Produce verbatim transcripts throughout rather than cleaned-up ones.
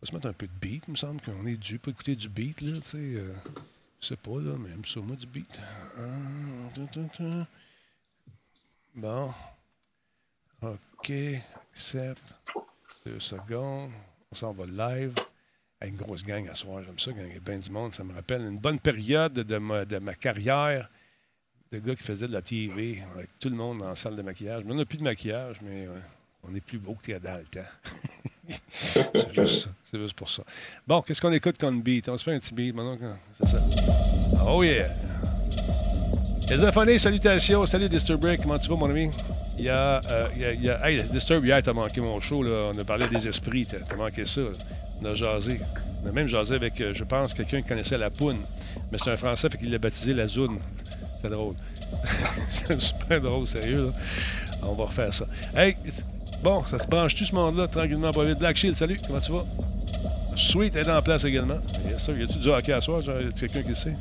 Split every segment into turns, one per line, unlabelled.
va se mettre un peu de beat, il me semble qu'on est dû pour écouter du beat, là, tu sais. Euh, je sais pas, là, mais aime ça, moi, du beat. Bon. OK. Accept. Deux secondes. On s'en va live. Une grosse gang à soir, j'aime ça, quand il y a bien du monde. Ça me rappelle une bonne période de ma, de ma carrière de gars qui faisait de la T V avec tout le monde dans la salle de maquillage. Mais on n'a plus de maquillage, mais euh, on est plus beau que dans le temps. C'est juste ça. C'est juste pour ça. Bon, qu'est-ce qu'on écoute comme beat? On se fait un petit beat maintenant. C'est ça. Oh yeah! Les affonés, salutations. Salut Disturbrick, comment tu vas, mon ami? Il y a... Euh, il y a, il y a hey, Disturb, hier, t'as manqué mon show, là. On a parlé des esprits. T'as, t'as manqué ça, là. On a jasé. On a même jasé avec, euh, je pense, quelqu'un qui connaissait la poune. Mais c'est un Français, fait qu'il l'a baptisé la Zoune. C'est drôle. C'est super drôle, sérieux, là. On va refaire ça. Hey, bon, ça se branche-tu, ce monde-là, tranquillement, pas vite. Black Shield, salut, comment tu vas? Sweet est en place également. Yes, sir. Y a-tu du hockey à soir? Genre, y a quelqu'un qui le sait?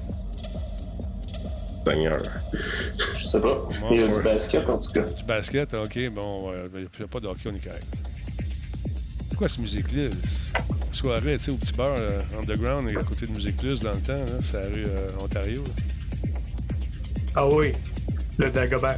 Seigneur.
Je sais pas. Bon, il y a ouais. du basket, en tout cas.
Du basket, OK. Bon, il euh, n'y a pas de hockey, on est correct. C'est quoi cette musique-là? Soirée, tu sais, au petit bar euh, underground, à côté de Musique Plus, dans le temps, là, c'est la rue euh, Ontario. Là.
Ah oui, le Dagobert.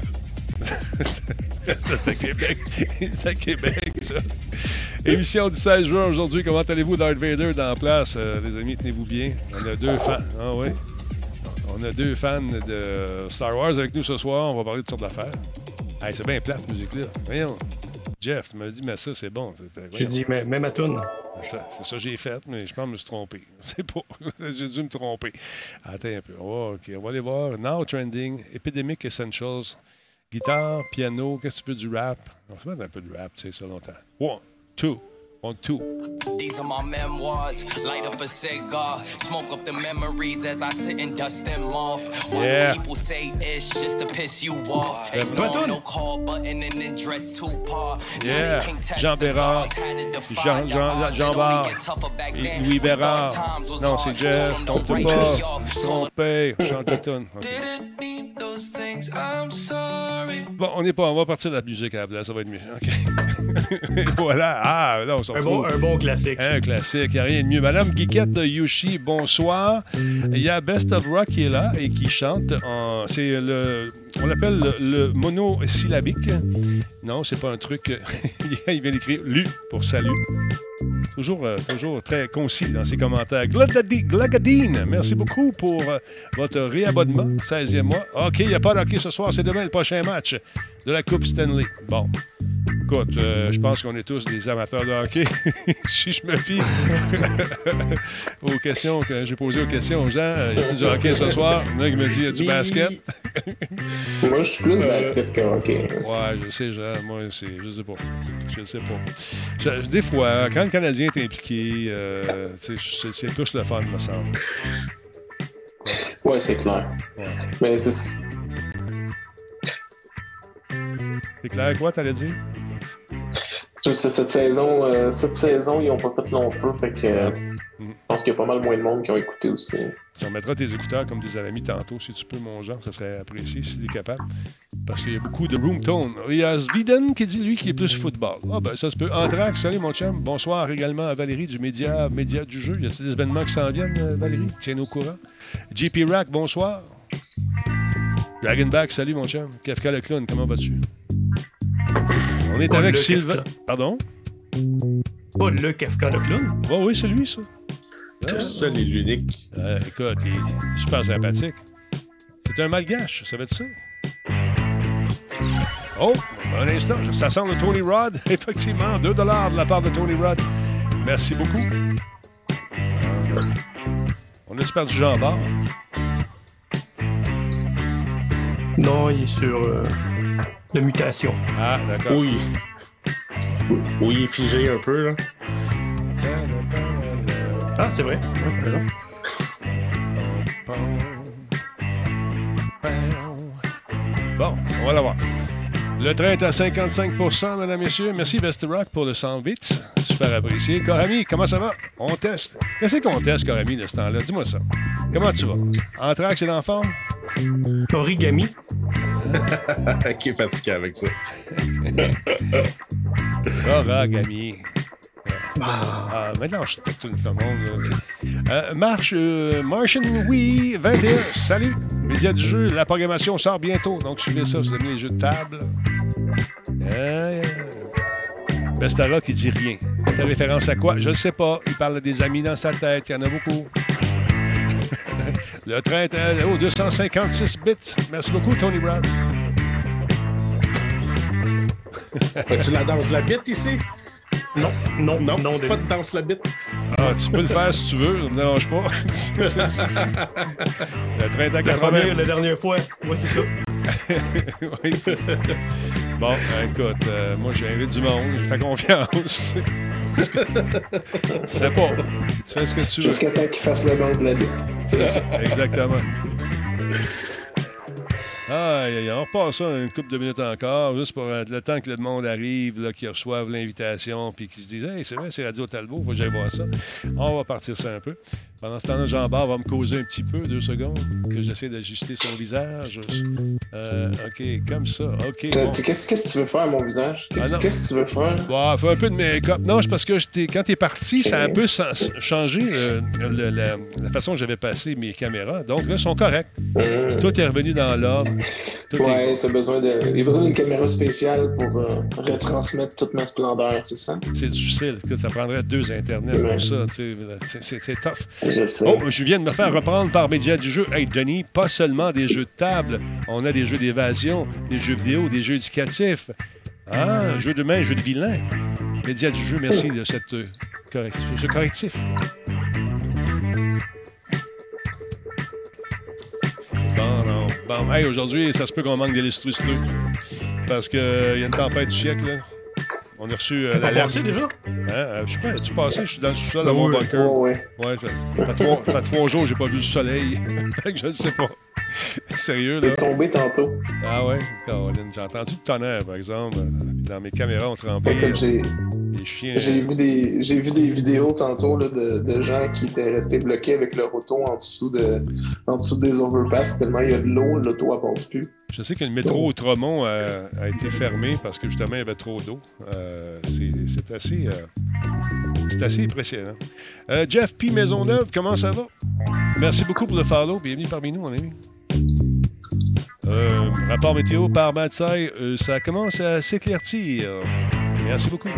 C'est à Québec. C'est à Québec, ça. Émission du seize juin aujourd'hui. Comment allez-vous, Darth Vader, dans la place? Euh, les amis, tenez-vous bien. On a deux fans. Ah oui. On a deux fans de Star Wars avec nous ce soir. On va parler de toutes sortes d'affaires. Hey, c'est bien plate, cette musique-là. Voyons. Jeff, tu m'as dit, mais ça, c'est bon.
J'ai dit, mais, même à toune.
C'est ça, c'est ça que j'ai fait, mais je pense que je me suis trompé. C'est pas. J'ai dû me tromper. Attends un peu. Oh, OK, on va aller voir. Now Trending, Epidemic Essentials, guitare, piano, qu'est-ce que tu veux du rap? On va se mettre un peu de rap, tu sais, ça longtemps. One, two. On two.
These are my memoirs. Light up a cigar, smoke up the memories as I sit and dust them off.
Yeah.
What people say it's just to piss you off. Ignore no call button and then dress too par.
Yeah. Jean Bérard. Jean, Jean, Jean Bar. Louis Bérard. Non, c'est Jeff. Trompe-toi pas. Je suis trompé. Chante le tune. Bon, on n'est pas. On va partir de la musique à la place. Ça va être mieux. OK. Voilà. Ah, non,
un, bon, un bon classique.
Un classique, il n'y a rien de mieux. Madame Guiquette Yoshi, bonsoir. Il y a Best of Rock qui est là et qui chante. En, c'est le, on l'appelle le, le monosyllabique. Non, c'est pas un truc. Il vient d'écrire Lu pour salut. Toujours, euh, toujours très concis dans ses commentaires. Glagadine, merci beaucoup pour euh, votre réabonnement, seizième mois. OK, il n'y a pas de hockey ce soir, c'est demain le prochain match de la Coupe Stanley. Bon. Écoute, euh, je pense qu'on est tous des amateurs de hockey. Si je me fie aux questions que j'ai posées aux questions aux gens, y a-t-il du hockey ce soir? Il y en a qui me dit, y a du basket?
Moi, je suis plus euh, basket que hockey.
Ouais, je sais, genre, moi, c'est, je sais pas. Je sais pas. Je, des fois, quand le Canadien est impliqué, euh, c'est, c'est plus le fun, me semble.
Ouais, c'est clair. Ouais. Mais c'est...
C'est clair, quoi, t'allais dire?
Cette saison, euh, cette saison, ils n'ont pas fait long feu, fait que euh, mm. je pense qu'il y a pas mal moins de monde qui ont écouté aussi.
On mettra tes écouteurs comme des amis tantôt, si tu peux, mon genre, ça serait apprécié si tu es capable. Parce qu'il y a beaucoup de room tone. Il y a Sviden qui dit, lui, qui est plus football. Ah, ben, ça se peut. Anthrax, salut, mon chum. Bonsoir également à Valérie du Média, Média du jeu. Y a-t-il des événements qui s'en viennent, Valérie? Tiens-nous au courant. J P Rack, bonsoir. Dragonback, salut, mon chum. Kafka le clown, comment vas-tu? On est
pas
avec Sylvain. Pardon?
Pas le Kafka le clown?
Oh, oui, c'est lui, ça.
C'est ah, seul et l'unique.
Euh, écoute, il est super sympathique. C'est un malgache, ça va être ça? Oh, un instant, ça sent le Tony Rod. Effectivement, deux dollars de la part de Tony Rod. Merci beaucoup. Euh, on espère du Jean Bar.
Non, il est sur euh, la mutation.
Ah, d'accord.
Oui. Oui, il est figé un peu, là.
Ah, c'est vrai. Ouais, t'as raison.
Bon, on va l'avoir. Le train est à cinquante-cinq pour cent, mesdames et messieurs. Merci, Vesterock, pour le cent bits. Super apprécié. Corami, comment ça va? On teste. Qu'est-ce qu'on teste, Corami, de ce temps-là? Dis-moi ça. Comment tu vas? Anthrax, c'est en forme?
Origami.
Qui est fatigué avec ça.
Origami. Ah, ah maintenant, je respecte tout le monde. Euh, Marche, euh, Martian Wii vingt et un, salut. Média du jeu, la programmation sort bientôt. Donc, suivez ça, vous aimez les jeux de table. Euh, Bestara qui dit rien. Il fait référence à quoi? Je ne sais pas. Il parle des amis dans sa tête. Il y en a beaucoup. Le train est oh, deux cent cinquante-six bits. Merci beaucoup, Tony Brown.
Fais-tu la danse de la bite ici?
Non, non,
Non,
non.
pas de danse de la bite.
Ah, tu peux le faire si tu veux, ça me dérange pas. Le train est à
La
quatre-vingts.
première, la dernière fois. Ouais, c'est ça.
Oui, c'est ça. Bon, écoute, euh, moi, j'invite du monde, je fais confiance. C'est pas. Tu fais ce que tu veux.
Jusqu'à temps qu'il fasse la danse de la bite.
C'est ça, exactement. Aïe, aïe, on repasse ça une couple de minutes encore, juste pour euh, le temps que le monde arrive, là, qu'ils reçoivent l'invitation, puis qu'ils se disent « Hey, c'est vrai, c'est Radio Talbot, faut que j'aille voir ça. » On va partir ça un peu. Pendant ce temps-là, Jean-Bart va me causer un petit peu, deux secondes, que j'essaie d'ajuster son visage. Euh, OK, comme ça. OK, bon.
Qu'est-ce que tu veux faire à mon visage? Qu'est-ce
Ah,
qu'est-ce que tu veux faire?
Bon, fais un peu de make-up. Non, c'est parce que j'étais- quand t'es parti, ça a un peu sa- changé euh, le- la, la façon dont j'avais passé mes caméras. Donc là, ils sont corrects.
Mmh.
Tout est revenu dans l'ordre. Tout est-
Ouais, t'as besoin de. Il y a besoin d'une caméra spéciale pour euh, retransmettre toute ma splendeur, c'est ça?
C'est difficile. Écoute, ça prendrait deux Internets
Ouais.
pour ça. tu sais, C'est c'est tough.
Je sais.
Oh, je viens de me faire reprendre par Média du jeu. Hey, Denis, pas seulement des jeux de table. On a des jeux d'évasion, des jeux vidéo, des jeux éducatifs. Ah, jeux de main, jeux de vilain. Média du jeu, merci de cette, euh, correct, ce correctif. Bon, non. Bon, hey, aujourd'hui, ça se peut qu'on manque d'électricité. Parce qu'il y a une tempête du siècle, là. On a reçu euh,
T'as pas
l'alerte.
passé déjà?
Hein? Euh, Je sais pas, tu passé? Je suis dans le sous-sol de
Ben
mon
oui.
bunker.
Oh, ouais.
Ouais, ça fait, fait trois, fait trois jours que j'ai pas vu le soleil. Fait que je ne sais pas. Sérieux, là?
T'es tombé tantôt.
Ah ouais? Caroline, j'ai entendu le tonnerre, par exemple. Dans mes caméras, on tremblait.
Écoute, j'ai
Les chiens.
j'ai vu des j'ai vu des vidéos tantôt là, de, de gens qui étaient restés bloqués avec leur auto en dessous de en dessous des overpass tellement il y a de l'eau, l'auto elle passe plus.
Je sais que le métro Outremont a, a été fermé parce que justement, il y avait trop d'eau. Euh, c'est c'est assez, euh, c'est assez impressionnant. Euh, Jeff P. Maisonneuve, comment ça va? Merci beaucoup pour le follow. Bienvenue parmi nous, mon ami. Euh, rapport météo par Matsai, euh, ça commence à s'éclaircir. Merci beaucoup.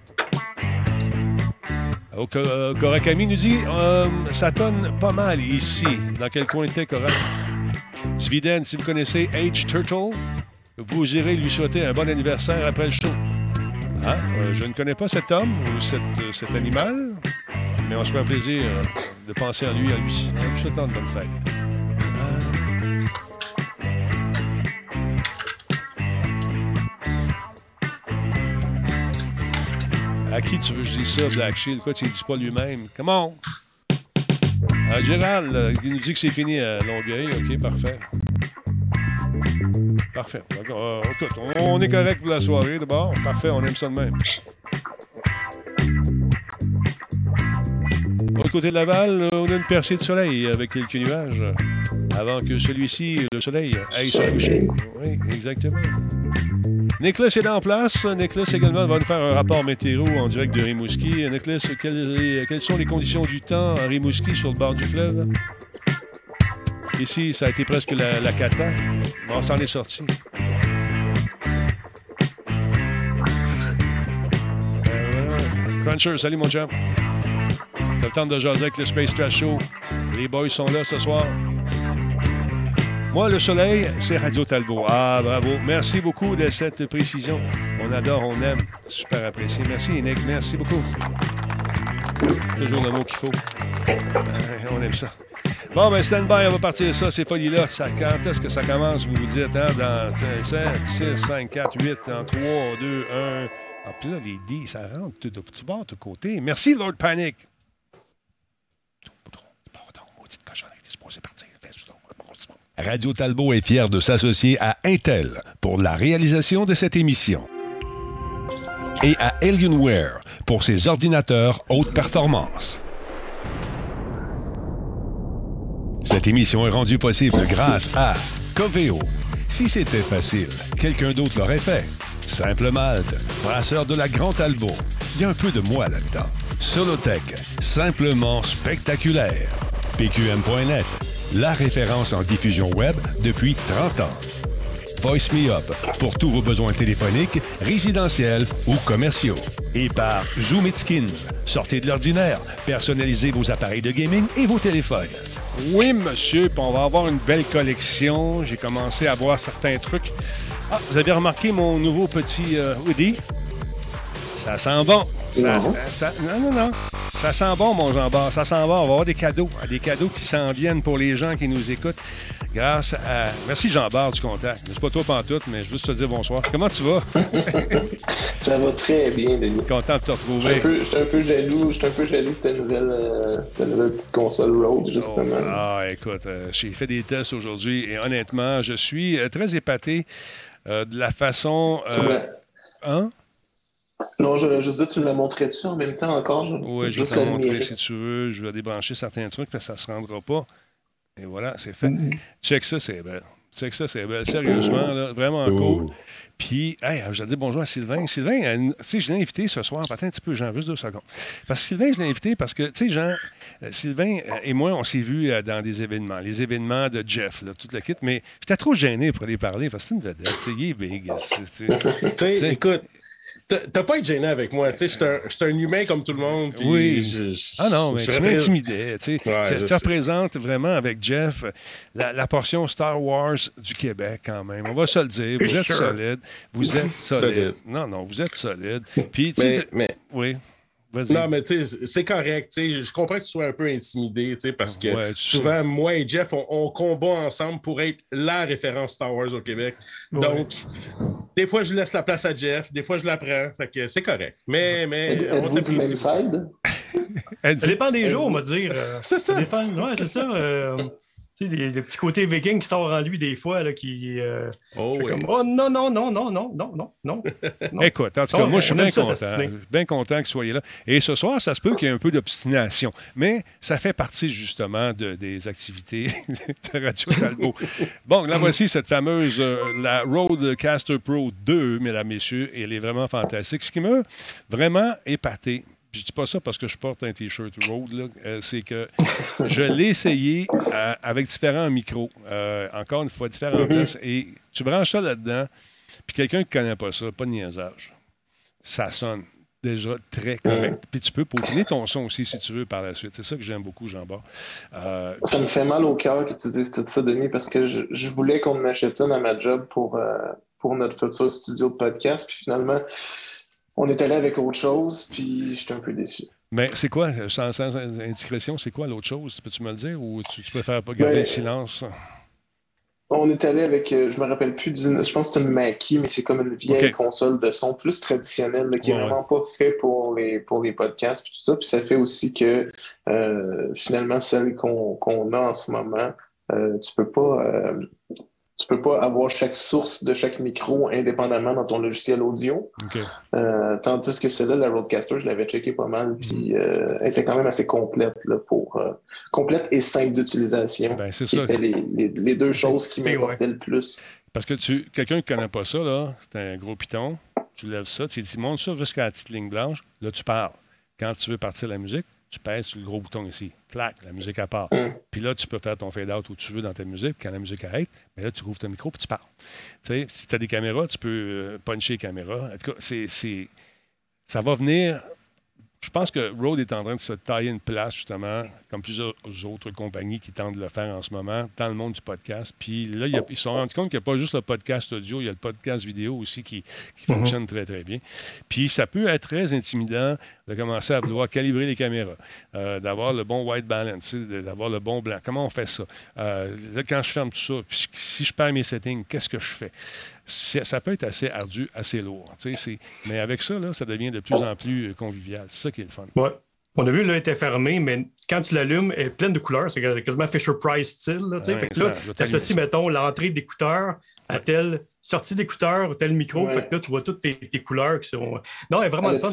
Au Ko- Korakami nous dit euh, ça tonne pas mal ici. Dans quel coin était Korak? Sviden, si vous connaissez H. Turtle, vous irez lui souhaiter un bon anniversaire après le show. Ah, euh, je ne connais pas cet homme ou cet, euh, cet animal, mais on se fait un plaisir euh, de penser à lui, à lui. En lui souhaitant une bonne fête. Ah. À qui tu veux que je dise ça, Black Shield? Quoi, tu ne dis pas lui-même? Come on! Euh, Gérald, euh, il nous dit que c'est fini à Longueuil. OK, parfait. Parfait. Donc, euh, écoute, on, on est correct pour la soirée, d'abord. Parfait, on aime ça de même. De l'autre côté de Laval, on a une percée de soleil avec quelques nuages avant que celui-ci, le soleil, aille se coucher. Oui, exactement. Nicolas est en place. Nicolas également va nous faire un rapport météo en direct de Rimouski. Nicolas, quelles, quelles sont les conditions du temps à Rimouski sur le bord du fleuve? Ici, ça a été presque la, la cata. Bon, on s'en est sorti. Euh, Cruncher, salut mon champ. Ça le temps de jaser avec le Space Trash Show. Les boys sont là ce soir. Moi, le soleil, c'est Radio Talbot. Ah, bravo. Merci beaucoup de cette précision. On adore, on aime. Super apprécié. Merci, Nick. Merci beaucoup. Toujours le mot qu'il faut. Euh, on aime ça. Bon, ben, stand-by, on va partir ça, ces folies-là. Ça, quand est-ce que ça commence? Vous vous dites, hein, dans sept, six, cinq, quatre, huit, dans trois, deux, un. Ah, puis là, les dés, ça rentre tout de tout bord, de tout côté. Merci, Lord Panic. Pardon, maudite cochonnerie, t'es supposé partir.
Radio Talbot est fier de s'associer à Intel pour la réalisation de cette émission et à Alienware pour ses ordinateurs haute performance. Cette émission est rendue possible grâce à Coveo. Si c'était facile, quelqu'un d'autre l'aurait fait. Simple Malte, brasseur de la Grand Talbot. Il y a un peu de moi là-dedans. Solotech, simplement spectaculaire. P Q M point net, la référence en diffusion web depuis trente ans. Voice Me Up, pour tous vos besoins téléphoniques, résidentiels ou commerciaux. Et par Zoom It Skins, sortez de l'ordinaire, personnalisez vos appareils de gaming et vos téléphones.
Oui, monsieur, puis on va avoir une belle collection. J'ai commencé à voir certains trucs. Ah, vous avez remarqué mon nouveau petit euh, hoodie? Ça sent bon. Ça,
Non.
ça- non, non, non. Ça sent bon, mon Jean-Bart. Ça sent bon. On va avoir des cadeaux. Des cadeaux qui s'en viennent pour les gens qui nous écoutent. Grâce à... Merci, Jean-Bart, du contact. C'est pas toi pantoute, mais je veux juste te dire bonsoir. Comment tu vas?
Ça va très bien, Denis.
Content de te
Je suis un
retrouver.
peu- je suis un peu jaloux, je suis un peu jaloux de ta nouvelle, euh, ta nouvelle petite console Road, justement.
Oh, ah, écoute, euh, j'ai fait des tests aujourd'hui et honnêtement, je suis euh, très épaté euh, de la façon...
Tu
euh,
me l'as-
hein?
Non, je voulais juste dire, tu me la montrais-tu en même temps encore? Je...
Oui, je vais
juste
te montrer
l'admirer.
si tu veux. Je vais débrancher certains trucs, parce que ça ne se rendra pas. Et voilà, c'est fait.
Mm-hmm.
Check ça, c'est belle. Check ça, c'est belle. Sérieusement, là, vraiment cool. Puis, hey, je vais dire bonjour à Sylvain. Sylvain, euh, tu sais, je l'ai invité ce soir. Attends un petit peu, Jean, juste deux secondes. Parce que Sylvain, je l'ai invité parce que, tu sais, Jean, euh, Sylvain euh, et moi, on s'est vus euh, dans des événements. Les événements de Jeff, là, toute la kit. Mais j'étais trop gêné pour aller parler parce que c'est une vedette. Tu sais, il est big. c'est- c'est-
Tu sais,
T'sais.
écoute, t'as t'as pas à être gêné avec moi. Tu sais, je suis un- je suis un humain comme tout le monde. puis
Oui.
je- je-
Ah non, mais
je
tu
représente-
m'intimidais. Tu, sais.
Ouais,
Tu-
je
tu
sais.
représentes vraiment avec Jeff la, la portion Star Wars du Québec quand même. On va se le dire. Vous êtes
Sure.
solide. Vous êtes solide.
Solide.
Non, non, vous êtes solide. Puis, tu
Mais,
sais,
mais,
oui, vas-y.
non, mais tu sais, c'est correct. Tu sais, je comprends que tu sois un peu intimidé, tu sais, parce que
Ouais, tu
souvent, moi et Jeff, on, on combat ensemble pour être la référence Star Wars au Québec.
Ouais.
Donc, des fois, je laisse la place à Jeff, des fois, je la prends. Fait que c'est correct. Mais, mais
Êtes-
on
Êtes-vous du même
t'apprécie.
side?
Êtes-vous-
Ça dépend des jours, on va dire. euh,
C'est ça.
Ça dépend. Ouais, c'est ça. euh, tu sais, les- le petit côté viking qui sort en lui des fois, là, qui. euh,
Oh,
fait
oui.
comme, oh non, non, non, non, non, non, non, non. non.
Écoute, en tout cas,
Oh,
moi, je suis
on
bien
aime ça,
content.
s'astiner.
Bien content que vous soyez là. Et ce soir, ça se peut qu'il y ait un peu d'obstination. Mais ça fait partie, justement, de- des activités de Radio Talbot. Bon, là, voici cette fameuse, euh, la Rodecaster Pro deux, mesdames, messieurs. Et elle est vraiment fantastique. Ce qui m'a vraiment épaté, je dis pas ça parce que je porte un T-shirt Rode, là, euh, c'est que je l'ai essayé euh, avec différents micros. Euh, encore une fois, différents tests. Et tu branches ça là-dedans, puis quelqu'un qui ne connaît pas ça, pas de niaisage, ça sonne déjà très correct. Puis tu peux peaufiner ton son aussi si tu veux par la suite. C'est ça que j'aime beaucoup, Jean-Bart. Euh,
Ça me fait mal au cœur que tu dises tout ça, Denis, parce que je, je voulais qu'on en achète une à ma job pour, euh, pour notre futur studio de podcast. Puis finalement, on est allé avec autre chose, puis j'étais un peu déçu.
mais c'est quoi, sans, sans indiscrétion, c'est quoi l'autre chose? Peux-tu me le dire ou tu, tu préfères pas garder
Ouais.
le silence?
On est allé avec, euh, je me rappelle plus d'une, je pense que c'est une Mackie, mais c'est comme une vieille
Ok.
console de son plus traditionnelle, là, qui est
Ouais,
vraiment pas fait pour les, pour les podcasts puis tout ça. Puis ça fait aussi que euh, finalement, celle qu'on qu'on a en ce moment, euh, tu peux pas euh, tu peux pas avoir chaque source de chaque micro indépendamment dans ton logiciel audio.
OK.
Euh, tandis que celle-là, la Rodecaster, je l'avais checké pas mal, puis euh, elle était quand même assez complète là, pour euh, complète et simple d'utilisation.
Ben, c'est
Qui
ça.
étaient les, les, les deux choses qui
C'est-
m'importaient le plus.
Parce que tu, quelqu'un qui ne connaît pas ça, là, c'est un gros piton, tu lèves ça, tu dis, monte ça jusqu'à la petite ligne blanche, là, tu parles. Quand tu veux partir la musique, tu pèses sur le gros bouton ici. Clac, la musique, elle part.
Mm.
Puis là, tu peux faire ton fade-out où tu veux dans ta musique. Puis quand la musique arrête, mais là, tu rouvres ton micro puis tu parles. Tu sais, si tu as des caméras, tu peux euh, puncher les caméras. En tout cas, c'est, c'est, ça va venir... Je pense que Rode est en train de se tailler une place, justement, comme plusieurs autres compagnies qui tentent de le faire en ce moment, dans le monde du podcast. Puis là, il y a- ils se sont rendus compte qu'il n'y a pas juste le podcast audio, il y a le podcast vidéo aussi qui, qui
Mhm.
fonctionne très, très bien. Puis ça peut être très intimidant de commencer à vouloir calibrer les caméras, euh, d'avoir le bon white balance, tu sais, de- d'avoir le bon blanc. Comment on fait ça? Euh, là, quand je ferme tout ça, puis si je perds mes settings, qu'est-ce que je fais? C'est- Ça peut être assez ardu, assez lourd. tu sais, c'est- Mais avec ça, là, ça devient de plus en plus euh, convivial. C'est ça qui est le fun.
Ouais. On a vu, là, elle était fermée, mais quand tu l'allumes, elle est pleine de couleurs. C'est quasiment Fisher-Price style. Là, tu sais.
Ouais,
fait que là,
ça, je vais
tu associes,
t'allumer
mettons, l'entrée d'écouteurs à telle sortie d'écouteurs ou tel micro.
Ouais.
Fait que là, tu vois toutes tes, tes couleurs qui sont. Non, elle est vraiment
Elle
le
a
fun.
très-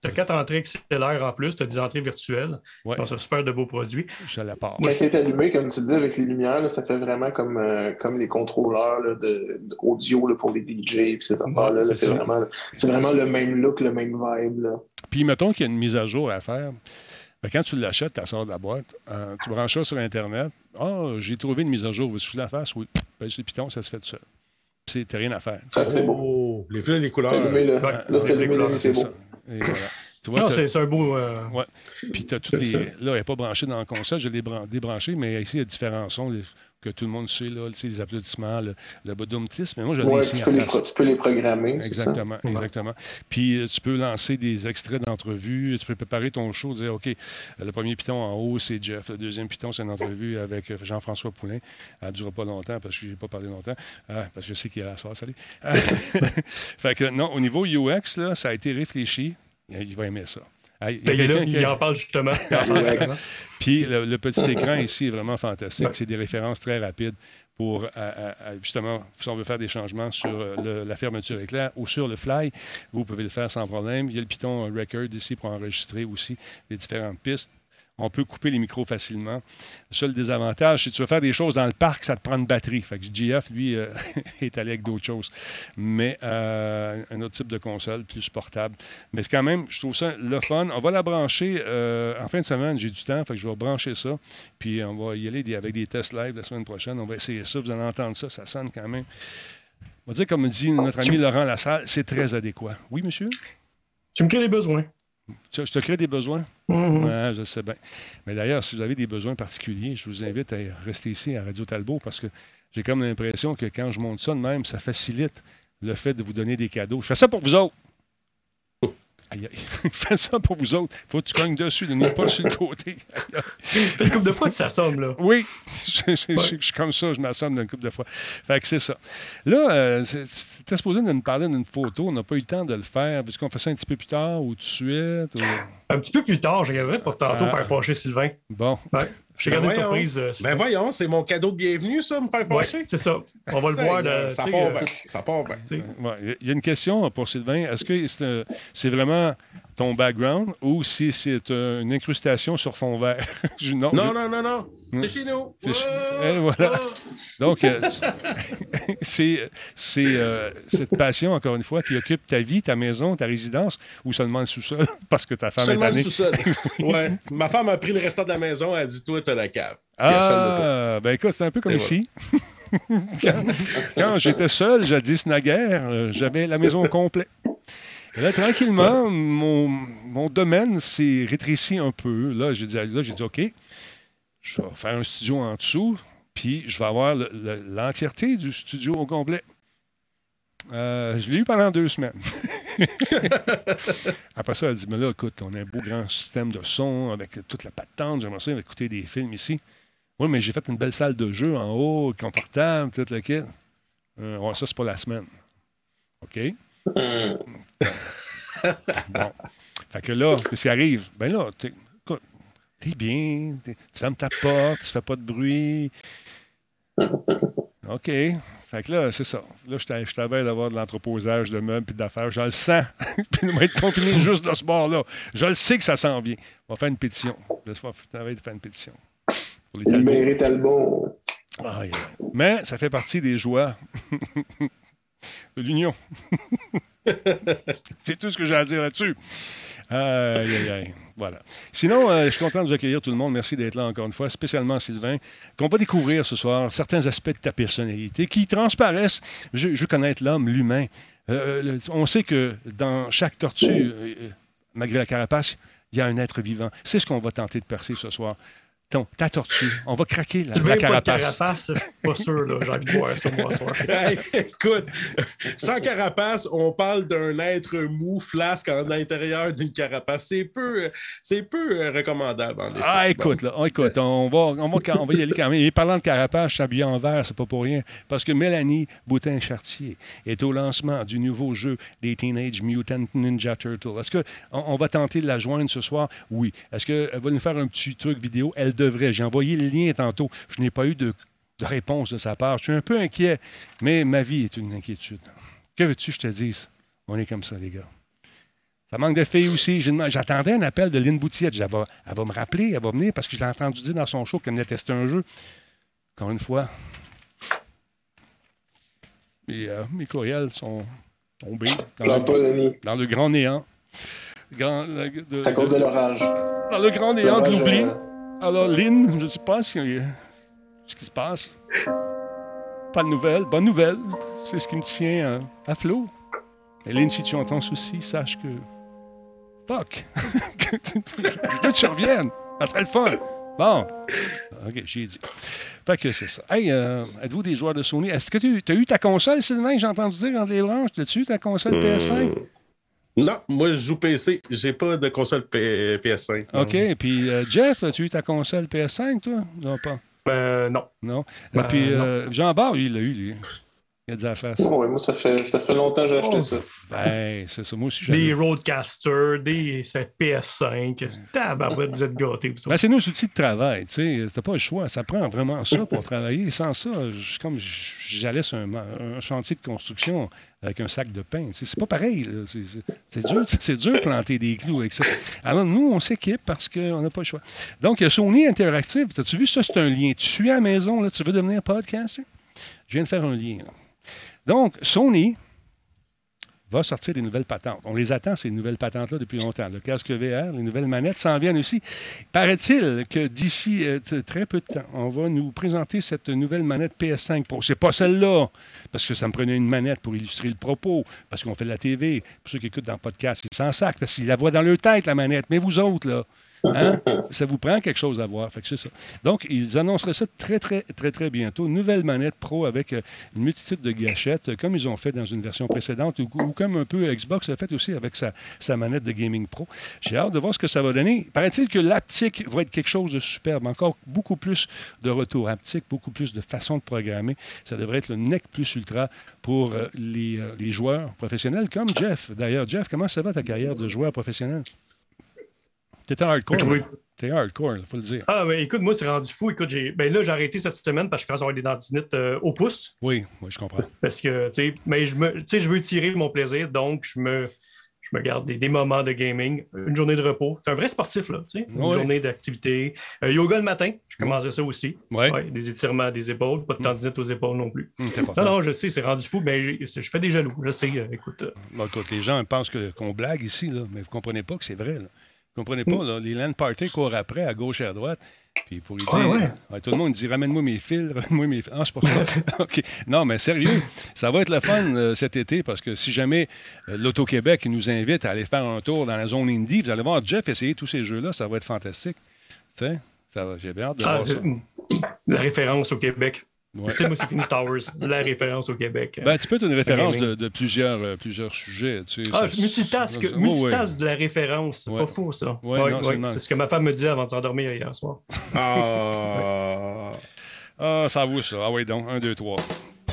Tu as quatre entrées X L R en plus, tu as des entrées virtuelles.
Ouais.
Donc, c'est un super de beaux produits.
Je la pars.
Quand il est allumé, comme tu dis, avec les lumières, là, ça fait vraiment comme, euh, comme les contrôleurs là, de, d'audio là, pour les D J et ces affaires-là.
Ouais,
là,
c'est
c'est,
ça.
vraiment, c'est vraiment le même look, le même vibe. Là.
Puis, mettons qu'il y a une mise à jour à faire. Ben, quand tu l'achètes, tu la sors de la boîte, euh, tu branches ça sur Internet. Ah, oh, j'ai trouvé une mise à jour. Veux-tu que je la fasse? Oui. Ben, c'est Python, ça se fait tout seul. C'est, t'as rien à faire.
Ça, c'est beau.
Oh, les feux, les couleurs.
C'est allumé, là.
Ouais,
Là, c'est
les
allumé, là,
couleurs,
c'est beau.
ça. Et voilà. Tu vois,
Non,
t'as-
c'est, c'est un beau. euh,
Ouais. Puis tu as toutes
C'est
les.
ça.
Là, elle n'est pas branchée dans la console, je l'ai bran- débranché, mais ici, il y a différents sons les- que tout le monde sait, là, tu sais, les applaudissements, le, le bodoum-tis, mais moi, je l'ai
Ouais,
ici
tu
en
peux, les
place.
pro- tu peux les programmer. c'est ça?
Exactement, exactement. Puis euh, tu peux lancer des extraits d'entrevues, tu peux préparer ton show, dire OK, euh, le premier piton en haut, c'est Jeff, le deuxième piton, c'est une entrevue avec euh, Jean-François Poulain. Elle ne durera pas longtemps parce que je n'ai pas parlé longtemps, euh, parce que je sais qu'il est à la soirée, salut. Fait que non, au niveau U X, là, ça a été réfléchi. Il va aimer ça. Ah, il y a
ben, il, est là,
quelqu'un qui-
il en parle justement. Il en parle justement.
Puis le, le petit écran ici est vraiment fantastique.
Ouais.
C'est des références très rapides pour, à- à- à- justement, si on veut faire des changements sur euh, le- la fermeture éclair ou sur le fly, vous pouvez le faire sans problème. Il y a le Python Record ici pour enregistrer aussi les différentes pistes. On peut couper les micros facilement. Le seul désavantage, si tu veux faire des choses dans le parc, ça te prend une batterie. Fait que G F, lui, euh, est allé avec d'autres choses. Mais euh, un autre type de console, plus portable. Mais c'est quand même, je trouve ça le fun. On va la brancher euh, en fin de semaine. J'ai du temps, fait que je vais brancher ça. Puis on va y aller des- avec des tests live la semaine prochaine. On va essayer ça. Vous allez entendre ça. Ça sonne quand même. On va dire, comme dit notre ami Laurent Lassalle, c'est très adéquat. Oui, monsieur?
Tu me crées des besoins.
Tu- Je te crée des besoins?
Mhm.
Ouais, je sais bien. Mais d'ailleurs, si vous avez des besoins particuliers, je vous invite à rester ici à Radio Talbot parce que j'ai comme l'impression que quand je monte ça de même, ça facilite le fait de vous donner des cadeaux. Je fais ça pour vous autres. Aïe, aïe. Je fais ça pour vous autres. Faut que tu cognes dessus, ne pas sur le côté. Aïe, aïe.
Fais une couple de fois, tu s'assommes, là.
Oui, je, je- je- je suis comme ça, je m'assomme d'une couple de fois. Fait que c'est ça. Là, euh, c'est- c'était supposé de me parler d'une photo. On n'a pas eu le temps de le faire. Veux-tu qu'on fasse ça un petit peu plus tard ou tout de suite? ou-
Un petit peu plus tard, je regarderai pour tantôt
Ah.
faire fâcher Sylvain.
Bon.
Ouais. J'ai
Ben
gardé une
voyons.
surprise. euh, Sylvain.
Ben voyons, c'est mon cadeau de bienvenue, ça, me faire
Ouais,
fâcher.
c'est ça. On va le voir. de-
Ça
tu sais,
part
euh,
bien. Ça part bien.
tu sais.
Ouais, il y a une question pour Sylvain. Est-ce que c'est, euh, c'est vraiment ton background ou si c'est euh, une incrustation sur fond vert? Je- non,
Non,
je-
non, non, non. C'est chez nous.
C'est chez-
Oh,
Et voilà.
oh.
Donc, euh, c'est, c'est euh, cette passion, encore une fois, qui occupe ta vie, ta maison, ta résidence ou seulement le sous-sol parce que ta femme
Seulement
est
le
année.
sous-sol. Ouais. Ma femme a pris le restant de la maison. Elle a dit, toi, t'as la cave. Puis elle sonne le toit.
Ah, ben écoute, c'est un peu comme
Et
ici. quand, quand j'étais seul, jadis naguère, euh, j'avais la maison au complet. Et là, tranquillement, mon, mon domaine s'est rétréci un peu. Là, j'ai dit, là, j'ai dit, OK, je vais faire un studio en dessous, puis je vais avoir le- le- l'entièreté du studio au complet. Euh, je l'ai eu pendant deux semaines. Après ça, elle dit, mais là, écoute, on a un beau grand système de son avec toute la patente. J'aimerais ça écouter des films ici. Oui, mais j'ai fait une belle salle de jeu en haut, confortable, tout le kit. Euh, ouais, ça, c'est pas la semaine. OK?
Hum.
Bon. Fait que là, qu'est-ce qui arrive? Ben là, t'es, écoute, t'es bien, t'es- tu fermes ta porte, tu fais pas de bruit. OK. Fait que là, c'est ça. Là, je t'a- je t'avais d'avoir de l'entreposage de meubles et d'affaires. Je le sens. Puis on va être confiné juste de ce bord-là. Je le sais que ça s'en vient. On va faire une pétition. Je vais travailler de faire une pétition. Pour les Talbots.
Libérer Talbot.
Aïe, aïe. Mais ça fait partie des joies de l'union. C'est tout ce que j'ai à dire là-dessus. Aïe, aïe, aïe. Voilà. Sinon, euh, je suis content de vous accueillir tout le monde. Merci d'être là encore une fois, spécialement Sylvain, qu'on va découvrir ce soir certains aspects de ta personnalité qui transparaissent. Je, je veux connaître l'homme, l'humain. Euh, le- on sait que dans chaque tortue, euh, euh, malgré la carapace, il y a un être vivant. C'est ce qu'on va tenter de percer ce soir. Ton, ta tortue. On va craquer la,
Tu
la
veux pas de
carapace.
carapace? Je suis pas sûr, là. J'ai envie de voir ça, moi, ce soir.
Hey, écoute, sans carapace, on parle d'un être mou, flasque en l'intérieur d'une carapace. C'est peu, c'est peu euh, recommandable, en effet.
Ah, écoute, là, oh, écoute, on va, on, va, on va y aller quand même. Et parlant de carapace, je suis habillé en vert, c'est pas pour rien. Parce que Mélanie Boutin-Chartier est au lancement du nouveau jeu des Teenage Mutant Ninja Turtles. Est-ce qu'on on va tenter de la joindre ce soir? Oui. Est-ce qu'elle va nous faire un petit truc vidéo? Elle devrait. J'ai envoyé le lien tantôt. Je n'ai pas eu de, de réponse de sa part. Je suis un peu inquiet, mais ma vie est une inquiétude. Que veux-tu que je te dise? On est comme ça, les gars. Ça manque de filles aussi. J'ai demandé- J'attendais un appel de Lynn Boutiette. Elle va, elle va me rappeler, elle va venir parce que je l'ai entendu dire dans son show qu'elle venait tester un jeu. Encore une fois. Et, euh, mes courriels sont tombés dans,
Plante pas,
le,
Denis.
dans le grand néant. Grand, de- de-
C'est à cause de l'orage.
dans le grand néant de
L'orage,
l'oubli.
euh,
Alors, Lynn, je ne sais pas ce, qu'il y a- ce qui se passe. Pas de nouvelles. Bonne nouvelle. C'est ce qui me tient euh, à flot. Et Lynn, si tu entends ceci, sache que... Fuck! Que tu- tu- je veux que tu reviennes. Ça serait le fun. Bon. OK, j'ai dit. Fait que c'est ça. Hey, euh, êtes-vous des joueurs de Sony? Est-ce que tu as eu ta console, Sylvain? J'ai entendu dire entre les branches. As-tu eu ta console P S cinq?
Non, moi, je joue P C. J'ai pas de console P- PS5. non.
OK. Puis, euh, Jeff, as-tu eu ta console P S cinq, toi? Non, pas.
Euh, non.
Non. Et
Ben,
puis, euh, Jean-Bart, lui, il l'a eu, lui. Il a dit à la face.
Ouais, moi, ça fait, ça fait longtemps que j'ai acheté
Oh,
ça.
ben, c'est ça. Moi aussi, j'avais.
Des Roadcaster, des c'est P S cinq. Tabarouette, vous êtes gâtés, vous
Ben,
autres.
c'est nos outils de travail, tu sais. T'as pas le choix. Ça prend vraiment ça pour travailler. Sans ça, je- comme j'allais sur un, un chantier de construction avec un sac de pain. Tu sais, c'est pas pareil. là. C'est, c'est- c'est dur, c'est dur de planter des clous avec ça. Alors, nous, on s'équipe parce qu'on n'a pas le choix. Donc, il y a Sony Interactive. T'as-tu vu ça? C'est un lien. Tu suis à la maison, là, tu veux devenir podcaster? Je viens de faire un lien, là. Donc, Sony va sortir des nouvelles patentes. On les attend, ces nouvelles patentes-là, depuis longtemps. Le casque V R, les nouvelles manettes s'en viennent aussi. Paraît-il que d'ici euh, t- très peu de temps, on va nous présenter cette nouvelle manette P S cinq Pro. C'est pas celle-là, parce que ça me prenait une manette pour illustrer le propos, parce qu'on fait de la T V. Pour ceux qui écoutent dans le podcast, ils s'en sacent, parce qu'ils la voient dans leur tête, la manette. Mais vous autres, là, hein? Ça vous prend quelque chose à voir. Fait que c'est ça. Donc, ils annonceraient ça très, très, très, très bientôt. Une nouvelle manette Pro avec euh, une multitude de gâchettes, euh, comme ils ont fait dans une version précédente, ou, ou comme un peu Xbox a fait aussi avec sa, sa manette de Gaming Pro. J'ai hâte de voir ce que ça va donner. Paraît-il que l'haptique va être quelque chose de superbe. Encore beaucoup plus de retour haptique, beaucoup plus de façon de programmer. Ça devrait être le nec plus ultra pour euh, les, euh, les joueurs professionnels, comme Jeff. D'ailleurs, Jeff, comment ça va ta carrière de joueur professionnel? T'es hardcore.
Oui.
T'es hardcore, il faut le dire.
Ah, mais écoute, moi, c'est rendu fou. Écoute, j'ai... Ben là, j'ai arrêté cette semaine parce que je commence à avoir des tendinites euh, au pouce.
Oui, oui, je comprends.
Parce que, tu sais, mais je me, tu sais, je veux tirer mon plaisir, donc je me, je me garde des, des moments de gaming, une journée de repos. C'est un vrai sportif, là, tu sais, une
Oui.
journée d'activité. Euh, yoga le matin, je commençais ça aussi.
Ouais.
Ouais, des étirements des épaules, pas de tendinite aux épaules non plus.
Hum, c'est important.
Non, non, je sais, c'est rendu fou, mais je, je fais des jaloux. Je sais, euh, écoute. euh,
Bon, écoute, les gens pensent que- qu'on blague ici, là, mais vous ne comprenez pas que c'est vrai. Là. Vous ne comprenez pas, là, les land parties courent après, à gauche et à droite. Puis pour lui dire,
Ouais, ouais.
ouais, tout le monde dit ramène-moi mes fils, ramène-moi mes fils. Ah, c'est pas ça. OK. Non, mais sérieux, ça va être le fun euh, cet été parce que si jamais euh, l'Auto-Québec nous invite à aller faire un tour dans la zone indie, vous allez voir Jeff essayer tous ces jeux-là, ça va être fantastique. Tu sais, ça va, j'ai bien hâte de
ah,
voir
c'est-
ça.
la référence au Québec.
Ouais.
Tu sais, moi, c'est fini Star Wars, la référence au Québec.
Ben, tu peux être une référence
gaming.
de, de plusieurs, euh, plusieurs sujets. Tu sais,
Ah,
ça-
je multitask,
ça- ça-
multitask
ouais,
de la référence. C'est
Ouais.
pas faux, ça.
Ouais,
Ouais,
non, c'est
ouais,
le même.
c'est ce que ma femme me disait avant de s'endormir hier soir.
Ah.
Ah, ça vaut ça. Ah oui, donc, un, deux, trois.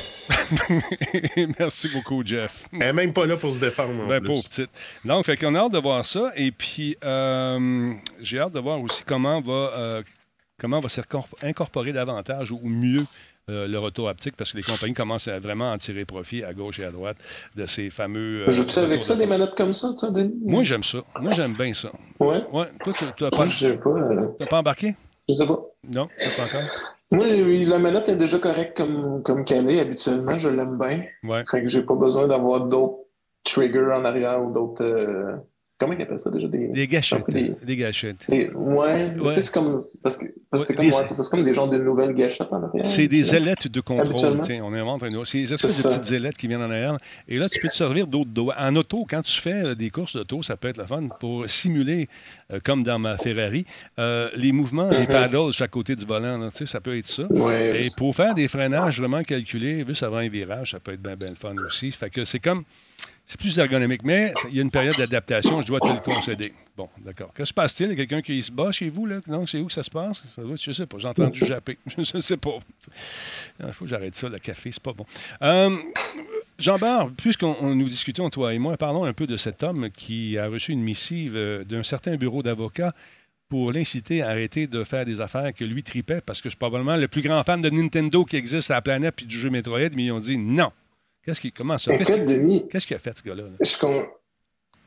Merci beaucoup, Jeff.
Elle n'est même pas là pour se défendre. en
Ben,
plus.
pauvre petite. Donc, fait qu'on a hâte de voir ça. Et puis, euh, j'ai hâte de voir aussi comment va, euh, comment va s'incorporer davantage ou mieux euh, le retour haptique parce que les compagnies commencent à vraiment en tirer profit à gauche et à droite de ces fameux. euh,
Joues-tu avec
retours
ça,
de
des
force.
manettes comme ça, toi, Denis?
Moi, j'aime ça. Moi, j'aime bien ça.
Ouais.
Ouais. Toi, tu n'as
Moi,
pas,
je sais pas. euh,
t'as pas embarqué?
Je sais pas.
Non, c'est pas encore.
Moi, oui, la manette est déjà correcte comme, comme qu'elle est habituellement. Je l'aime bien.
Ouais.
Fait que j'ai pas besoin d'avoir d'autres triggers en arrière ou d'autres. euh, Comment ils appellent ça déjà? Des,
Des gâchettes.
Des-
Des gâchettes.
des- Ouais,
Ouais.
tu sais, c'est comme. Parce que parce que c'est
Ouais,
comme,
des-
ouais, c'est ça, c'est comme des genres de nouvelles gâchettes en arrière.
C'est des
tu sais.
ailettes de contrôle.
Habituellement.
Tiens, on invente un autre. C'est des espèces
C'est
de
ça.
petites ailettes qui viennent en arrière. Et là, tu peux te servir d'autres doigts. En auto, quand tu fais euh, des courses d'auto, ça peut être le fun pour simuler, euh, comme dans ma Ferrari, euh, les mouvements des
Mhm.
paddles chaque côté du volant. Là, tu sais, ça peut être ça.
Ouais,
Et
je sais.
pour faire des freinages vraiment calculés, vu ça va un virage, ça peut être bien, bien le fun aussi. Fait que c'est comme. C'est plus ergonomique, mais il y a une période d'adaptation, je dois te le concéder. Bon, d'accord. Que se passe-t-il? Il y a quelqu'un qui se bat chez vous, là? Non, c'est où que ça se passe? Ça doit être, je sais pas, j'ai entendu japper. Je sais pas. Il faut que j'arrête ça, le café, c'est pas bon. Euh, Jean-Bart, puisqu'on on nous discutons, toi et moi, parlons un peu de cet homme qui a reçu une missive euh, d'un certain bureau d'avocats pour l'inciter à arrêter de faire des affaires que lui tripait, parce que c'est probablement le plus grand fan de Nintendo qui existe sur la planète puis du jeu Metroid, mais ils ont dit non. Qu'est-ce qui, comment ça? Qu'est-ce
Écoute,
qu'il
Denis,
qu'est-ce qu'il a fait, ce gars-là? là?
je com-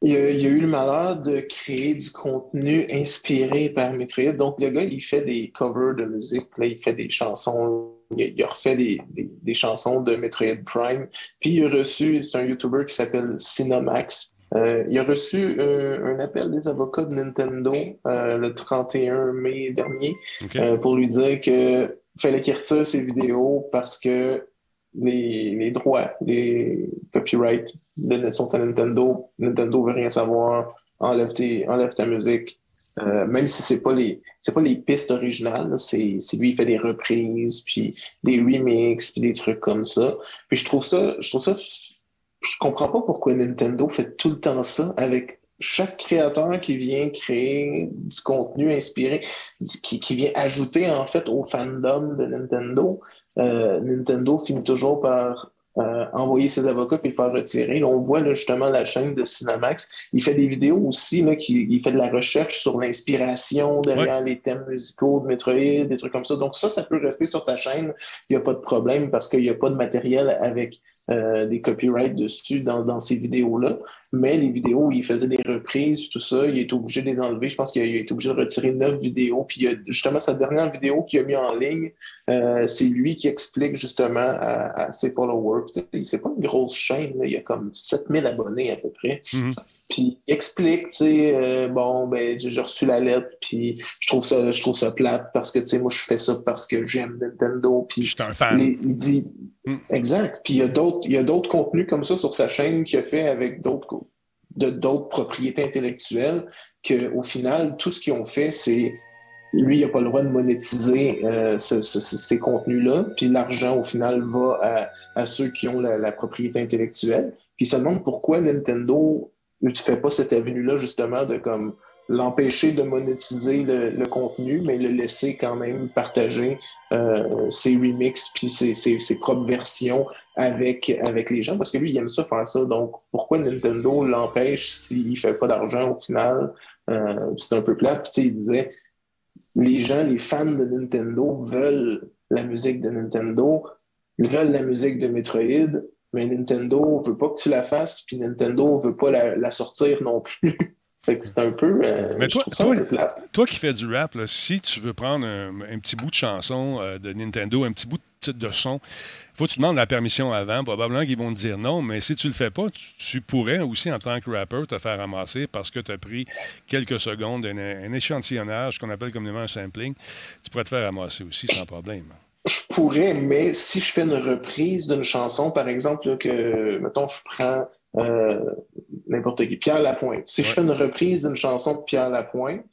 Il y, a, il y a eu le malheur de créer du contenu inspiré par Metroid. Donc, le gars, il fait des covers de musique. Là, il fait des chansons. Il a, il a refait des, des, des chansons de Metroid Prime. Puis, il a reçu, c'est un YouTuber qui s'appelle Cinemax. Euh, il a reçu euh, un appel des avocats de Nintendo euh, le trente et un mai dernier
OK.
euh, pour lui dire que fallait qu'il retire ses vidéos parce que les, les droits, les copyrights de, sont à Nintendo. Nintendo veut rien savoir. Enlève, tes, enlève ta musique. Euh, même si c'est pas les c'est pas les pistes originales, c'est, c'est lui qui fait des reprises, puis des remixes, puis des trucs comme ça. Puis je trouve ça, je trouve ça, je comprends pas pourquoi Nintendo fait tout le temps ça avec chaque créateur qui vient créer du contenu inspiré, qui, qui vient ajouter en fait au fandom de Nintendo. Euh, Nintendo finit toujours par euh, envoyer ses avocats puis le faire retirer. Là, on voit là, justement la chaîne de Cinemax. Il fait des vidéos aussi, là, qui, il fait de la recherche sur l'inspiration derrière ouais. les thèmes musicaux de Metroid, des trucs comme ça. Donc ça, ça peut rester sur sa chaîne. Il n'y a pas de problème parce qu'il n'y a pas de matériel avec euh, des copyrights dessus dans, dans ces vidéos-là. Mais les vidéos où il faisait des reprises, tout ça, il a été obligé de les enlever. Je pense qu'il a, il a été obligé de retirer neuf vidéos. Puis il a, justement, sa dernière vidéo qu'il a mis en ligne, euh, c'est lui qui explique justement à, à ses followers. C'est pas une grosse chaîne, là. Il y a comme sept mille abonnés à peu près. Mm-hmm. Puis il explique, tu sais, euh, bon, ben, j'ai reçu la lettre, puis je trouve ça, je trouve ça plate parce que, tu sais, moi, je fais ça parce que j'aime Nintendo. Puis
je suis un fan.
Les, il dit, mm. exact. Puis il y a d'autres, il y a d'autres contenus comme ça sur sa chaîne qu'il a fait avec d'autres, de, d'autres propriétés intellectuelles qu'au final, tout ce qu'ils ont fait, c'est lui, il n'a pas le droit de monétiser euh, ce, ce, ces contenus-là. Puis l'argent, au final, va à, à ceux qui ont la, la propriété intellectuelle. Puis il se demande pourquoi Nintendo ne fait pas cette avenue-là, justement, de comme l'empêcher de monétiser le, le contenu, mais le laisser quand même partager euh, ses remixes puis ses, ses, ses propres versions avec, avec les gens, parce que lui, il aime ça faire ça. Donc, pourquoi Nintendo l'empêche s'il ne fait pas d'argent au final? Euh, c'est un peu plate. Puis, il disait, les gens, les fans de Nintendo veulent la musique de Nintendo, ils veulent la musique de Metroid, mais Nintendo ne veut pas que tu la fasses, puis Nintendo ne veut pas la, la sortir non plus. Fait que c'est un peu. Euh,
mais toi, toi, toi qui fais du rap, là, si tu veux prendre un, un petit bout de chanson euh, de Nintendo, un petit bout de titre de son, il faut que tu demandes la permission avant. Probablement qu'ils vont te dire non, mais si tu le fais pas, tu, tu pourrais aussi, en tant que rappeur, te faire ramasser parce que tu as pris quelques secondes, un, un échantillonnage, qu'on appelle communément un sampling. Tu pourrais te faire ramasser aussi sans problème.
Je pourrais, mais si je fais une reprise d'une chanson, par exemple, là, que, mettons, je prends euh, n'importe qui, Pierre Lapointe. Si ouais. je fais une reprise d'une chanson de Pierre Lapointe,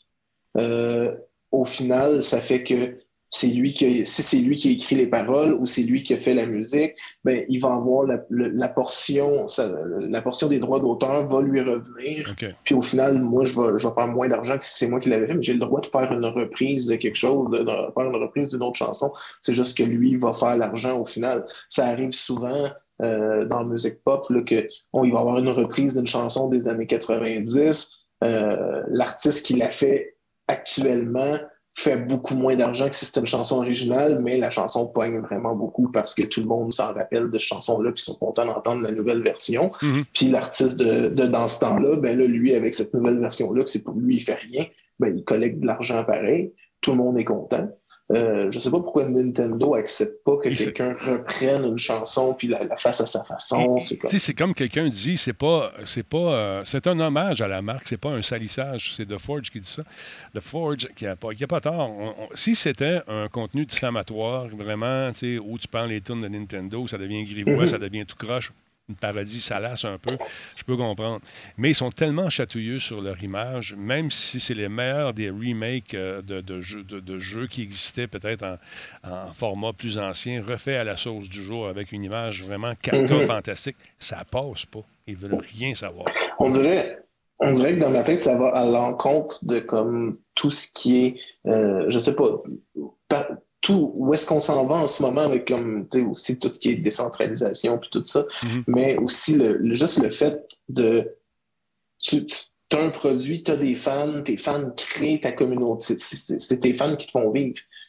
euh, au final, ça fait que c'est lui qui a, si c'est lui qui a écrit les paroles ou c'est lui qui a fait la musique, ben, il va avoir la, la, la portion, ça, la portion des droits d'auteur va lui revenir.
Okay.
Puis au final, moi, je vais, je vais faire moins d'argent que si c'est moi qui l'avais fait, mais j'ai le droit de faire une reprise de quelque chose, de, de faire une reprise d'une autre chanson. C'est juste que lui va faire l'argent au final. Ça arrive souvent euh, dans la musique pop, là, que on, il va avoir une reprise d'une chanson des années quatre-vingt-dix. Euh, l'artiste qui l'a fait actuellement fait beaucoup moins d'argent que si c'était une chanson originale, mais la chanson pogne vraiment beaucoup parce que tout le monde s'en rappelle de cette chanson-là puis sont contents d'entendre la nouvelle version. Mm-hmm. Puis l'artiste de, de dans ce temps-là, ben là, lui, avec cette nouvelle version-là, que c'est pour lui, il fait rien, ben il collecte de l'argent pareil. Tout le monde est content. Euh, je sais pas pourquoi Nintendo accepte pas que il quelqu'un fait... reprenne une chanson puis la, la fasse à sa façon.
Et, c'est, comme... c'est comme quelqu'un dit, c'est pas, c'est pas, euh, c'est un hommage à la marque, c'est pas un salissage. C'est The Forge qui dit ça. The Forge qui a pas, qui a pas tort. On, on, si c'était un contenu diffamatoire, vraiment, tu sais, où tu parles les tunes de Nintendo, ça devient grivois, mm-hmm. ça devient tout croche. Une parodie salace un peu, je peux comprendre. Mais ils sont tellement chatouilleux sur leur image, même si c'est les meilleurs des remakes de, de, jeux, de, de jeux qui existaient peut-être en, en format plus ancien, refaits à la sauce du jour avec une image vraiment quatre K mm-hmm. fantastique, ça passe pas. Ils veulent rien savoir.
On dirait, on dirait que dans ma tête, ça va à l'encontre de comme tout ce qui est, euh, je sais pas, par, tout, où est-ce qu'on s'en va en ce moment avec comme, tu sais, aussi tout ce qui est décentralisation puis tout ça, mm-hmm. mais aussi le, le, juste le fait de, tu as un produit, tu as des fans, tes fans créent ta communauté, c'est, c'est, c'est tes fans qui te font vivre.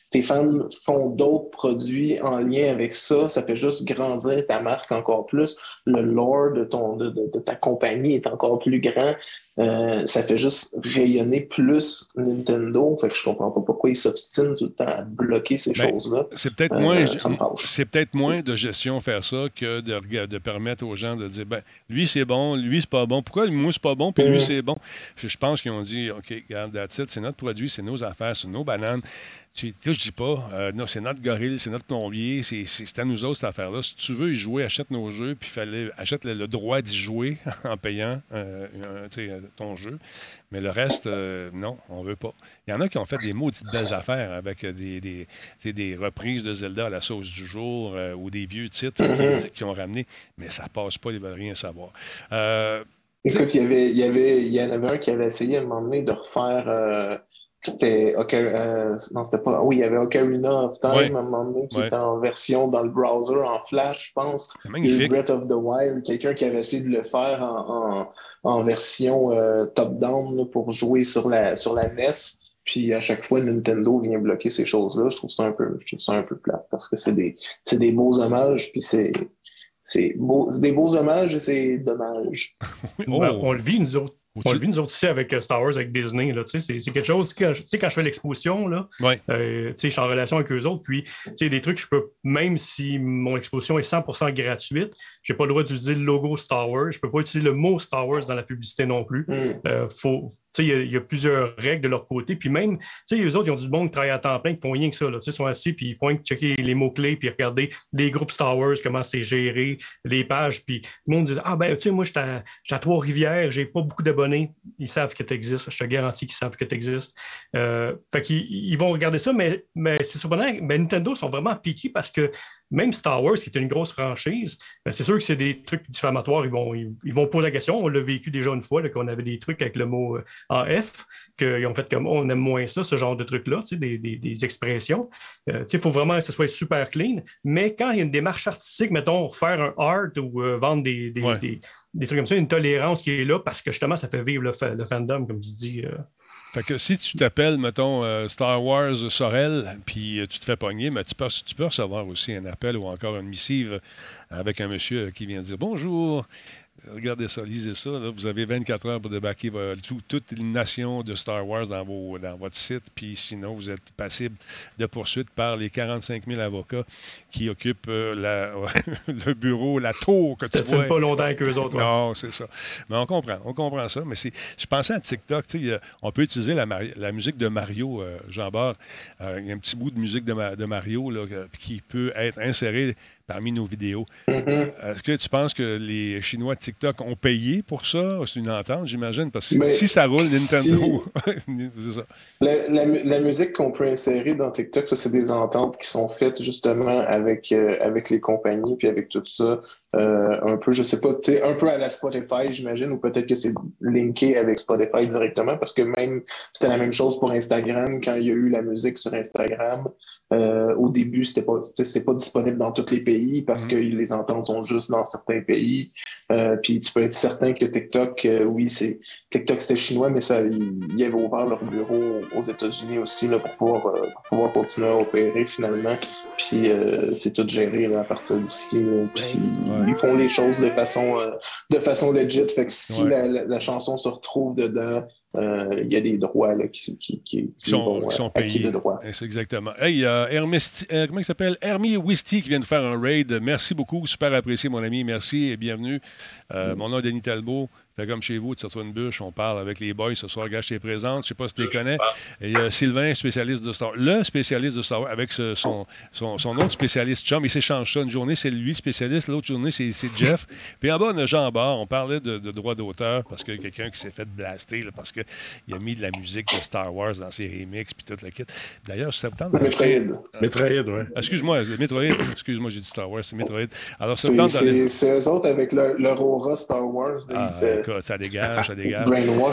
tes fans font d'autres produits en lien avec ça, ça fait juste grandir ta marque encore plus. Le lore de, ton, de, de, de ta compagnie est encore plus grand. Euh, ça fait juste rayonner plus Nintendo. Fait que je comprends pas pourquoi ils s'obstinent tout le temps à bloquer ces ben, choses-là.
C'est peut-être euh, moins, c'est peut-être moins de gestion faire ça que de, de permettre aux gens de dire ben lui c'est bon, lui c'est pas bon. Pourquoi moi c'est pas bon puis lui mmh. c'est bon? Je, je pense qu'ils ont dit OK, regarde, that's it, c'est notre produit, c'est nos affaires, c'est nos bananes. Tu sais, je dis pas, euh, non, c'est notre gorille, c'est notre plombier, c'est, c'est, c'est à nous autres cette affaire-là. Si tu veux y jouer, achète nos jeux, puis fallait, achète le, le droit d'y jouer en payant euh, un, ton jeu. Mais le reste, euh, non, on veut pas. Il y en a qui ont fait des maudites belles affaires avec des, des, des reprises de Zelda à la sauce du jour euh, ou des vieux titres mm-hmm. qui, qui ont ramené, mais ça passe pas, ils veulent rien savoir. Euh,
Écoute, il y avait, il y avait, il y en avait un qui avait essayé à un moment donné de refaire. Euh... C'était okay, euh, non, c'était pas. Oui, il y avait Ocarina of Time ouais. à un moment donné qui ouais. était en version dans le browser en Flash, je pense.
C'est magnifique.
Et Breath of the Wild, quelqu'un qui avait essayé de le faire en, en, en version euh, top-down là, pour jouer sur la sur la N E S. Puis à chaque fois, Nintendo vient bloquer ces choses-là. Je trouve ça un peu, je trouve ça un peu plate parce que c'est des, c'est des beaux hommages, puis c'est, c'est, beau, c'est des beaux hommages et c'est dommage.
oh. ben, on le vit nous autres. On le vit nous autres aussi avec Star Wars, avec Disney. Là, c'est, c'est quelque chose, quand je, quand je fais l'exposition, là,
ouais.
euh, je suis en relation avec eux autres, puis des trucs, je peux, même si mon exposition est cent pour cent gratuite, je n'ai pas le droit d'utiliser le logo Star Wars, je ne peux pas utiliser le mot Star Wars dans la publicité non plus. Il mm. euh, y, y a plusieurs règles de leur côté, puis même, eux autres, ils ont du bon qui travaillent à temps plein, qui font rien que ça. Là, ils sont assis, puis ils font rien que checker les mots-clés, puis regarder les groupes Star Wars, comment c'est géré, les pages, puis le monde dit « Ah ben, tu sais, moi, je suis à, à Trois-Rivières, j'ai pas beaucoup d'abonnés. » Ils savent que tu existes. Je te garantis qu'ils savent que tu existes. Euh, fait qu'ils ils vont regarder ça, mais, mais c'est surprenant. Ben, Nintendo sont vraiment piqués parce que même Star Wars, qui est une grosse franchise, ben, c'est sûr que c'est des trucs diffamatoires. Ils vont, ils, ils vont poser la question. On l'a vécu déjà une fois, là, qu'on avait des trucs avec le mot euh, en F, qu'ils ont fait comme oh, on aime moins ça, ce genre de trucs-là, des, des, des expressions. Il euh, faut vraiment que ce soit super clean. Mais quand il y a une démarche artistique, mettons, faire un art ou euh, vendre des, des, ouais. des, des trucs comme ça, une tolérance qui est là parce que justement, ça fait vivre le, fa- le fandom, comme tu dis. Euh.
Fait que si tu t'appelles, mettons, euh, Star Wars Sorel, puis euh, tu te fais pogner, mais tu peux, tu peux recevoir aussi un appel ou encore une missive avec un monsieur qui vient dire « Bonjour ». Regardez ça, lisez ça. Là, vous avez vingt-quatre heures pour débarquer tout, toute une nation de Star Wars dans, vos, dans votre site. Puis sinon, vous êtes passible de poursuite par les quarante-cinq mille avocats qui occupent euh, la, le bureau, la tour que
C'était
tu vois.
C'est pas longtemps qu'eux autres. Ouais.
Non, c'est ça. Mais on comprend, on comprend ça. Mais c'est, je pensais à TikTok. On peut utiliser la, la musique de Mario, euh, Jean Bart. Euh, il y a un petit bout de musique de, de Mario là, qui peut être inséré parmi nos vidéos. Mm-hmm. Est-ce que tu penses que les Chinois de TikTok ont payé pour ça? C'est une entente, j'imagine, parce que mais si ça roule, Nintendo...
Si c'est ça. La, la, la musique qu'on peut insérer dans TikTok, ça, c'est des ententes qui sont faites justement avec, euh, avec les compagnies puis avec tout ça. Euh, un peu, je sais pas, tu sais, un peu à la Spotify, j'imagine, ou peut-être que c'est linké avec Spotify directement, parce que même, c'était la même chose pour Instagram, quand il y a eu la musique sur Instagram. Euh, au début, c'était pas, c'est pas disponible dans tous les pays, parce mm-hmm. que les ententes sont juste dans certains pays. Euh, puis tu peux être certain que TikTok, euh, oui, c'est TikTok c'était chinois, mais ça, ils avaient ouvert leur bureau aux États-Unis aussi là, pour, pouvoir, euh, pour pouvoir continuer à opérer finalement. Puis euh, c'est tout géré là, à partir d'ici. Là, puis ouais. ils font les choses de façon, euh, de façon legit. Fait que si ouais. la, la, la chanson se retrouve dedans, il euh, y a des droits là, qui, qui, qui, qui
sont,
vont,
qui sont payés. De droits. C'est exactement. Hey, euh, Hermesti, euh, comment il s'appelle? Hermie Wisty qui vient de faire un raid. Merci beaucoup. Super apprécié, mon ami. Merci et bienvenue. Euh, mm. Mon nom est Denis Talbot. Fait comme chez vous, tu sortes une bûche, on parle avec les boys ce soir. Gars, je t'ai présente, je sais pas si tu les connais. Et euh, Sylvain, spécialiste de Star Wars. Le spécialiste de Star Wars, avec ce, son, son, son autre spécialiste chum, il s'échange ça. Une journée, c'est lui, spécialiste. L'autre journée, c'est, c'est Jeff. Puis en bas, on a Jean Bart. On parlait de, de droits d'auteur parce que quelqu'un qui s'est fait blaster là, parce qu'il a mis de la musique de Star Wars dans ses remixes puis tout le kit. D'ailleurs, ça vous tente de
Metroid. Metroid, oui.
Excuse-moi, Metroid. Excuse-moi, j'ai dit Star Wars, c'est Metroid. Alors, ça
c'est,
vous tente
c'est, de... c'est eux autres avec le, leur aura Star Wars.
Ah,
te...
écoute, ça dégage, ça dégage.
Brainwash.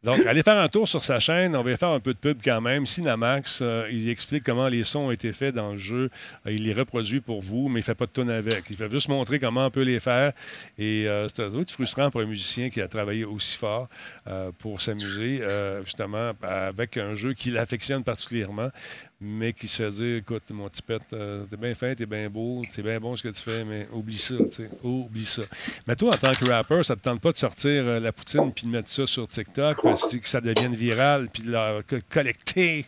Donc, allez faire un tour sur sa chaîne. On va faire un peu de pub quand même. Cinemax, euh, il explique comment les sons ont été faits dans le jeu. Euh, il les reproduit pour vous, mais il ne fait pas de tune avec. Il fait juste montrer comment on peut les faire. Et euh, c'est un peu frustrant pour un musicien qui a travaillé aussi fort euh, pour s'amuser, euh, justement, avec un jeu qu'il affectionne particulièrement, mais qui se fait dire, écoute, mon petit pet, euh, t'es bien fin, t'es bien beau, c'est bien bon ce que tu fais, mais oublie ça, tu sais, oublie ça. Mais toi, en tant que rappeur, ça te tente pas de sortir euh, la poutine puis de mettre ça sur TikTok, parce que ça devienne viral, puis de la co- collecter?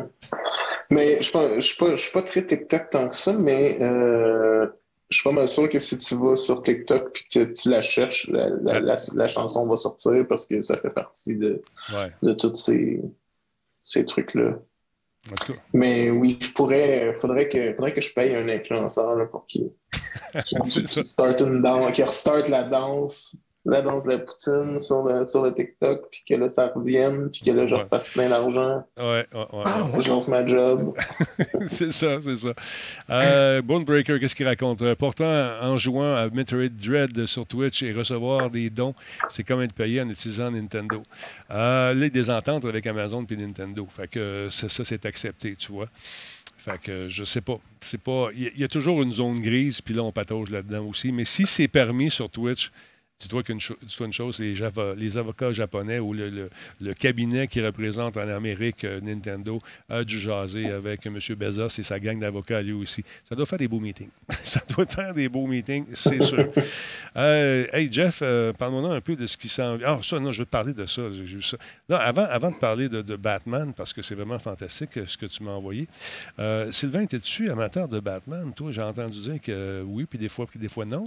Mais je ne suis pas, je suis pas très TikTok tant que ça, mais euh, je suis pas mal sûr que si tu vas sur TikTok puis que tu la cherches, la, la, la, la chanson va sortir parce que ça fait partie de,
ouais.
de tous ces, ces trucs-là.
En tout cas.
Mais oui, je pourrais, faudrait que, faudrait que je paye un influenceur là, pour qu'il, qu'il, qu'il start une danse, qu'il restart la danse, la danse de la poutine sur le, sur le TikTok, puis que là, ça revienne, puis que là, je repasse plein d'argent.
Ouais, ouais, ouais.
Ah, je lance ma job.
C'est ça, c'est ça. Euh, Bonebreaker, qu'est-ce qu'il raconte? Pourtant, en jouant à Metroid Dread sur Twitch et recevoir des dons, c'est comme être payé en utilisant Nintendo. Euh, là, des ententes avec Amazon puis Nintendo. Fait que c'est, ça, c'est accepté, tu vois. Fait que je sais pas. C'est pas. Il y, y a toujours une zone grise, puis là, on patauge là-dedans aussi. Mais si c'est permis sur Twitch, dis-toi qu'une cho- dis-toi une chose, les, Java, les avocats japonais ou le, le, le cabinet qui représente en Amérique euh, Nintendo a dû jaser avec M. Bezos et sa gang d'avocats lui aussi. Ça doit faire des beaux meetings. Ça doit faire des beaux meetings, c'est sûr. euh, hey Jeff, euh, parle-moi un peu de ce qui s'en vient. Ah, ça, non, je vais te parler de ça. J'ai vu ça. Non, avant, avant de parler de, de Batman, parce que c'est vraiment fantastique ce que tu m'as envoyé. Euh, Sylvain, es-tu amateur de Batman? Toi, j'ai entendu dire que oui, puis des fois, puis des fois non.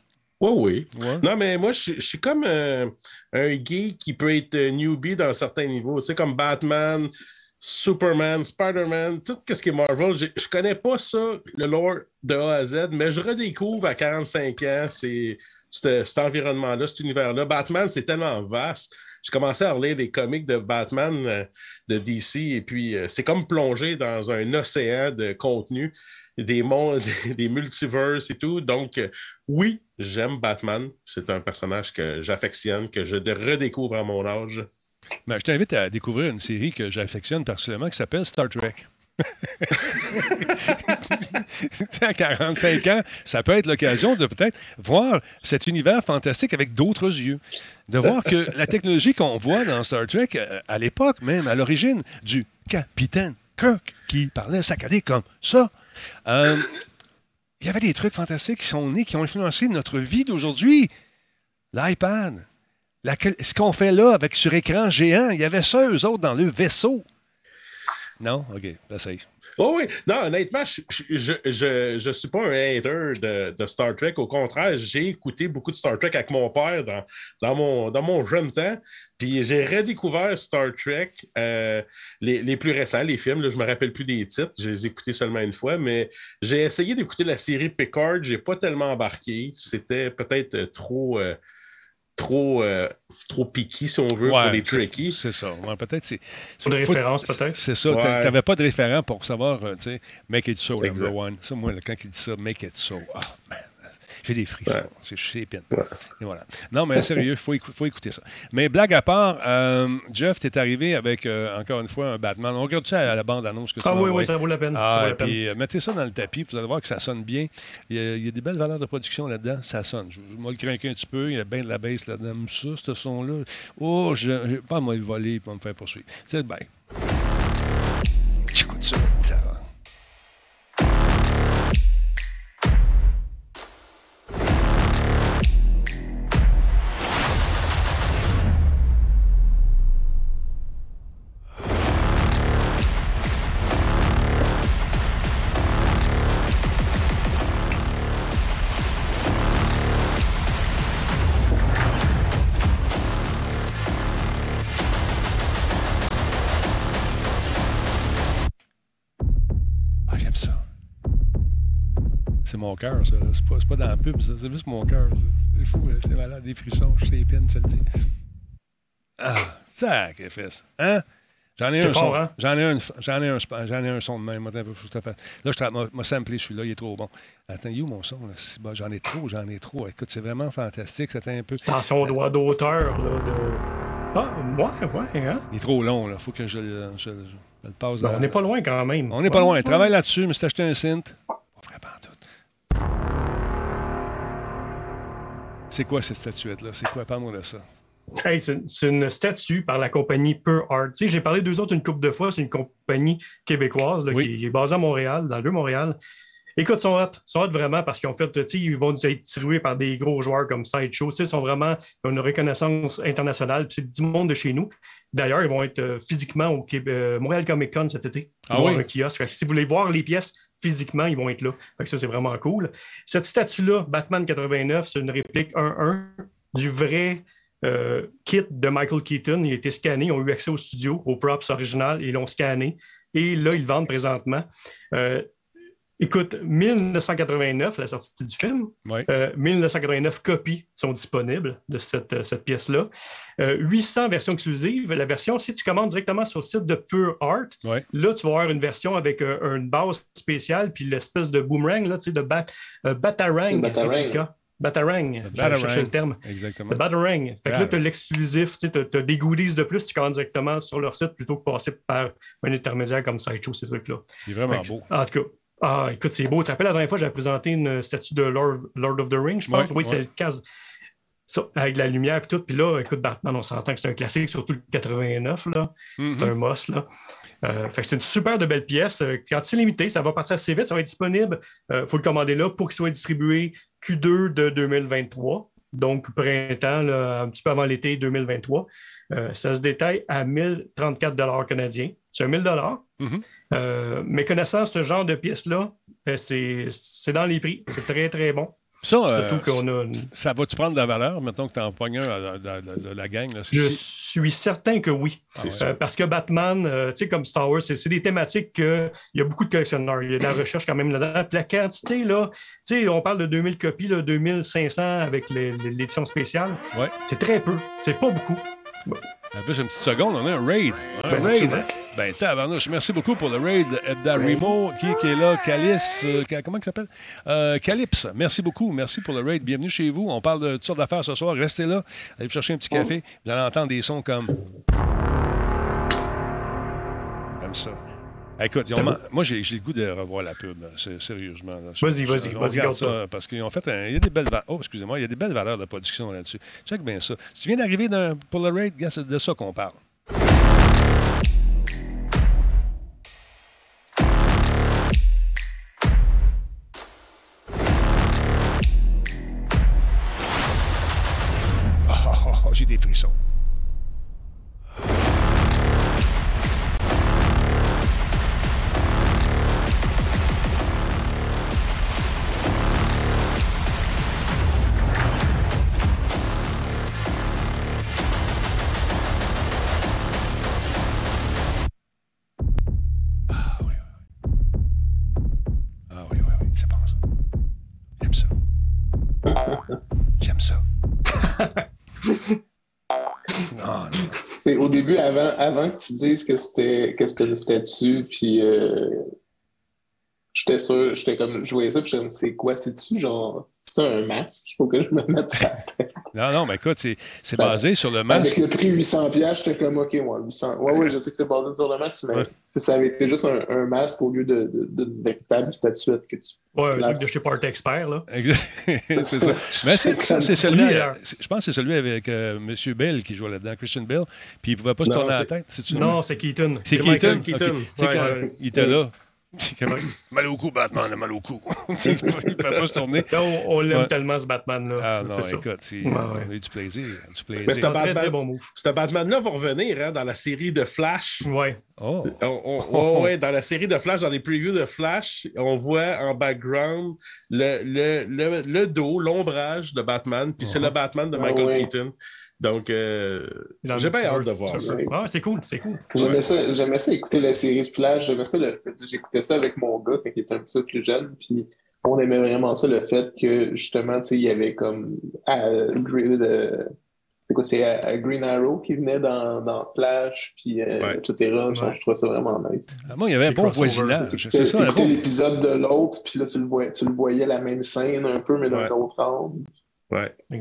Oui, oui.
Ouais.
Non, mais moi, je, je suis comme euh, un geek qui peut être newbie dans certains niveaux. Tu sais, comme Batman, Superman, Spider-Man, tout ce qui est Marvel. Je ne connais pas ça, le lore de A à Z, mais je redécouvre à quarante-cinq ans c'est, cet, cet environnement-là, cet univers-là. Batman, c'est tellement vaste. J'ai commencé à relire des comics de Batman euh, de D C et puis euh, c'est comme plonger dans un océan de contenu. Des mondes, des multiverses et tout. Donc, euh, oui, j'aime Batman. C'est un personnage que j'affectionne, que je redécouvre à mon âge.
Ben, je t'invite à découvrir une série que j'affectionne personnellement qui s'appelle Star Trek. À quarante-cinq ans, ça peut être l'occasion de peut-être voir cet univers fantastique avec d'autres yeux. De voir que la technologie qu'on voit dans Star Trek, à l'époque même, à l'origine, du capitaine Kirk qui parlait saccadé comme ça, euh, il y avait des trucs fantastiques qui sont nés, qui ont influencé notre vie d'aujourd'hui. L'iPad, la, ce qu'on fait là avec sur écran géant, il y avait ça, eux autres, dans le vaisseau. Non? OK, là, ça y est.
Oh oui, non, honnêtement, je je, je, je suis pas un hater de, de Star Trek. Au contraire, j'ai écouté beaucoup de Star Trek avec mon père dans, dans, mon, dans mon jeune temps. Puis j'ai redécouvert Star Trek, euh, les, les plus récents, les films. Là, je me rappelle plus des titres, je les ai écoutés seulement une fois, mais j'ai essayé d'écouter la série Picard. J'ai pas tellement embarqué. C'était peut-être trop... Euh, trop, euh, trop piqué, si on veut,
ouais,
pour les trekkies.
C'est ça. Ouais, peut-être c'est...
Pour des références, peut-être.
C'est ça.
Ouais.
Tu n'avais pas de référent pour savoir, euh, tu sais, make it so,
Exact.
number one. Ça, moi, quand il dit ça, make it so. Ah, oh, man. J'ai des frissons.
Ouais.
C'est chez les pins.
Ouais.
Et voilà. Non, mais sérieux, il faut, écou- faut écouter ça. Mais blague à part, euh, Jeff, tu es arrivé avec, euh, encore une fois, un Batman. On regarde ça à la bande-annonce que tu
Ah
m'as
oui, oui,
envoyée.
ça vaut la peine. ça
Ah,
vaut
et
la peine.
puis euh, mettez ça dans le tapis, vous allez voir que ça sonne bien. Il y a, il y a des belles valeurs de production là-dedans, ça sonne. Je vais le craquer un petit peu, il y a bien de la baisse là-dedans. Ça, ce son-là, oh, je n'ai pas à me le voler pour me faire poursuivre. C'est bien. J'écoute ça. ça va. Ah, j'aime ça. C'est mon cœur, ça. C'est pas, c'est pas dans la pub, ça. C'est juste mon cœur, ça. C'est fou, là. C'est malade. Des frissons, je sais les pines, je te le dis. Ah, sacrifice. Hein? J'en ai
C'est
un
fort,
son.
hein?
J'en ai un, j'en ai un, j'en ai un son de même. Attends un peu, faut que je te fasse. Là, je m'a, m'a samplé celui-là, il est trop bon. Attends, il est où mon son? Là? Si, bah, j'en ai trop, j'en ai trop. Écoute, c'est vraiment fantastique. C'était un peu.
Attention au doigt d'auteur, là, de... Ah, moi, ouais, hein?
Il est trop long, là. Faut que je, le- je, je- je le passe.
Ben,
dans-
on n'est pas loin quand même.
On n'est pas loin. Travaille là-dessus, mais si t'as acheté un synth, pas vraiment tout. C'est quoi cette statuette-là? C'est quoi? Parle-moi de ça.
Hey, c'est, une, c'est une statue par la compagnie Pure Art. Tu sais, j'ai parlé d'eux autres une couple de fois. C'est une compagnie québécoise là,
Oui.
qui, qui est basée à Montréal, dans le Vieux-Montréal. Écoute, ils sont hot. Ils sont hot vraiment parce qu'ils ont fait, tu sais, ils vont être distribués par des gros joueurs comme Sideshow. Tu sais, ils sont vraiment, ils ont une reconnaissance internationale. Puis c'est du monde de chez nous. D'ailleurs, ils vont être euh, physiquement au Québec, euh, Montréal Comic Con cet été. Ils
Ah
vont
oui?
avoir un kiosque. Fait que si vous voulez voir les pièces physiquement, ils vont être là. Fait que ça, c'est vraiment cool. Cette statue-là, Batman quatre-vingt-neuf, c'est une réplique un un du vrai euh, kit de Michael Keaton. Il a été scanné. Ils ont eu accès au studio, aux props originales, et ils l'ont scanné. Et là, ils le vendent présentement. Euh, Écoute, mille neuf cent quatre-vingt-neuf, la sortie du film,
Ouais.
euh, mille neuf cent quatre-vingt-neuf copies sont disponibles de cette, euh, cette pièce-là. Euh, huit cents versions exclusives. La version, si tu commandes directement sur le site de Pure Art,
Ouais.
là, tu vas avoir une version avec euh, une base spéciale, puis l'espèce de boomerang, là, tu sais, de bat, euh, Batarang.
Le Batarang.
réplica. Batarang, je
Batarang.
cherchais le terme.
Exactement.
Le Batarang. Fait que là,
Ah,
tu as
ouais.
l'exclusif, tu as des goodies de plus, tu commandes directement sur leur site plutôt que passer par un intermédiaire comme Sideshow, ces trucs-là.
Il est vraiment
Fait que,
beau.
En tout cas, ah, écoute, c'est beau. Tu te rappelles, la dernière fois, j'avais présenté une statue de Lord, Lord of the Rings, je pense.
Ouais,
oui, c'est
ouais.
le cas. Ça, avec de la lumière et tout. Puis là, écoute, Batman, on s'entend que c'est un classique, surtout le quatre-vingt-neuf. Là.
Mhm.
C'est un must. Là. Euh, fait que c'est une super de belle pièce. Euh, Quand c'est limité, ça va partir assez vite. Ça va être disponible. Il faut le commander là pour qu'il soit distribué Q deux de deux mille vingt-trois. Donc, printemps, là, un petit peu avant l'été deux mille vingt-trois. Euh, ça se détaille à mille trente-quatre dollars canadiens. C'est un mille dollars.
Mhm.
Euh, mais connaissant ce genre de pièces-là, euh, c'est, c'est dans les prix. C'est très, très bon.
Ça, euh,
Surtout qu'on a une-
ça va-tu prendre de la valeur, mettons que tu en pognes un de, de- de- de la gang? Là, c'est-
Je
c'est-
suis certain que oui.
C'est
Euh, parce que Batman, euh, tu sais, comme Star Wars, c'est, c'est des thématiques qu'il y a beaucoup de collectionneurs. Il y a de la recherche quand même là-dedans. Puis la quantité, là, tu sais, on parle de deux mille copies, là, deux mille cinq cents avec les- les- l'édition spéciale.
Ouais.
C'est très peu. C'est pas beaucoup.
En plus, une petite seconde, on a un raid. Un
Ben,
raid.
absolument.
Ben, tabarnouche, merci beaucoup pour le raid, Ebda Remo, qui, qui est là, Calice, euh, ca- comment il s'appelle? Euh, Calypse, merci beaucoup, merci pour le raid, bienvenue chez vous. On parle de toutes sortes d'affaires ce soir, restez là, allez vous chercher un petit café, vous allez entendre des sons comme... Comme ça. Écoute, ils ont
C'est
man-
beau.
moi, j'ai, j'ai le goût de revoir la pub, c'est- sérieusement. là.
Vas-y,
Je-
vas-y,
on
vas-y,
regarde
garde
ça,
ça.
parce qu'ils ont fait un... Il y a des belles valeurs... Oh, excusez-moi, il y a des belles valeurs de production là-dessus. Check bien ça. Tu viens d'arriver d'un- pour le raid, gars, c'est de ça qu'on parle. Oh, oh, oh, j'ai des frissons. Ah oui, oui. Ah oui, oui, oui, c'est bon ça. J'aime ça. J'aime ça. Non, non.
Et au début, avant, avant que tu dises que c'était que c'était une statue, puis euh, j'étais sûr, j'étais comme, je voyais ça, puis j'étais comme, c'est quoi? C'est-tu genre, c'est un masque? Il faut que je me mette ça.
Non, non, mais écoute, c'est, c'est
Ben,
basé sur le
Avec
masque.
le prix huit cents piastres, j'étais comme, OK, moi, huit cents. Ouais, ouais, je sais que c'est basé sur le masque, mais
Ouais.
si ça avait été juste un, un masque au lieu de, de, de, d'une véritable statuette que tu.
Ouais, un
Là,
truc de chez Party Expert, là.
Exact. c'est ça. Mais c'est, ça, c'est celui,
Meilleur.
c'est- je pense que c'est celui avec euh, M. Bell qui jouait là-dedans, Christian Bell, puis il ne pouvait pas se
Non,
tourner la
c'est-
tête. C'est-tu lui?
Non, c'est Keaton.
c'est
c'est
Keaton.
Michael Keaton.
Ok. Tu sais,
Ouais,
quand
ouais.
il était là. C'est comme, mal au cou, Batman, il a mal au cou. Tu sais, il ne pouvait pas se tourner.
Là, on, on l'aime
Ouais.
tellement, ce Batman-là.
Ah non,
C'est ça.
écoute, c'est-
Ouais, ouais.
on a eu du plaisir. Du plaisir.
Mais c'est
C'est un
un
très,
Batman.
très bon move.
Ce Batman-là va revenir hein, dans la série de Flash.
Ouais.
Oh.
On- on- ouais, ouais, dans la série de Flash, dans les previews de Flash, on voit en background le, le, le, le dos, l'ombrage de Batman, puis c'est
Uh-huh.
le Batman de
Ah
Michael
ouais.
Keaton. Donc, euh,
Dans
j'ai
le
bien
serveur.
hâte de voir ça.
Ouais.
Ah, c'est cool, c'est cool.
J'aimais
Ouais.
ça, j'aimais ça écouter la série de Flash. J'aimais ça le, j'écoutais ça avec mon gars quand il était un petit peu plus jeune. Puis on aimait vraiment ça, le fait que justement, tu sais, il y avait comme à, de, c'est quoi, c'est à, à Green Arrow qui venait dans, dans Flash, puis euh,
Ouais.
et cetera. Genre,
Ouais.
je trouvais ça vraiment nice.
Ah, moi, il y avait un
Les
bon
crossovers.
voisinage.
T'écoutais
C'est ça, un
t'écoutais
bon.
l'épisode de l'autre, puis là, tu le voyais, tu le voyais la même scène un peu, mais d'un
Ouais.
autre angle.
Ouais.
Exact.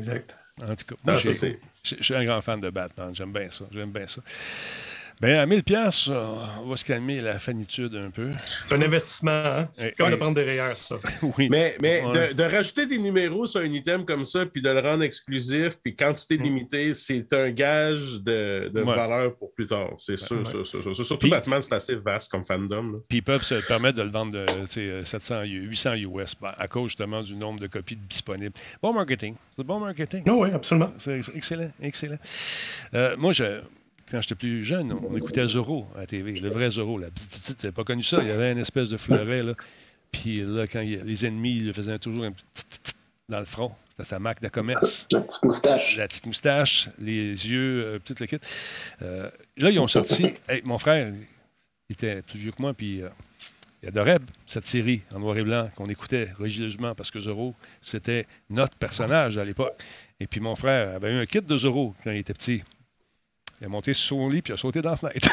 En tout cas, moi,
Ah,
j'ai-
ça, c'est-
je je suis un grand fan de Batman. J'aime bien ça. J'aime bien ça. Bien, à mille piastres, on va se calmer la fanitude un peu.
C'est un investissement, hein? C'est
Eh,
comme de
eh,
prendre des rayures, ça.
Oui.
Mais, mais
Ouais.
de, de rajouter des numéros sur un item comme ça, puis de le rendre exclusif, puis quantité limitée, c'est un gage de, de
Ouais.
valeur pour plus tard. C'est sûr,
ouais.
sûr, sûr, sûr. Surtout
Puis-
Batman, c'est assez vaste comme fandom. là.
Puis ils peuvent se permettre de le vendre de tu sais, sept cents, huit cents U S ben, à cause justement du nombre de copies disponibles. Bon marketing. C'est bon marketing.
Oh, oui, absolument.
C'est c'est excellent, excellent. Euh, moi, je, quand j'étais plus jeune, on écoutait Zorro à la T V, le vrai Zorro. La petite petite, t'avais pas connu ça. Il y avait une espèce de fleuret, là. Puis là, quand il- les ennemis ils faisaient toujours un petit tit, tit dans le front, c'était sa marque de commerce.
La petite moustache.
La petite moustache, les yeux, euh, tout le kit. Euh, là, ils ont sorti. Hey, mon frère, il était plus vieux que moi, puis euh, il adorait cette série en noir et blanc qu'on écoutait religieusement parce que Zorro, c'était notre personnage à l'époque. Et puis mon frère avait eu un kit de Zorro quand il était petit. Il a monté sur son lit puis il a sauté dans la fenêtre.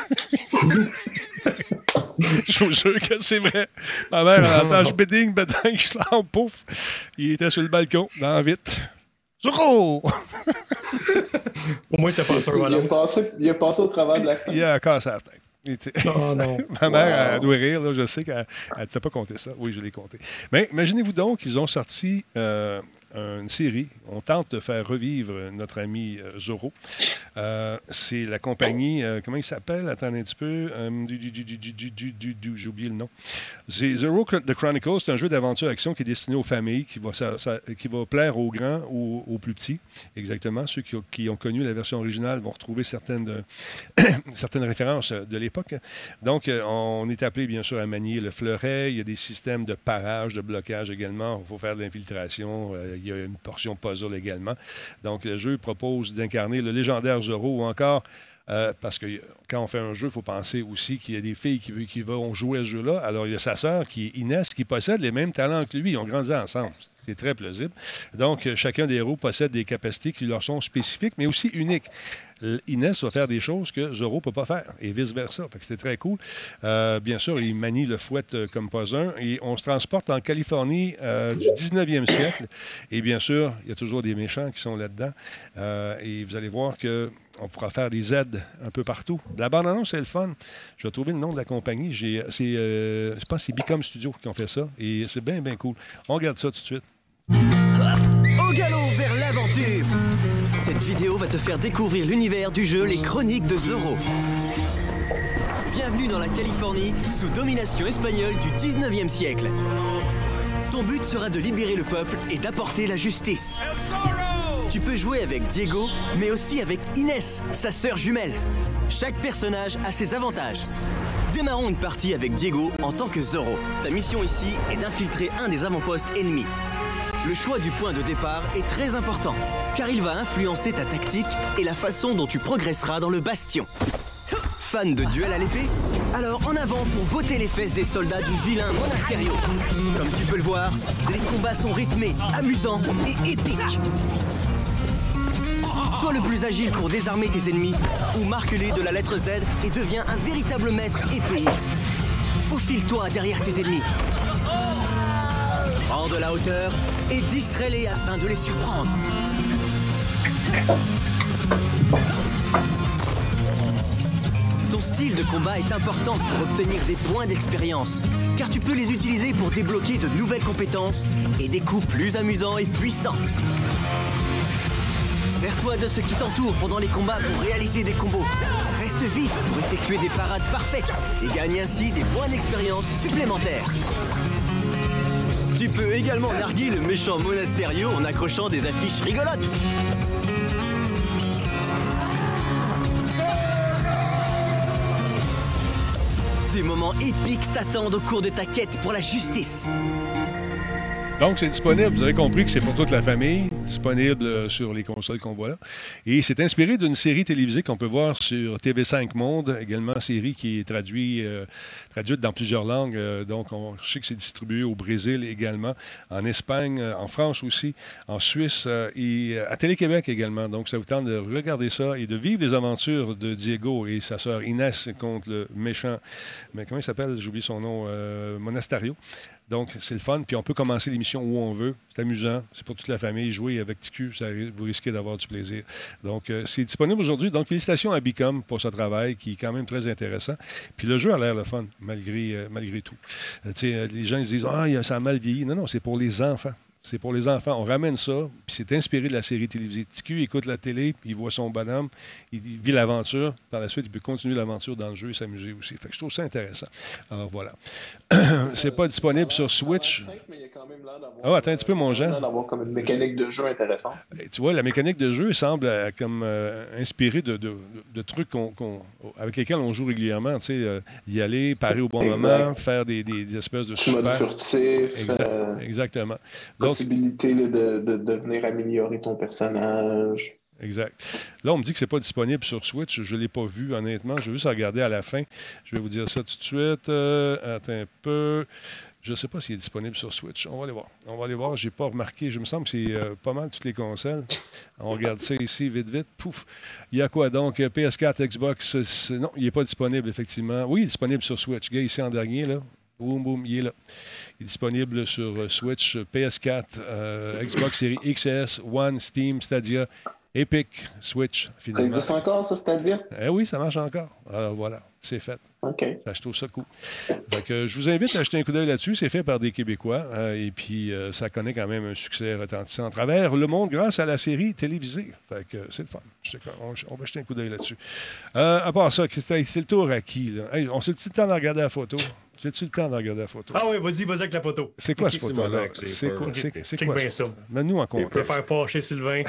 Je vous jure que c'est vrai. Ma mère, elle entend je béding, béding, je l'en pouf. Il était sur le balcon, dans la vitre. Zorro!
Au moins, c'était pas un
Il a,
survolant.
passé, il a passé au travers de la fenêtre.
Il a cassé la tête. Il était-
Oh non.
Ma mère,
Wow.
elle doit rire, là, je sais qu'elle ne t'a pas compté ça. Oui, je l'ai compté. Mais imaginez-vous donc qu'ils ont sorti euh, une série. On tente de faire revivre notre ami euh, Zorro. Euh, c'est la compagnie, euh, comment il s'appelle? Attendez un petit peu. Euh, du- du- du- du- du- du- du- du- du- J'ai oublié le nom. C'est Zorro The Chronicles. C'est un jeu d'aventure-action qui est destiné aux familles, qui va, ça- ça- qui va plaire aux grands ou aux plus petits. Exactement. Ceux qui ont, qui ont connu la version originale vont retrouver certaines, de- certaines références de l'époque. Donc, euh, on est appelé, bien sûr, à manier le fleuret. Il y a des systèmes de parage, de blocage également. Il faut faire de l'infiltration. Euh, il y a une portion puzzle également. Donc, le jeu propose d'incarner le légendaire Zorro ou encore, euh, parce que quand on fait un jeu, il faut penser aussi qu'il y a des filles qui, qui vont jouer à ce jeu-là. Alors, il y a sa sœur, qui est Inès, qui possède les mêmes talents que lui. Ils ont grandi ensemble. C'est très plausible. Donc, euh, chacun des héros possède des capacités qui leur sont spécifiques, mais aussi uniques. L- Inès va faire des choses que Zorro ne peut pas faire, et vice-versa. Fait que c'était très cool. Euh, bien sûr, il manie le fouet euh, comme pas un. Et on se transporte en Californie euh, du dix-neuvième siècle. Et bien sûr, il y a toujours des méchants qui sont là-dedans. Euh, et vous allez voir qu'on pourra faire des aides un peu partout. La bande-annonce, c'est le fun. Je vais trouver le nom de la compagnie. J'ai, c'est, euh, je pense que c'est Bicom Studio qui ont fait ça. Et c'est bien, bien cool. On regarde ça tout de suite.
Au galop vers l'aventure. Cette vidéo va te faire découvrir l'univers du jeu Les Chroniques de Zorro. Bienvenue dans la Californie, sous domination espagnole du dix-neuvième siècle. Ton but sera de libérer le peuple et d'apporter la justice. Tu peux jouer avec Diego, mais aussi avec Inès, sa sœur jumelle. Chaque personnage a ses avantages. Démarrons une partie avec Diego en tant que Zorro. Ta mission ici est d'infiltrer un des avant-postes ennemis. Le choix du point de départ est très important, car il va influencer ta tactique et la façon dont tu progresseras dans le bastion. Fan de duel à l'épée? Alors en avant pour botter les fesses des soldats du vilain Monasterio. Comme tu peux le voir, les combats sont rythmés, amusants et épiques. Sois le plus agile pour désarmer tes ennemis, ou marque-les de la lettre Z et deviens un véritable maître épéiste. Faufile-toi derrière tes ennemis. Prends de la hauteur et distrais-les afin de les surprendre. Ton style de combat est important pour obtenir des points d'expérience, car tu peux les utiliser pour débloquer de nouvelles compétences et des coups plus amusants et puissants. Sers-toi de ce qui t'entoure pendant les combats pour réaliser des combos. Reste vif pour effectuer des parades parfaites et gagne ainsi des points d'expérience supplémentaires. Tu peux également narguer le méchant Monasterio en accrochant des affiches rigolotes. Des moments épiques t'attendent au cours de ta quête pour la justice.
Donc, c'est disponible. Vous avez compris que c'est pour toute la famille. Disponible euh, sur les consoles qu'on voit là. Et c'est inspiré d'une série télévisée qu'on peut voir sur T V cinq Monde. Également, série qui est traduite, euh, traduite dans plusieurs langues. Euh, donc, on, je sais que c'est distribué au Brésil également, en Espagne, euh, en France aussi, en Suisse euh, et euh, à Télé-Québec également. Donc, ça vous tente de regarder ça et de vivre les aventures de Diego et sa sœur Inès contre le méchant, mais comment il s'appelle? J'ai oublié son nom, euh, Monasterio. Donc, c'est le fun. Puis on peut commencer l'émission où on veut. C'est amusant. C'est pour toute la famille. Jouer avec T Q, ça, vous risquez d'avoir du plaisir. Donc, euh, c'est disponible aujourd'hui. Donc, félicitations à Bicom pour ce travail qui est quand même très intéressant. Puis le jeu a l'air le fun, malgré, euh, malgré tout. Euh, tu sais, les gens ils se disent « Ah, ça a mal vieilli. » Non, non, c'est pour les enfants. C'est pour les enfants. On ramène ça, puis c'est inspiré de la série télévisée. T Q écoute la télé, puis il voit son bonhomme, il vit l'aventure. Par la suite, il peut continuer l'aventure dans le jeu et s'amuser aussi. Fait que je trouve ça intéressant. Alors voilà. C'est pas disponible sur Switch. Ah, attends un petit peu, mon Jean.
D'avoir comme une mécanique de jeu intéressante.
Et tu vois, la mécanique de jeu semble euh, comme euh, inspirée de, de, de, de trucs qu'on, qu'on, avec lesquels on joue régulièrement. Tu sais, euh, y aller, parer au bon exact. moment, faire des, des, des espèces de super...
mode furtif.
Exact,
euh...
Exactement. Donc,
possibilité là, de, de, de venir améliorer ton personnage.
Exact. Là, on me dit que c'est pas disponible sur Switch. Je ne l'ai pas vu, honnêtement. Je vais juste regarder à la fin. Je vais vous dire ça tout de suite. Euh, attends un peu. Je ne sais pas s'il est disponible sur Switch. On va aller voir. On va aller voir. Je n'ai pas remarqué. Je me semble que c'est euh, pas mal toutes les consoles. On regarde ça ici, vite, vite. Pouf. Il y a quoi donc? P S quatre, Xbox. C'est... Non, il n'est pas disponible, effectivement. Oui, il est disponible sur Switch. Gars, ici en dernier, là. Boum, boum, il est là. Il est disponible sur Switch, P S quatre, euh, Xbox Series X S, One, Steam, Stadia, Epic, Switch, finalement.
Ça existe encore, ça, Stadia?
Eh oui, ça marche encore. Alors voilà, c'est fait.
OK.
Ça, je trouve ça cool. Donc, euh, je vous invite à jeter un coup d'œil là-dessus. C'est fait par des Québécois. Euh, et puis, euh, ça connaît quand même un succès retentissant à travers le monde grâce à la série télévisée. Fait que euh, c'est le fun. On, on va jeter un coup d'œil là-dessus. Euh, à part ça, c'est, c'est le tour à qui, là? Hey, on s'est-tu le temps de regarder la photo? J'ai-tu le temps de regarder la photo?
Ah oui, vas-y, vas-y avec la photo.
C'est quoi cette photo-là? C'est quoi, c'est, c'est quoi ça? Mets-nous en contexte.
Tu peux faire fâcher Sylvain.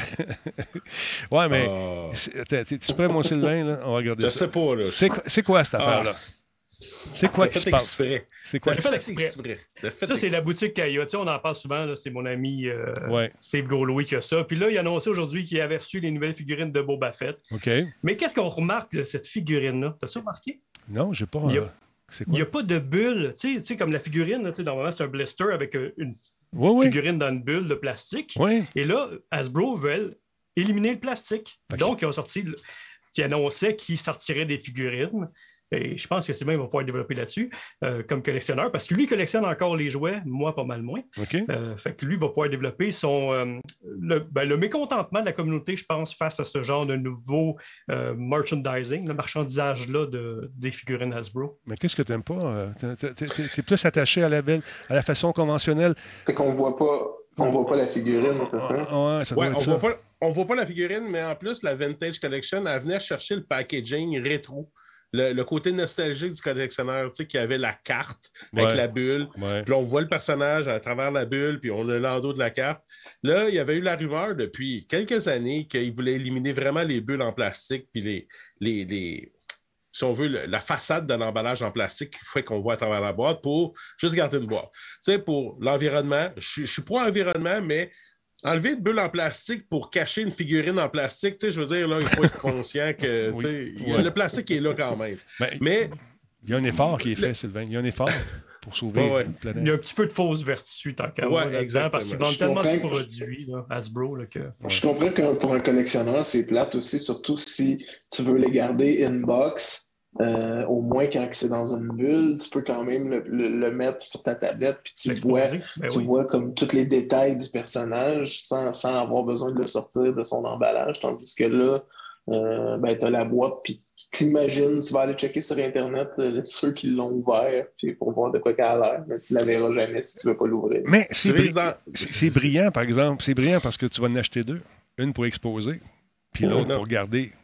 Ouais, mais...
Oh.
T'es-tu prêt, mon Sylvain? Là? On va regarder
Je
ça.
sais pas, là.
C'est, c'est quoi cette affaire-là?
Ah,
c'est quoi qui se passe?
Exprès.
C'est quoi
qui se passe?
Exprès. Ça, c'est la boutique Kaya. Tu sais, on en parle souvent. Là, c'est mon ami euh,
ouais.
Steve Gaulois qui a ça. Puis là, il a annoncé aujourd'hui qu'il avait reçu les nouvelles figurines de Boba Fett.
OK.
Mais qu'est-ce qu'on remarque de cette figurine-là? T'as ça remarqué?
Non, j'ai pas...
Il y a...
euh...
Il n'y a pas de bulle. Tu sais, tu sais, comme la figurine, là, normalement, c'est un blister avec une
oui, oui.
figurine dans une bulle de plastique.
Oui.
Et là, Hasbro veut éliminer le plastique. Okay. Donc, ils ont sorti, ils annonçaient qu'ils sortiraient des figurines. Et je pense que Sylvain va pouvoir développer là-dessus euh, comme collectionneur, parce que lui, il collectionne encore les jouets, moi, pas mal moins.
Okay.
Euh, fait que lui va pouvoir développer son, euh, le, ben, le mécontentement de la communauté, je pense, face à ce genre de nouveau euh, merchandising, le marchandisage-là de, des figurines Hasbro.
Mais qu'est-ce que tu n'aimes pas? Tu es plus attaché à la, belle, à la façon conventionnelle?
C'est qu'on voit pas... On voit pas la figurine, c'est ça?
Ouais, ça doit
ouais,
être
on
ça.
voit pas, on voit pas la figurine, mais en plus, la Vintage Collection, elle venait chercher le packaging rétro. Le, le côté nostalgique du collectionneur, tu sais, qui avait la carte avec
ouais.
la bulle.
Ouais.
Puis là, on voit le personnage à travers la bulle, puis on a l'endos de la carte. Là, il y avait eu la rumeur depuis quelques années qu'il voulait éliminer vraiment les bulles en plastique, puis les, les, les si on veut, le, la façade de l'emballage en plastique qui fait qu'on voit à travers la boîte pour juste garder une boîte. Tu sais, pour l'environnement, je, je suis pour l'environnement, mais enlever de bulles en plastique pour cacher une figurine en plastique, tu sais, je veux dire, là, il faut être conscient que oui. tu sais, ouais. le plastique est là quand même.
Ben, mais il y a un effort qui est fait, le... Sylvain. Il y a un effort pour sauver ouais, ouais. la planète.
Il y a un petit peu de fausse vertu tant qu'à
ouais,
là-dedans, parce qu'ils vendent tellement de produits, là, Hasbro, là, que...
Ouais. Je comprends que pour un collectionneur, c'est plate aussi, surtout si tu veux les garder in-box. Euh, au moins quand c'est dans une bulle, tu peux quand même le, le, le mettre sur ta tablette puis tu, vois, ben tu oui. vois comme tous les détails du personnage sans, sans avoir besoin de le sortir de son emballage, tandis que là euh, ben, tu as la boîte puis t'imagines, tu vas aller checker sur Internet euh, ceux qui l'ont ouvert puis pour voir de quoi qu'elle a l'air, mais tu la verras jamais si tu veux pas l'ouvrir.
Mais c'est, bri- dans... c'est brillant par exemple, c'est brillant parce que tu vas en acheter deux, une pour exposer puis l'autre non. pour garder.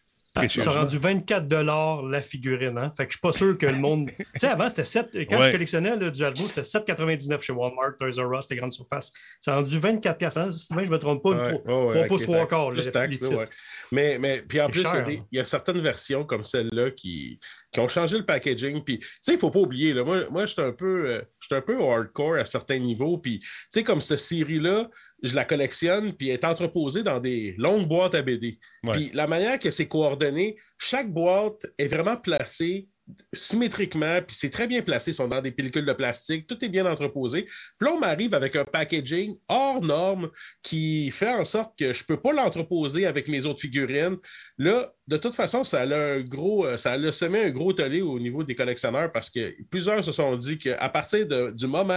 Ils sont rendus vingt-quatre dollars la figurine. Hein? Fait que je suis pas sûr que le monde. Tu sais, avant, c'était sept. Quand ouais. je collectionnais là, du Hasbro, c'était sept quatre-vingt-dix-neuf chez Walmart, Toys R Us, les grandes surfaces. C'est rendu vingt-quatre dollars. Hein? Si je ne me trompe pas,
ouais, pro... ouais, ouais,
pouces trois quarts.
Plus taxe, là, ouais. Mais, mais puis en c'est plus, cher, il, y a des, il y a certaines versions comme celle-là qui, qui ont changé le packaging. Puis, tu sais, il ne faut pas oublier. Là, moi, moi je suis un peu, euh, un peu hardcore à certains niveaux. Puis, tu sais, comme cette série-là, je la collectionne, puis elle est entreposée dans des longues boîtes à B D. Ouais. Puis la manière que c'est coordonné, chaque boîte est vraiment placée symétriquement, puis c'est très bien placé, ils sont dans des pellicules de plastique, tout est bien entreposé. Puis là, on m'arrive avec un packaging hors norme qui fait en sorte que je ne peux pas l'entreposer avec mes autres figurines. Là, de toute façon, ça a un gros, ça a semé un gros tollé au niveau des collectionneurs parce que plusieurs se sont dit qu'à partir de, du moment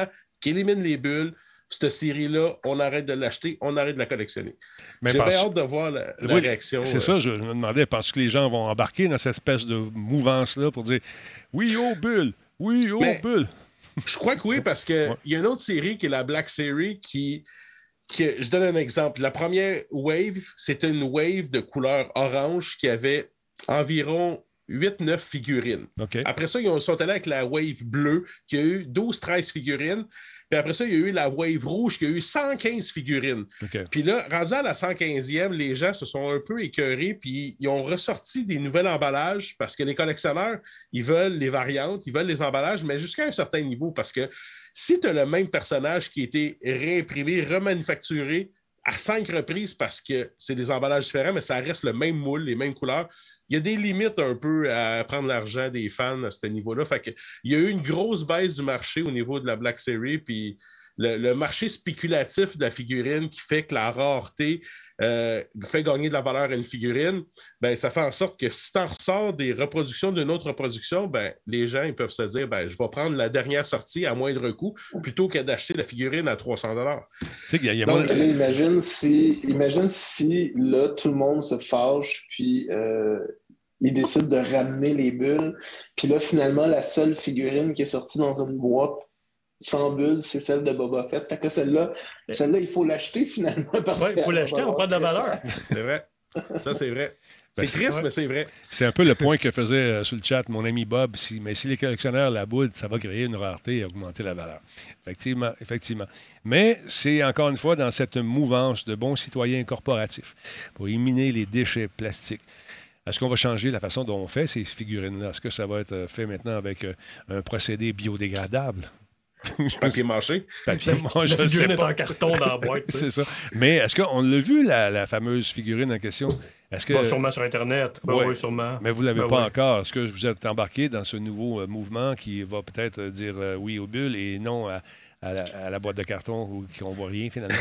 qui élimine les bulles. Cette série-là, on arrête de l'acheter, on arrête de la collectionner.
Mais
J'ai
parce...
bien hâte de voir la, la
oui,
réaction.
C'est euh... ça, je me demandais, parce que les gens vont embarquer dans cette espèce de mouvance-là pour dire « Oui, oh, bulle! Oui, oh, Mais, bulle! »
Je crois que oui, parce qu'il ouais. y a une autre série qui est la Black Series qui... Que, je donne un exemple. La première wave, c'était une wave de couleur orange qui avait environ huit neuf figurines.
Okay.
Après ça, ils sont allés avec la wave bleue qui a eu douze treize figurines. Puis après ça, il y a eu la wave rouge qui a eu cent quinze figurines.
Okay.
Puis là, rendu à la cent quinzième, les gens se sont un peu écœurés puis ils ont ressorti des nouveaux emballages parce que les collectionneurs, ils veulent les variantes, ils veulent les emballages, mais jusqu'à un certain niveau parce que si tu as le même personnage qui a été réimprimé, remanufacturé à cinq reprises parce que c'est des emballages différents, mais ça reste le même moule, les mêmes couleurs, il y a des limites un peu à prendre l'argent des fans à ce niveau-là. Fait que, il y a eu une grosse baisse du marché au niveau de la Black Series, puis le, le marché spéculatif de la figurine qui fait que la rareté euh, fait gagner de la valeur à une figurine, ben, ça fait en sorte que si tu en ressors des reproductions d'une autre reproduction, ben, les gens ils peuvent se dire ben, je vais prendre la dernière sortie à moindre coût plutôt que d'acheter la figurine à trois cents dollars.
Donc, là, imagine si, imagine si là, tout le monde se fâche, puis euh, il décide de ramener les bulles, puis là, finalement, la seule figurine qui est sortie dans une boîte sans bulles, c'est celle de Boba Fett. Fait que celle-là, celle-là, il faut l'acheter finalement.
Oui, il faut l'acheter, on prend de la valeur.
C'est vrai. Ça, c'est vrai. C'est triste, ben, mais c'est vrai.
C'est un peu le point que faisait euh, sur le chat mon ami Bob. Si, mais si les collectionneurs la boule, ça va créer une rareté et augmenter la valeur. Effectivement, effectivement. Mais c'est encore une fois dans cette mouvance de bons citoyens corporatifs pour éliminer les déchets plastiques. Est-ce qu'on va changer la façon dont on fait ces figurines-là? Est-ce que ça va être fait maintenant avec euh, un procédé biodégradable?
Papier mâché.
Papier mâché.
La figurine est en carton dans la boîte.
C'est ça. Mais est-ce qu'on l'a vu, la, la fameuse figurine en question? Est-ce que...
Bon, sûrement sur Internet. Ben
ouais.
Oui, sûrement.
Mais vous ne l'avez
ben
pas
oui.
encore. Est-ce que vous êtes embarqué dans ce nouveau euh, mouvement qui va peut-être euh, dire euh, oui aux bulles et non à, à, la, à la boîte de carton où on ne voit rien finalement?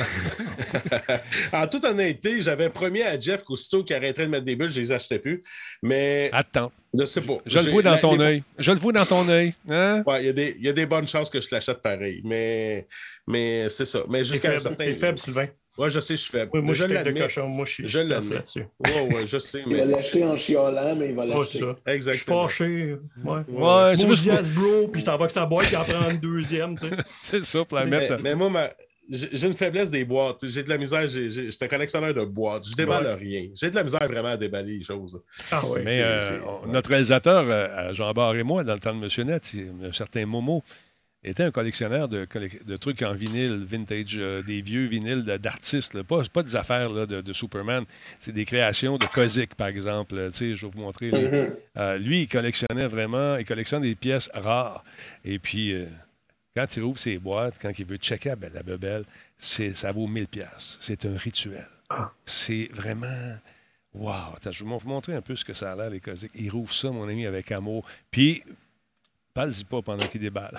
En toute honnêteté, j'avais promis à Jeff qu'aussitôt qu'il arrêterait de mettre des bulles, je les achetais plus. Mais.
Attends.
Je sais pas.
Je le vois dans ton œil. Je le vois dans ton œil. Hein?
Ouais, il y, y a des bonnes chances que je l'achète pareil. Mais, mais c'est ça. Mais jusqu'à un certain.
T'es faible, Sylvain.
Oui, je sais, je suis faible.
Oui, moi, je
l'admets.
Moi, je suis
je l'admets
là-dessus.
Oui, oui, je sais.
Mais... Il va l'acheter en chiolant, mais il va l'acheter.
Ouais, c'est ça.
Exactement.
Je suis fâché. Ouais,
ouais
c'est juste yes, bro, puis ça va que sa boîte, il en prend une deuxième, tu sais.
C'est ça, pour la
mais,
mettre.
Mais moi, ma... j'ai une faiblesse des boîtes. J'ai de la misère. J'ai, j'ai... J'étais un collectionneur de boîtes. Je déballe ouais. rien. J'ai de la misère vraiment à déballer les choses.
Ah oui. Mais c'est, euh, c'est... On... notre réalisateur, euh, Jean Barre et moi, dans le temps de Monsieur Net, un certain Momo, était un collectionneur de, de trucs en vinyle, vintage, euh, des vieux vinyles d'artistes. Là. Pas, pas des affaires là, de, de Superman. C'est des créations de Kozik, par exemple. Tu sais, je vais vous montrer. Mm-hmm. Euh, lui, il collectionnait vraiment, il collectionne des pièces rares. Et puis, euh, quand il ouvre ses boîtes, quand il veut checker ben, la bebelle, c'est, ça vaut mille piastres. C'est un rituel. Ah. C'est vraiment... Wow! Attends, je vais vous montrer un peu ce que ça a l'air, les Kozik. Il rouvre ça, mon ami, avec amour. Puis... Parle-y pas pendant qu'il déballe.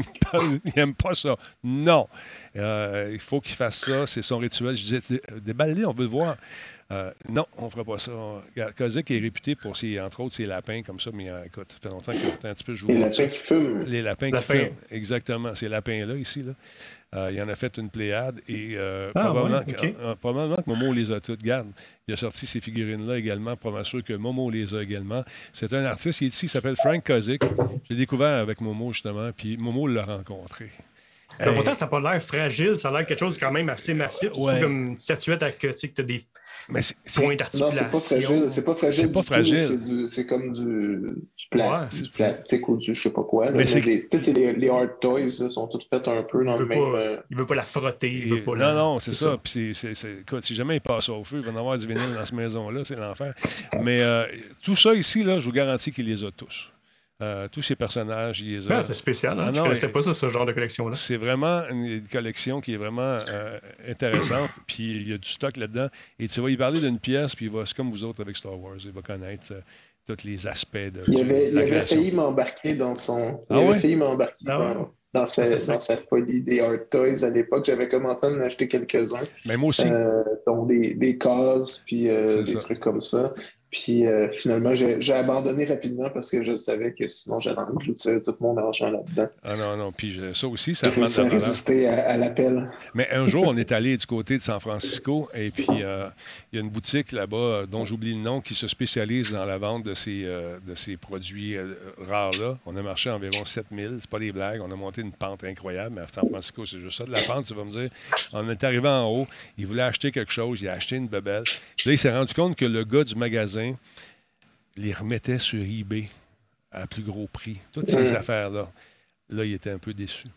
Il n'aime pas ça. Non. Euh, il faut qu'il fasse ça. C'est son rituel. Je disais, déballe-les, on veut le voir. Euh, non, on ne fera pas ça. Kozik est réputé pour, ses, entre autres, ses lapins comme ça. Mais euh, écoute, ça fait longtemps que un petit peu joué.
Les lapins ça. qui fument.
Les lapins
Lapin.
qui fument. Exactement. Ces lapins-là, ici, là. Euh, il en a fait une pléiade et euh,
ah,
probablement,
ouais, okay.
que, euh, probablement que Momo les a toutes. Garde, il a sorti ces figurines-là également, probablement sûr que Momo les a également. C'est un artiste, il est ici, il s'appelle Frank Kozik. Je l'ai découvert avec Momo, justement, puis Momo l'a rencontré.
Hey. Pourtant, ça n'a pas l'air fragile, ça a l'air quelque chose quand même assez massif. C'est ouais. pas comme une statuette avec tu sais, que tu as des
mais c'est, c'est...
points d'articulation.
Non, c'est pas fragile. C'est pas fragile.
C'est, pas fragile.
C'est, du, c'est comme du, du, plastique,
ouais,
du plastique ou du je sais pas quoi. Là.
Mais
mais
c'est...
Des, c'est les, les hard toys là, sont toutes faites un peu dans
il
le même...
Pas,
euh...
Il veut pas la frotter. Il veut pas
non,
la...
non, c'est, c'est ça. ça. Puis c'est, c'est, c'est... Écoute, si jamais il passe au feu, il va y en avoir du vinyle dans cette maison-là, c'est l'enfer. Mais euh, tout ça ici, là, je vous garantis qu'il les a tous. Euh, tous ces personnages, il les a...
Ah, c'est spécial, hein? Ah, non, je ne connaissais pas ça, ce genre de collection-là.
C'est vraiment une collection qui est vraiment euh, intéressante, puis il y a du stock là-dedans, et tu vas y parler d'une pièce, puis il va, c'est comme vous autres avec Star Wars, il va connaître euh, tous les aspects de,
il avait,
de la
il avait failli m'embarquer dans son... Il
ah
avait
ouais?
failli m'embarquer ah ouais? dans, dans, sa,
ah,
dans sa folie des hard toys à l'époque. J'avais commencé à en acheter quelques-uns.
Mais moi aussi.
Euh, dont des, des cases, puis euh, des ça. trucs comme ça. Puis euh, finalement, j'ai, j'ai abandonné rapidement parce que je savais que sinon j'allais engloutir tout mon argent là-dedans.
Ah non, non. Puis je- ça aussi, ça
J'ai
demande de
réussi
la
à
valeur.
résister à, à l'appel.
Mais un jour, on est allé du côté de San Francisco et puis euh, il y a une boutique là-bas euh, dont j'oublie le nom qui se spécialise dans la vente de ces, euh, de ces produits euh, rares-là. On a marché environ sept mille. C'est pas des blagues. On a monté une pente incroyable. Mais à San Francisco, c'est juste ça de la pente, tu vas me dire. On est arrivé en haut. Il voulait acheter quelque chose. Il a acheté une bebelle. Là, il s'est rendu compte que le gars du magasin les remettait sur eBay à plus gros prix. Toutes ces
Mm.
affaires-là. Là, il était un peu déçu.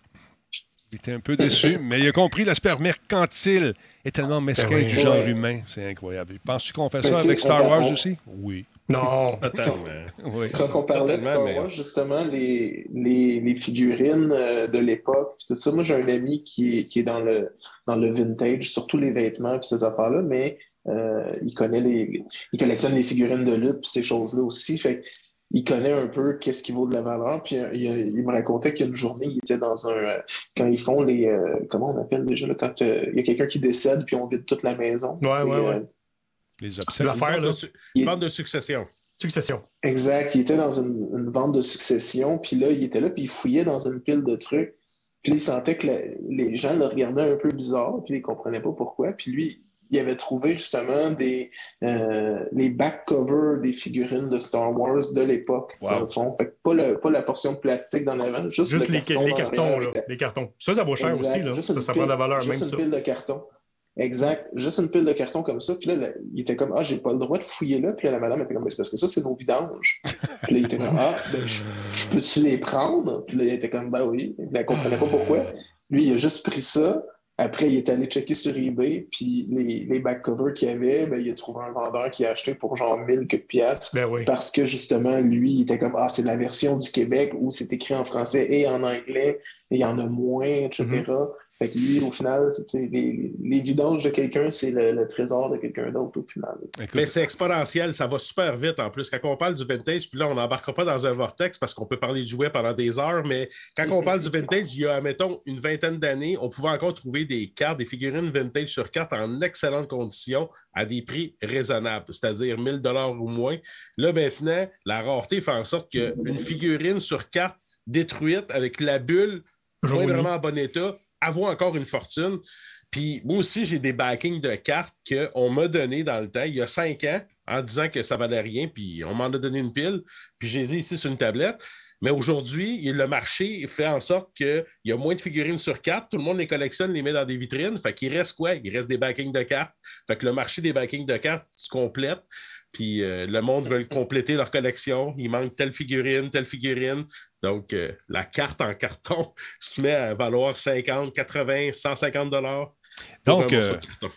Il était un peu déçu, mais il a compris l'aspect mercantile est tellement mesquin
Ben oui.
du genre
Ouais.
humain. C'est incroyable. Penses-tu qu'on fait
Ben,
ça
tu sais,
avec Star
on-
Wars
on-
aussi? Oui.
Non.
Totalement.
Oui.
Quand on parlait de
Totalement,
Star
mais-
Wars, justement, les, les, les figurines euh, de l'époque, puis tout ça, moi j'ai un ami qui est, qui est dans le, dans le vintage, surtout les vêtements et ces affaires-là, mais euh, il connaît les, les- il collectionne les figurines de lutte et ces choses-là aussi. Fait il connaît un peu qu'est-ce qui vaut de la valeur. Puis euh, il, il me racontait qu'une journée, il était dans un. euh, quand ils font les. euh, comment on appelle déjà là, quand euh, il y a quelqu'un qui décède puis on vide toute la maison.
Ouais,
C'est,
ouais, ouais.
euh,
Les obsèques.
L'affaire,
Vente
là.
de, su-
Il-
vente de succession.
Succession.
Exact. Il était dans une, une vente de succession, puis là, il était là, puis il fouillait dans une pile de trucs. Puis là, il sentait que la- les gens le regardaient un peu bizarre, puis ils ne comprenaient pas pourquoi. Puis lui, il avait trouvé justement des, euh, les back covers des figurines de Star Wars de l'époque,
Wow.
dans le fond. Fait que pas, le, pas la portion de plastique d'en avant, juste,
Juste
le
les,
carton
les
dans
cartons,
l'arrière
là.
avec la-
Les cartons. Ça, ça vaut cher
Exact.
aussi, là.
Juste
Ça,
une
ça prend de la
pile-
valeur,
juste
même
une
ça.
pile de carton. Exact. Juste une pile de carton comme ça. Puis là, là, il était comme, ah, j'ai pas le droit de fouiller là. Puis là, la madame était comme, ben, c'est parce que ça, c'est nos vidanges. Puis là, il était comme, ah, ben, je, je peux-tu les prendre? Puis là, il était comme, ben oui. Mais elle comprenait pas pourquoi. Lui, il a juste pris ça. Après, il est allé checker sur eBay. Puis les, les back covers qu'il y avait, ben, il a trouvé un vendeur qui a acheté pour genre mille que de piastres.
Ben oui.
Parce que justement, lui, il était comme, ah, c'est la version du Québec où c'est écrit en français et en anglais, et il y en a moins, et cetera. Fait que lui, au final, c'est, tu sais, les, les vidanges de quelqu'un, c'est le, le trésor de quelqu'un d'autre, au final.
Mais
Écoute,
c'est exponentiel, ça va super vite en plus. Quand on parle du vintage, puis là, on n'embarquera pas dans un vortex parce qu'on peut parler de jouets pendant des heures, mais quand on parle du vintage, il y a, mettons, une vingtaine d'années, on pouvait encore trouver des cartes, des figurines vintage sur carte en excellentes conditions à des prix raisonnables, c'est-à-dire mille dollars ou moins. Là, maintenant, la rareté fait en sorte qu'une figurine sur carte détruite avec la bulle,
Jaunie.
moindrement en bon état, elle vaut encore une fortune. Puis moi aussi, j'ai des backings de cartes qu'on m'a donné dans le temps, il y a cinq ans, en disant que ça valait rien, puis on m'en a donné une pile, puis je les ai ici sur une tablette. Mais aujourd'hui, le marché fait en sorte qu'il y a moins de figurines sur carte, tout le monde les collectionne, les met dans des vitrines, fait qu'il reste quoi? Il reste des backings de cartes. Fait que le marché des backings de cartes se complète, puis euh, le monde veut compléter leur collection. Il manque telle figurine, telle figurine. Donc, euh, la carte en carton se met à valoir cinquante, quatre-vingts, cent cinquante dollars.
Donc, euh,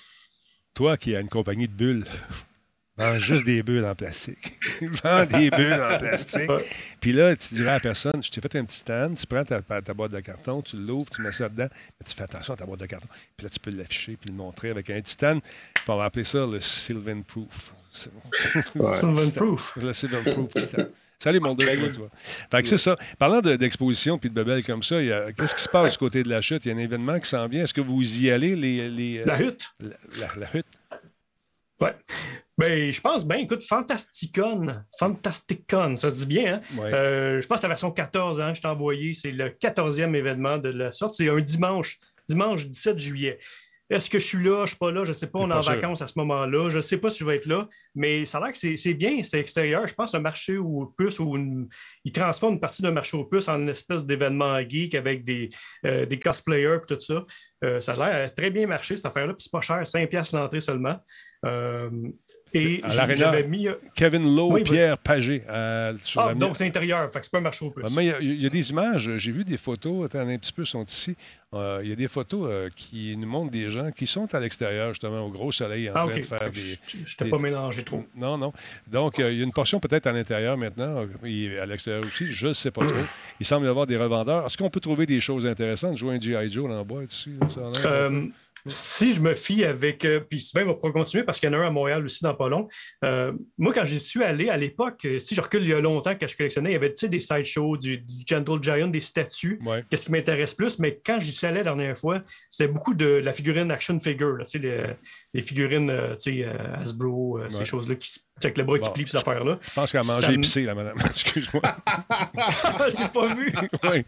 toi qui as une compagnie de bulles, vends juste des bulles en plastique. Vends des bulles en plastique. Puis là, tu dirais à la personne, je t'ai fait un petit stand, tu prends ta, ta boîte de carton, tu l'ouvres, tu mets ça dedans, mais tu fais attention à ta boîte de carton. Puis là, tu peux l'afficher puis le montrer avec un petit stand. Puis on va appeler ça le Sylvan Proof.
Ouais.
Sylvan Proof.
Le Sylvan Proof stand. Salut mon deux, tu vois. Fait que c'est ça. Parlant de, d'exposition puis de bebelles comme ça, il y a, qu'est-ce qui se passe du côté de la chute? Il y a un événement qui s'en vient. Est-ce que vous y allez, les... les euh,
La hutte.
La, la, la hutte?
Oui. Ben, je pense bien, écoute, Fantasticon, Fantasticon, ça se dit bien, hein?
Ouais.
Euh, je pense que la version quatorze, hein, je t'ai envoyé, c'est le quatorzième événement de la sorte, c'est un dimanche, dimanche dix-sept juillet. Est-ce que je suis là, je suis pas là, je sais pas, on est
pas
en
sûr.
vacances à ce moment-là, je sais pas si je vais être là, mais ça a l'air que c'est, c'est bien, c'est extérieur, je pense un marché aux puces, où une- il transforme une partie d'un marché aux puces en une espèce d'événement geek avec des, euh, des cosplayers et tout ça. Euh, ça a l'air très bien marché cette affaire-là, puis c'est pas cher, cinq piastres l'entrée seulement. Euh, Et
À
j'ai-
l'Arena,
j'avais mis. euh,
Kevin Lowe,
Oui,
Pierre Pagé. euh, sur
Ah,
l'avenue.
donc c'est intérieur, fait que c'est pas un marché aux puces.
Ben, moi, il y a- il y, a des images, j'ai vu des photos, attends un petit peu, sont ici. Euh, Il y a des photos euh, qui nous montrent des gens qui sont à l'extérieur, justement, au gros soleil, en
Ah,
train
ok.
de faire des.
Je n'étais
des-
pas mélangé trop.
Non, non. Donc, euh, il y a une portion peut-être à l'intérieur maintenant, euh, et à l'extérieur aussi, je ne sais pas trop. Il semble y avoir des revendeurs. Est-ce qu'on peut trouver des choses intéressantes? Jouer un G I. Joe dans la boîte ici? là, ça a l'air-
Euh, Si je me fie avec... Euh, puis Sylvain va pouvoir continuer parce qu'il y en a un à Montréal aussi dans pas long. Euh, moi, quand j'y suis allé à l'époque, si je recule il y a longtemps quand je collectionnais, il y avait des sideshows, du, du Gentle Giant, des statues.
Ouais.
Qu'est-ce qui m'intéresse plus? Mais quand j'y suis allé la dernière fois, c'était beaucoup de la figurine action figure. Là, les, les figurines euh, euh, Hasbro, euh, ouais. ces choses-là qui avec le bras bon, qui plie, ces affaires-là.
Je pense qu'elle a mangé épicé, la madame. Excuse-moi.
J'ai pas vu.
Oui.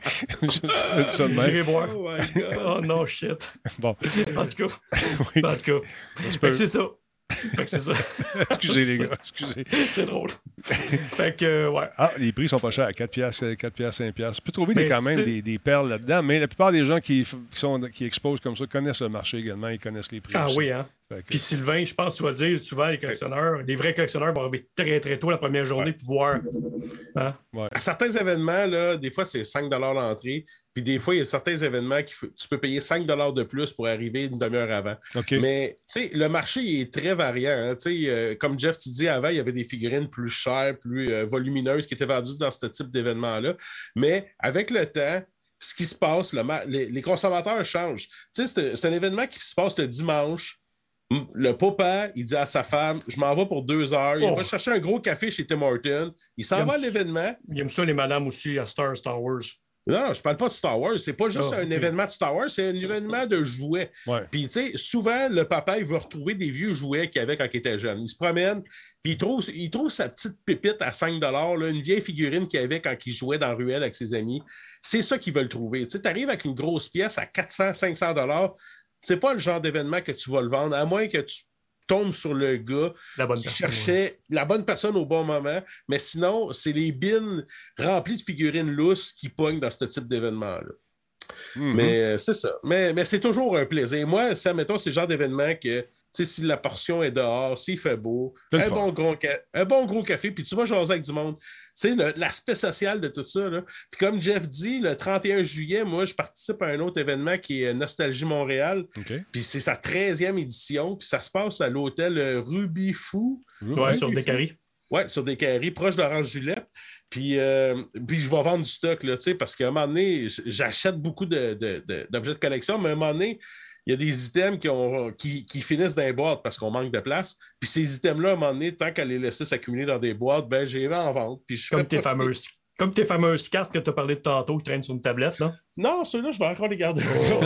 Je vais voir. Oh, oh non, shit.
Bon.
En tout cas. Oui. En tout cas. Fait que c'est ça. Fait que c'est ça.
Excusez les gars, excusez.
C'est drôle. Fait que, euh, ouais.
Ah, les prix sont pas chers, quatre piastres, quatre piastres, cinq piastres. Tu peux trouver des, quand même des, des perles là-dedans, mais la plupart des gens qui, qui, sont, qui exposent comme ça connaissent le marché également, ils connaissent les prix.
Ah
aussi.
Oui, hein. Que... Puis Sylvain, je pense que tu vas le dire, souvent les collectionneurs, les vrais collectionneurs vont arriver très très tôt la première journée
ouais.
pour voir. Hein?
Ouais. À certains événements, là, des fois c'est cinq dollars l'entrée, puis des fois il y a certains événements que tu peux payer cinq dollars de plus pour arriver une demi-heure avant.
Okay.
Mais le marché il est très variant. Hein? Euh, comme Jeff, tu dis avant, il y avait des figurines plus chères, plus euh, volumineuses qui étaient vendues dans ce type d'événement-là. Mais avec le temps, ce qui se passe, le ma... les, les consommateurs changent. C'est, c'est un événement qui se passe le dimanche. Le papa, il dit à sa femme, je m'en vais pour deux heures. Il oh. va chercher un gros café chez Tim Hortons. Il s'en il va à l'événement.
Il aime ça, les madames aussi, à Star, Star Wars.
Non, je parle pas de Star Wars. C'est pas juste oh, un okay. événement de Star Wars, c'est un événement de jouets.
Ouais.
Puis, tu sais, souvent, le papa, il va retrouver des vieux jouets qu'il avait quand il était jeune. Il se promène, puis il trouve, il trouve sa petite pépite à cinq dollars, là, une vieille figurine qu'il avait quand il jouait dans la ruelle avec ses amis. C'est ça qu'ils veulent trouver. Tu sais, tu arrives avec une grosse pièce à quatre cents, cinq cents dollars. C'est pas le genre d'événement que tu vas le vendre, à moins que tu tombes sur le gars
la bonne
qui
personne,
cherchait ouais. la bonne personne au bon moment. Mais sinon, c'est les bins remplis de figurines lousses qui pognent dans ce type d'événement-là. Mm-hmm. Mais euh, c'est ça. Mais, mais c'est toujours un plaisir. Moi, ça, mettons, c'est le genre d'événement que, tu sais, si la portion est dehors, s'il fait beau, un bon, gros ca- un bon gros café, puis tu vas jaser avec du monde. Tu sais, l'aspect social de tout ça. Là. Puis comme Jeff dit, le trente et un juillet, moi, je participe à un autre événement qui est Nostalgie Montréal.
Okay.
Puis c'est sa treizième édition. Puis ça se passe à l'hôtel Ruby Fou.
Ouais, sur Descaries.
Oui, sur Descaries, proche d'Orange Julep. Puis, euh, puis je vais vendre du stock, là, parce qu'à un moment donné, j'achète beaucoup de, de, de, d'objets de collection, mais à un moment donné, il y a des items qui, ont, qui, qui finissent dans les boîtes parce qu'on manque de place. Puis ces items-là, à un moment donné, tant qu'à les laisser s'accumuler dans des boîtes, ben j'ai en vente. Puis je
Comme tes fameuses. Comme tes fameuses cartes que tu as parlé de tantôt qui traînent sur une tablette, là?
Non, ceux-là, je vais encore les garder.
Oh.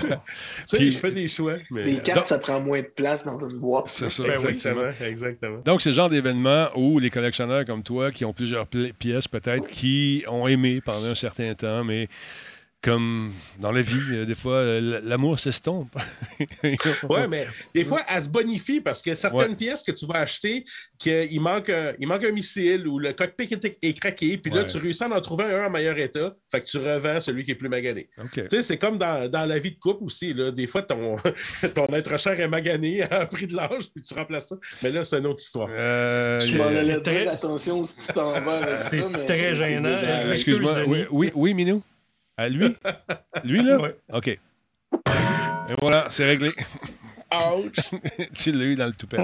Tu sais, je fais des choix. Mais...
Les cartes,
Donc,
ça prend moins de place dans une boîte.
C'est ça,
ben
exactement.
Oui, exactement.
Donc, c'est le genre d'événement où les collectionneurs comme toi, qui ont plusieurs pièces peut-être, qui ont aimé pendant un certain temps, mais... Comme dans la vie, des fois, l'amour s'estompe.
Oui, mais des fois, elle se bonifie parce que certaines ouais. pièces que tu vas acheter, qu'il manque un, il manque un missile ou le cockpit est, est craqué, puis ouais. là, tu réussis à en trouver un en meilleur état, fait que tu revends celui qui est plus magané.
Okay.
Tu sais, c'est comme dans, dans la vie de couple aussi. Là. Des fois, ton, ton être cher est magané à prix de l'âge, puis tu remplaces ça. Mais là, c'est une autre histoire.
Euh,
je m'en allais très... attention si tu t'en vas avec
c'est
ça. Mais...
très gênant.
Euh, excuse-moi. Oui, oui, oui, Minou? À lui? Lui, là?
Oui.
OK. Et voilà, c'est réglé.
Ouch!
Tu l'as eu dans le toupet.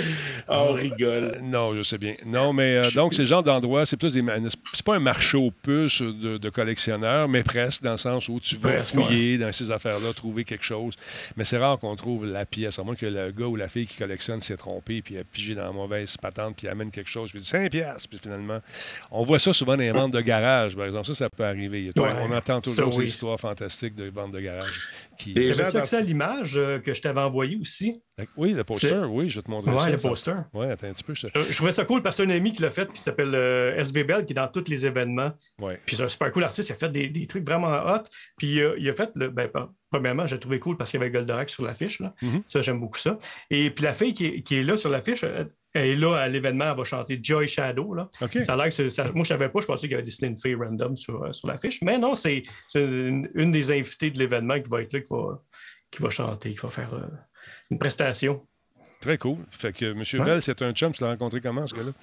On rigole.
Euh, non, je sais bien. Non, mais euh, donc, c'est le genre d'endroit, c'est plus des... C'est pas un marché aux puces de, de collectionneurs, mais presque, dans le sens où tu vas presque, fouiller ouais. dans ces affaires-là, trouver quelque chose. Mais c'est rare qu'on trouve la pièce, à moins que le gars ou la fille qui collectionne s'est trompé, puis a pigé dans la mauvaise patente, puis amène quelque chose, puis dit cinq piastres, puis finalement... On voit ça souvent dans les ventes de garage, par exemple. Ça, ça peut arriver. Ouais, on entend toujours ça, ces oui. histoires fantastiques de ventes de garage. Qui...
Les gens accès à l'image euh, que je t'avais envoyée aussi?
Oui, le poster, c'est... oui, je vais te montrer
ouais,
ça.
Oui, le poster.
Oui, attends un petit peu. Je, te...
euh, je trouvais ça cool parce que c'est un ami qui l'a fait qui s'appelle euh, S V Bell, qui est dans tous les événements.
Ouais.
Puis c'est un super cool artiste, il a fait des, des trucs vraiment hot. Puis euh, il a fait, le, ben, premièrement, j'ai trouvé cool parce qu'il y avait Goldorak sur l'affiche. Là. Mm-hmm. Ça, j'aime beaucoup ça. Et puis la fille qui est, qui est là sur l'affiche, elle, elle est là à l'événement, elle va chanter Joy Shadow. Là.
Okay.
Ça a l'air que c'est, ça, moi, je ne savais pas, je pensais qu'il y avait dessiné une fille random sur, euh, sur l'affiche. Mais non, c'est, c'est une, une des invitées de l'événement qui va être là, qui va, qui va chanter, qui va faire euh, une prestation.
Très cool. Fait que M.
Ouais.
Bell, c'est un chum, tu l'as rencontré comment, ce gars-là?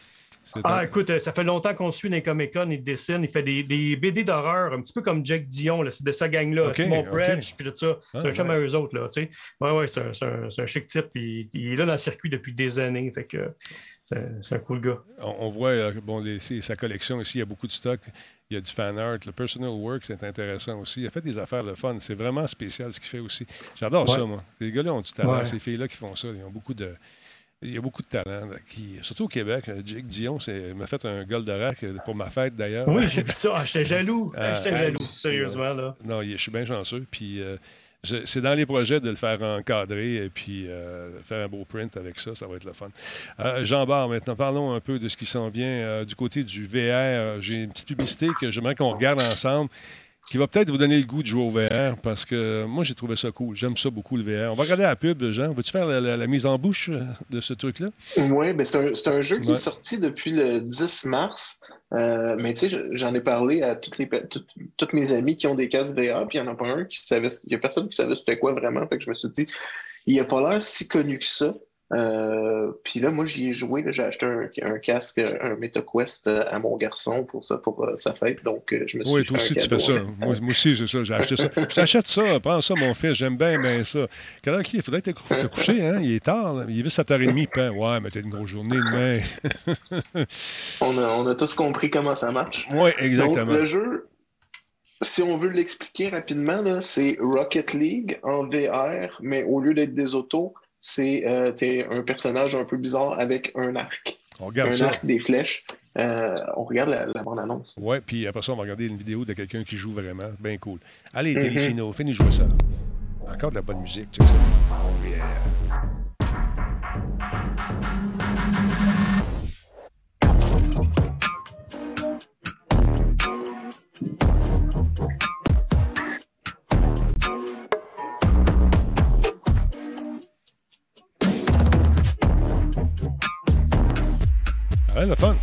C'est
Ah,
un...
écoute, ça fait longtemps qu'on suit dans les Comic-Con, il dessine, il fait des, des B D d'horreur, un petit peu comme Jack Dion, là, c'est de sa gang-là,
okay,
Simon
okay.
Predge, puis tout ça.
Ah,
c'est un chum
nice.
à eux autres, là, tu sais. Ouais, ouais, c'est un, c'est, un, c'est un chic type, puis il est là dans le circuit depuis des années, fait que c'est, c'est un cool gars.
On, on voit, euh, bon, les, sa collection ici, il y a beaucoup de stock, il y a du fan art, le personal work, c'est intéressant aussi. Il a fait des affaires de fun, c'est vraiment spécial ce qu'il fait aussi. J'adore ouais. ça, moi. Les gars-là ont du talent, ouais. ces filles-là qui font ça, ils ont beaucoup de... Il y a beaucoup de talent, qui, surtout au Québec. Jake Dion c'est, m'a fait un Goldorak pour ma fête, d'ailleurs.
Oui, j'ai vu ça. Ah, j'étais jaloux. Ah, j'étais ah, jaloux, sérieusement. Là.
Non, je suis bien chanceux. Puis, euh, je, c'est dans les projets de le faire encadrer et puis euh, faire un beau print avec ça. Ça va être le fun. Euh, Jean Bart, maintenant, parlons un peu de ce qui s'en vient euh, du côté du V R. J'ai une petite publicité que j'aimerais qu'on regarde ensemble, qui va peut-être vous donner le goût de jouer au V R, parce que moi, j'ai trouvé ça cool. J'aime ça beaucoup, le V R. On va regarder la pub, Jean. Veux-tu faire la, la, la mise en bouche de ce truc-là?
Oui, ben c'est, un, c'est un jeu qui
ouais.
est sorti depuis le dix mars. Euh, mais tu sais, j'en ai parlé à toutes les toutes, toutes mes amis qui ont des casques V R, puis il n'y en a pas un qui savait... Il n'y a personne qui savait c'était quoi vraiment. Fait que je me suis dit, il n'a pas l'air si connu que ça. Euh, puis là, moi, j'y ai joué. Là, j'ai acheté un, un casque, un MetaQuest à mon garçon pour, ça, pour uh, sa fête. Donc, euh, je me suis
oui,
fait
toi aussi,
un
tu
cadeau.
fais ça. Moi, moi aussi, c'est ça. J'ai acheté ça. Je t'achète ça. Prends ça, mon fils. J'aime bien, bien ça. Quelle heure qu'il est? Il faudrait te, te coucher. Hein? Il est tard. Là. Il est sept heures trente. Ouais, mais t'as une grosse journée demain.
on, a, on a tous compris comment ça marche.
Oui, exactement.
Donc, le jeu... Si on veut l'expliquer rapidement, là, c'est Rocket League en V R, mais au lieu d'être des autos, c'est euh, t'es un personnage un peu bizarre avec un arc.
On regarde
un
ça.
arc, des flèches. Euh, on regarde la, la bande-annonce.
Oui, puis après ça, on va regarder une vidéo de quelqu'un qui joue vraiment. Bien cool. Allez, mm-hmm. Téléfino, fais-nous jouer ça. Encore de la bonne musique, tu sais ça. Oh yeah. Ouais, le fun.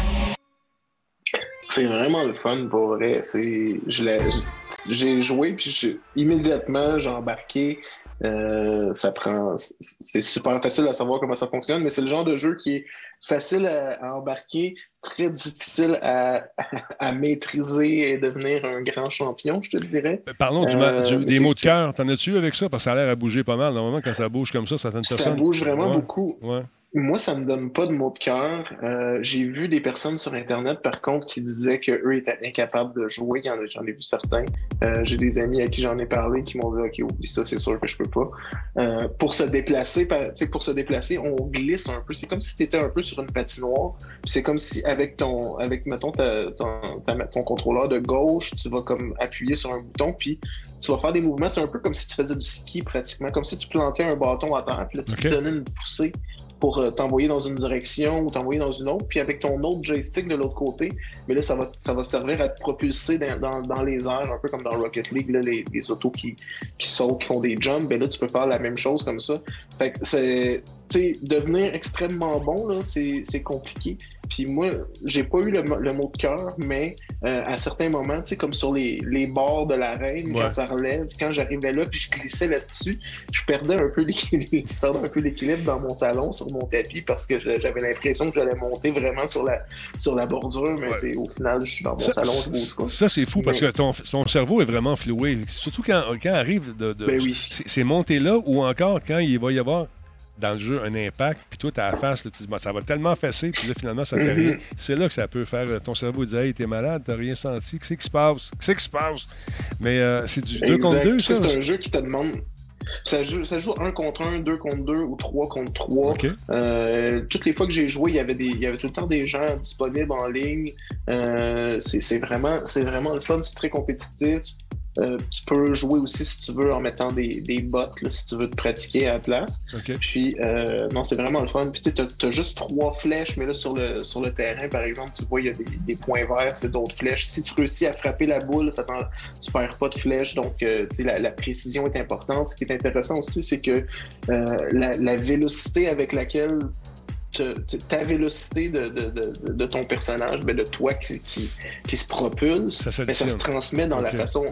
C'est vraiment le fun pour vrai. C'est, je l'ai, j'ai joué puis je, immédiatement j'ai embarqué. Euh, ça prend, c'est super facile à savoir comment ça fonctionne, mais c'est le genre de jeu qui est facile à, à embarquer, très difficile à, à maîtriser et devenir un grand champion, je te dirais.
Parlons du,
euh,
du, des mots de cœur. T'en as-tu avec ça? Parce que ça a l'air à bouger pas mal. Normalement, quand ça bouge comme ça, certaines
ça
personnes...
Ça bouge vraiment
ouais.
beaucoup.
Ouais.
Moi, ça me donne pas de mots de cœur. Euh, j'ai vu des personnes sur Internet, par contre, qui disaient qu'eux étaient incapables de jouer. J'en ai, j'en ai vu certains. Euh, j'ai des amis à qui j'en ai parlé qui m'ont dit « OK, oublie ça, c'est sûr que je peux pas. Euh, » Pour se déplacer, par, pour se déplacer, on glisse un peu. C'est comme si tu étais un peu sur une patinoire. Puis c'est comme si avec ton, avec mettons, ta, ton, ta, ton contrôleur de gauche, tu vas comme appuyer sur un bouton, puis tu vas faire des mouvements. C'est un peu comme si tu faisais du ski pratiquement, comme si tu plantais un bâton à terre, puis là, tu okay. te donnais une poussée pour euh, t'envoyer dans une direction ou t'envoyer dans une autre, puis avec ton autre joystick de l'autre côté, mais là, ça va, ça va servir à te propulser dans, dans, dans les airs, un peu comme dans Rocket League, là, les, les autos qui, qui sautent, qui font des jumps, ben là, tu peux faire la même chose comme ça. Fait que c'est, tu sais, devenir extrêmement bon, là, c'est, c'est compliqué. Puis moi, j'ai pas eu le, le mot de cœur, mais euh, à certains moments, tu sais, comme sur les, les bords de l'arène, ouais. quand ça relève, quand j'arrivais là, puis je glissais là-dessus, je perdais un peu l'équilibre, je perdais un peu l'équilibre dans mon salon, sur mon tapis, parce que j'avais l'impression que j'allais monter vraiment sur la, sur la bordure, mais ouais. au final, je suis dans mon ça, salon, je bouge pas.
Ça, c'est fou, mais... parce que ton, ton cerveau est vraiment floué. Surtout quand, quand arrive de, de
ben oui.
ces, ces montées-là, ou encore quand il va y avoir dans le jeu un impact, puis toi, t'as la face, là, tu dis, ça va tellement fesser, puis là, finalement, ça fait mm-hmm. rien. C'est là que ça peut faire, ton cerveau dit, hey, t'es malade, t'as rien senti, qu'est-ce qui se passe? Qu'est-ce qui se passe? Mais euh, c'est du deux contre deux, ça?
C'est un jeu qui te demande... Ça joue, ça joue un contre un, deux contre deux ou trois contre trois.
Okay.
Euh, toutes les fois que j'ai joué, il y avait des, il y avait tout le temps des gens disponibles en ligne. Euh, c'est, c'est vraiment, c'est vraiment le fun, c'est très compétitif. Euh, tu peux jouer aussi si tu veux en mettant des, des bots, là, si tu veux te pratiquer à la place.
Okay.
Puis, euh, non, c'est vraiment le fun. Puis, tu sais, t'as juste trois flèches, mais là, sur le, sur le terrain, par exemple, tu vois, il y a des, des points verts, c'est d'autres flèches. Si tu réussis à frapper la boule, ça tu perds pas de flèches. Donc, euh, tu sais, la, la précision est importante. Ce qui est intéressant aussi, c'est que euh, la, la vélocité avec laquelle Te, ta vélocité de, de, de, de ton personnage, ben de toi qui, qui, qui se propulse,
ça,
ben ça se transmet dans okay. la façon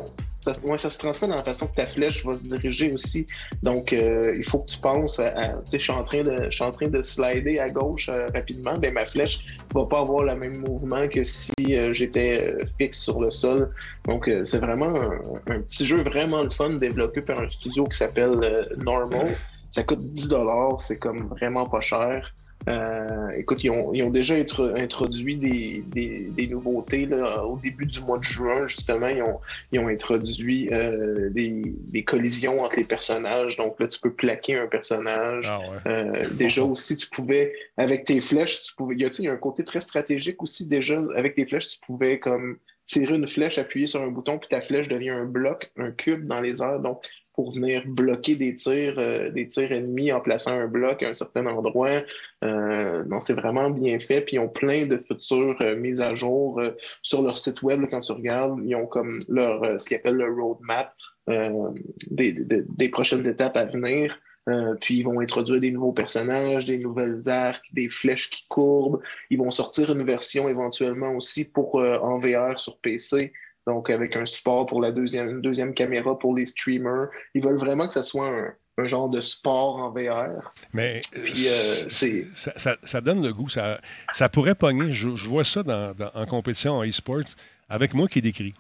ça, ouais, ça se transmet dans la façon que ta flèche va se diriger aussi. Donc, euh, il faut que tu penses à, à tu sais, je suis en train de, je suis en train de slider à gauche euh, rapidement, ben ma flèche va pas avoir le même mouvement que si euh, j'étais euh, fixe sur le sol. Donc, euh, c'est vraiment un, un petit jeu vraiment le fun développé par un studio qui s'appelle euh, Normal. Ça coûte dix dollars, c'est comme vraiment pas cher. Euh, écoute, ils ont, ils ont déjà intro- introduit des, des, des nouveautés là, au début du mois de juin, justement. Ils ont, ils ont introduit euh, des, des collisions entre les personnages. Donc là, tu peux plaquer un personnage.
Ah ouais.
Euh, déjà aussi, tu pouvais, avec tes flèches, tu pouvais. Il y a, il y a un côté très stratégique aussi déjà. Avec tes flèches, tu pouvais comme tirer une flèche, appuyer sur un bouton, puis ta flèche devient un bloc, un cube dans les airs. Donc, pour venir bloquer des tirs, euh, des tirs ennemis en plaçant un bloc à un certain endroit. Euh, non, c'est vraiment bien fait. Puis ils ont plein de futures euh, mises à jour euh, sur leur site web. Là, quand tu regardes, ils ont comme leur euh, ce qu'ils appellent le roadmap euh, des, des, des prochaines étapes à venir. Euh, puis ils vont introduire des nouveaux personnages, des nouvelles arcs, des flèches qui courbent. Ils vont sortir une version éventuellement aussi pour euh, en V R sur P C. Donc, avec un support pour la deuxième, une deuxième caméra pour les streamers. Ils veulent vraiment que ça soit un, un genre de sport en V R.
Mais
Puis, euh, c'est...
Ça, ça, ça donne le goût. Ça, ça pourrait pogner. Je, je vois ça dans, dans, en compétition en e-sport avec moi qui décrit.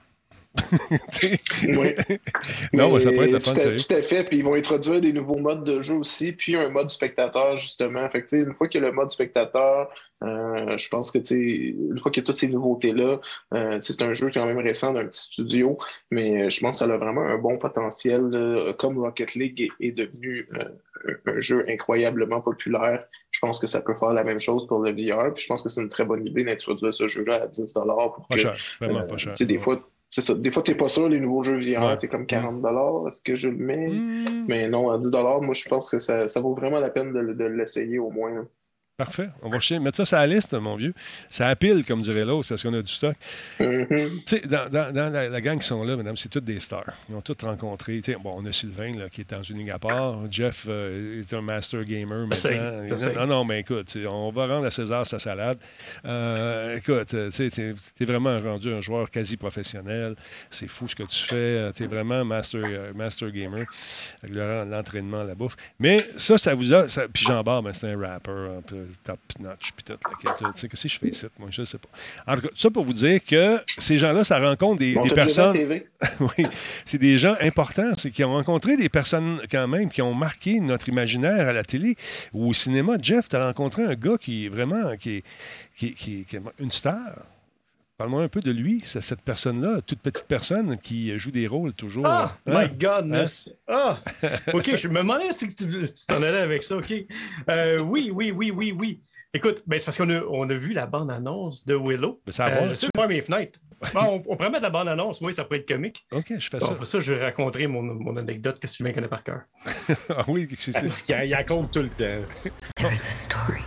Oui.
Non, mais ça pourrait être le fun,
tout à,
sérieux.
tout à fait. Puis ils vont introduire des nouveaux modes de jeu aussi, puis un mode spectateur, justement. Fait que, une fois qu'il y a le mode spectateur, euh, je pense que une fois qu'il y a toutes ces nouveautés-là, euh, c'est un jeu quand même récent d'un petit studio, mais je pense que ça a vraiment un bon potentiel. Là, comme Rocket League est, est devenu euh, un jeu incroyablement populaire, je pense que ça peut faire la même chose pour le V R. Puis je pense que c'est une très bonne idée d'introduire ce jeu-là à dix dollars pour
pas
que,
cher, vraiment
euh,
pas cher.
Des fois, c'est ça. Des fois, tu n'es pas sûr, les nouveaux jeux V R,
ouais.
tu es comme quarante dollars. Est-ce que je le mets?
Mm.
Mais non, à dix dollars, moi, je pense que ça, ça vaut vraiment la peine de, de l'essayer au moins. Là.
Parfait. On va chier. Mettre ça sur la liste, mon vieux. Ça appile, comme dirait l'autre, parce qu'on a du stock.
Mm-hmm.
Tu sais, dans, dans, dans la, la gang qui sont là, madame, c'est toutes des stars. Ils ont tous rencontré. T'sais, bon, on a Sylvain, là, qui est dans une ligue à part. Jeff euh, est un master gamer maintenant.
Essaye.
Non, non, mais écoute, on va rendre à César sa salade. Euh, écoute, tu sais, t'es, t'es vraiment rendu un joueur quasi professionnel. C'est fou ce que tu fais. T'es vraiment master, euh, master gamer avec le, l'entraînement, la bouffe. Mais ça, ça vous a... Ça, puis Jean Barre, ben, c'est un rapper un peu top notch, puis tout. Là, tu sais, qu'est-ce que je fais ici? Moi, je ne sais pas. En tout cas, ça pour vous dire que ces gens-là, ça rencontre des,
Bon,
des
t'as
personnes...
déjà la T V?
Oui, c'est des gens importants, c'est qui ont rencontré des personnes quand même qui ont marqué notre imaginaire à la télé ou au cinéma. Jeff, tu as rencontré un gars qui est vraiment qui est, qui, qui, qui est une star. Parle-moi un peu de lui, c'est cette personne-là, toute petite personne qui joue des rôles toujours.
Ah,
hein?
my godness! Hein? Ah! OK, je me demandais si tu t'en allais avec ça, OK. Euh, oui, oui, oui, oui, oui. Écoute, ben, c'est parce qu'on a, on a vu la bande-annonce de Willow.
Ben, ça va,
euh, je sais pas mes fenêtres. Bon, on, on pourrait mettre la bande-annonce, oui, ça pourrait être comique.
OK, je fais
Bon,
ça.
pour ça, je vais raconter mon, mon anecdote que Sylvain connaît par cœur.
Ah oui, c'est ça.
Parce qu'il la compte tout le temps.
There is a story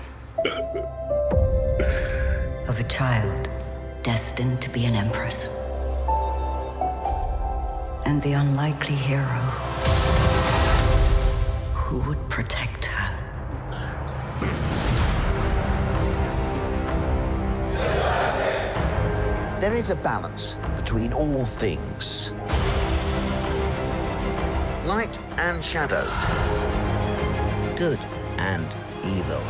of a child destined to be an empress, and the unlikely hero who would protect her.
There is a balance between all things. Light and shadow. Good and evil.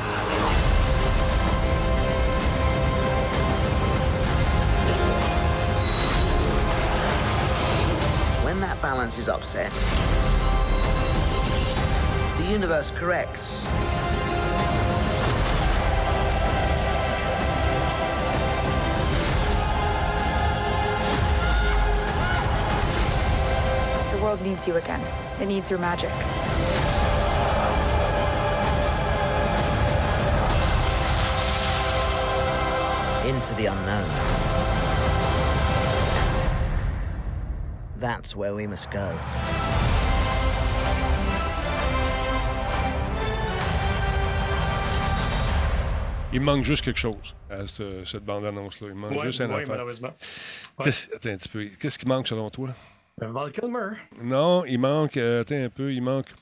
When that balance is upset, the universe corrects.
The world needs you again. It needs your magic.
Into the unknown. That's where we must go.
Il me manque juste quelque chose à cette, cette bande-annonce-là. Il me manque
Ouais,
juste un
ouais,
affaire.
malheureusement. Ouais.
Qu'est-ce, attends un petit peu. Qu'est-ce qui manque selon toi?
Val Kilmer.
Non, il manque... Euh, attends un peu, il manque...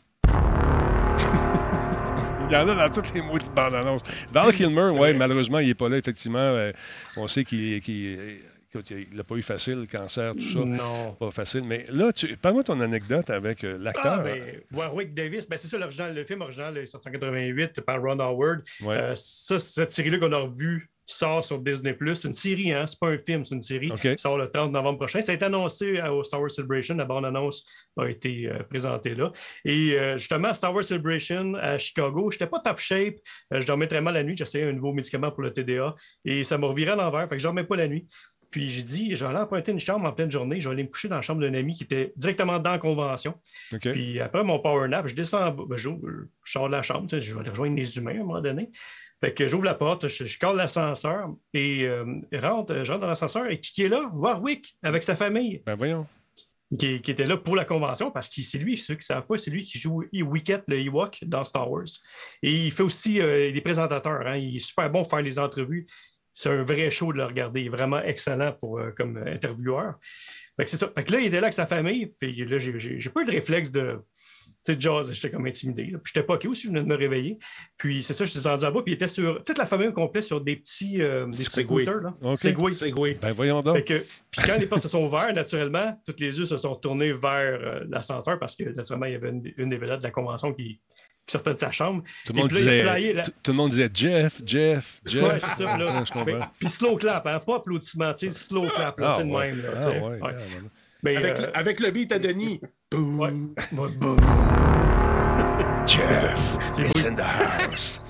Il y en a dans toutes les maudites bandes annonces. Val Kilmer, oui, malheureusement, il n'est pas là, effectivement. Euh, on sait qu'il, qu'il, écoute, il l'a pas eu facile, le cancer, tout ça.
Non.
Pas facile. Mais là, tu... parle-moi ton anecdote avec euh, l'acteur.
Ah, ben, Warwick Davis, ben, c'est ça, l'original, le film original est sorti en quatre-vingt-huit par Ron Howard.
Ouais.
Euh, ça, cette série-là qu'on a revue, qui sort sur Disney plus. C'est une série, hein? C'est pas un film, c'est une série.
Okay.
Qui sort le trente novembre prochain. Ça a été annoncé au Star Wars Celebration. La bande-annonce a été euh, présentée là. Et euh, justement, à Star Wars Celebration à Chicago, je n'étais pas top shape. Euh, je dormais très mal la nuit. J'essayais un nouveau médicament pour le T D A. Et ça m'a reviré à l'envers. Fait que je dormais pas la nuit. Puis j'ai dit, je vais aller emprunter une chambre en pleine journée. Je vais aller me coucher dans la chambre d'un ami qui était directement dans la convention.
Okay.
Puis après mon power nap, je descends en bas. Ben, je sors de la chambre. Tu sais, je vais aller rejoindre les humains à un moment donné. Fait que j'ouvre la porte, je, je cale l'ascenseur et euh, rentre, je rentre dans l'ascenseur et qui est là? Warwick, avec sa famille.
Ben voyons.
Qui, qui était là pour la convention parce que c'est lui, ceux qui ne savent pas, c'est lui qui joue Wicket, le Ewok, dans Star Wars. Et il fait aussi euh, des présentateurs. Hein. Il est super bon pour faire les entrevues. C'est un vrai show de le regarder. Il est vraiment excellent pour, euh, comme intervieweur. Fait que c'est ça. Fait que là, il était là avec sa famille. Puis là, j'ai, j'ai, j'ai pas eu le réflexe de... Tu sais, jazz, j'étais comme intimidé. Là. Puis j'étais pas OK aussi, je venais de me réveiller. Puis c'est ça, je suis rendu en bas. Puis il était sur toute la famille au complet sur des petits, euh, des petits scooters. Là.
Okay.
Segway.
Segway.
Ben voyons donc.
Fait que, puis quand les portes se sont ouvertes, naturellement, tous les yeux se sont tournés vers euh, l'ascenseur parce que naturellement, il y avait une, une des vedettes de la convention qui, qui sortait de sa chambre.
Tout le monde,
là,
disait,
flyé, là...
tout, tout le monde disait Jeff, Jeff, Jeff.
Ouais, c'est ça. Là.
Je comprends.
Puis slow clap, hein, pas applaudissement, tu sais, slow clap, là,
ah,
c'est le
ouais.
même. Là,
ah, ouais,
ouais.
ouais.
Mais,
avec,
euh...
le, avec le beat à Denis. Boum.
Ouais. Ouais, boum.
Jeff, it's in the house.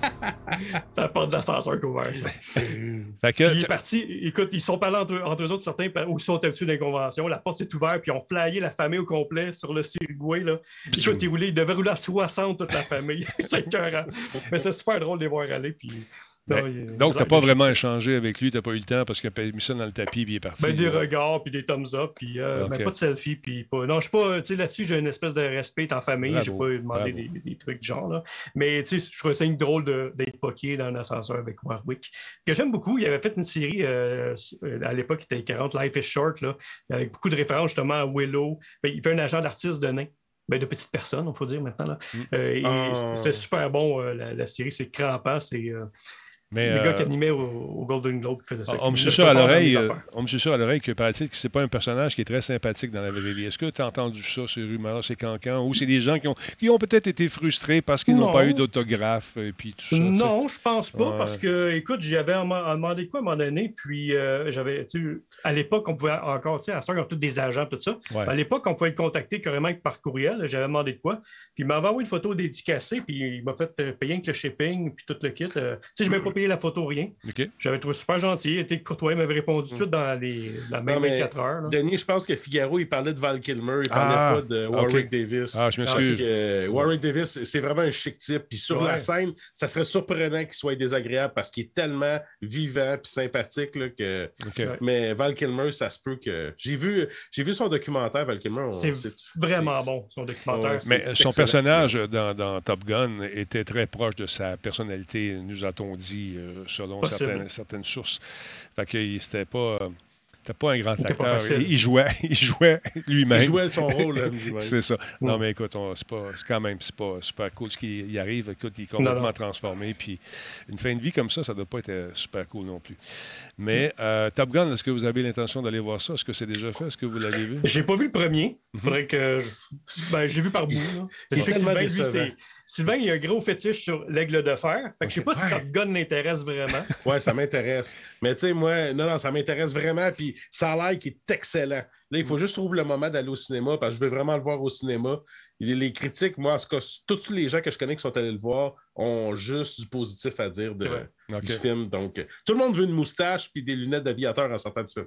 Ça part de l'ascenseur couvert, ça.
Fait que,
puis il est parti. Écoute, ils sont parlés entre, entre eux autres, certains, où ils sont habitués d'une convention. La porte s'est ouverte, puis ils ont flyé la famille au complet sur le Segway. Là. Puis écoute, ils, roulaient, ils devaient rouler à soixante, toute la famille. C'est écœurant. Mais c'est super drôle de les voir aller. Puis...
Ben, non, donc, tu n'as pas vraiment échangé avec lui, tu n'as pas eu le temps parce qu'il a mis ça dans le tapis puis il est parti.
Ben, des
là.
regards, puis des thumbs up, puis euh,
okay.
ben, pas de selfie, puis pas... Non, je suis pas... Tu sais, là-dessus, j'ai une espèce de respect en famille, je n'ai pas demandé des, des trucs du genre, là. Mais, tu sais, je trouvais ça une drôle de, d'être poqué dans un ascenseur avec Warwick, que j'aime beaucoup. Il avait fait une série, euh, à l'époque, qui était quarante, Life is Short, là, avec beaucoup de références, justement, à Willow. Ben, il fait un agent d'artiste de nains. Ben, de petites personnes, il faut dire, maintenant, là. Mm. Euh, et oh. c'était, c'était super bon, euh, la, la série. C'est crampant, c'est... Euh, Mais, les euh, gars qui animaient au, au Golden Globe faisaient ça.
On me susurre à l'oreille, euh, on me susurre à l'oreille que paraît-il que c'est pas un personnage qui est très sympathique dans la vraie vie. Est-ce que tu as entendu ça, ces rumeurs, ces cancans, ou c'est des gens qui ont, qui ont peut-être été frustrés parce qu'ils non. n'ont pas eu d'autographe et puis tout ça?
Non, je pense pas,
ouais.
parce que, écoute, j'avais demandé quoi à un moment donné, puis euh, j'avais, tu sais, à l'époque, on pouvait encore, tu sais, à ça, ils ont tous des agents, tout ça. Ouais. À l'époque, on pouvait le contacter carrément par courriel. J'avais demandé de quoi. Puis il m'avait envoyé une photo dédicacée, puis il m'a fait payer avec le shipping, puis tout le kit. Euh, tu sais, je n'avais pas payé la photo, rien.
Okay.
J'avais trouvé super gentil, il était courtois, il m'avait répondu tout de suite dans les, la même non, vingt-quatre heures. Là.
Denis, je pense que Figaro, il parlait de Val Kilmer, il parlait
ah,
pas de Warwick
okay.
Davis.
Ah, je m'excuse.
Parce que Warwick Davis, c'est vraiment un chic type. Puis sur ouais. la scène, ça serait surprenant qu'il soit désagréable parce qu'il est tellement vivant et sympathique là, que. Okay. Mais Val Kilmer, ça se peut que. J'ai vu, j'ai vu son documentaire, Val Kilmer. On...
C'est, c'est vraiment c'est... bon, son documentaire. Ouais,
mais son excellent. personnage dans, dans Top Gun était très proche de sa personnalité, nous a-t-on dit, euh, selon certaines, certaines sources. Fait que c'était pas. C'était pas un grand il acteur. Il, il jouait, il jouait lui-même.
Il jouait son rôle. Là,
c'est ça. Mm. Non, mais écoute, on, c'est, pas, c'est quand même c'est pas super cool ce qui y arrive. Écoute, il est complètement non, non. transformé. Puis une fin de vie comme ça, ça doit pas être super cool non plus. Mais euh, Top Gun, est-ce que vous avez l'intention d'aller voir ça? Est-ce que c'est déjà fait? Est-ce que vous l'avez vu?
J'ai pas vu le premier. Il faudrait que... Je... Ben, j'ai vu par bout. Là. Je sais que Sylvain, lui, c'est... Sylvain, il a un gros fétiche sur l'aigle de fer. Fait que okay. je sais pas si Top Gun l'intéresse vraiment.
Ouais, ça m'intéresse. Mais tu sais, moi, non, non, ça m'intéresse vraiment. Puis ça a l'air qu'il est excellent. Là, il faut juste trouver le moment d'aller au cinéma parce que je veux vraiment le voir au cinéma. Les critiques, moi, en tout cas, tous les gens que je connais qui sont allés le voir ont juste du positif à dire de, okay. du film. Donc, tout le monde veut une moustache puis des lunettes d'aviateur en sortant du film.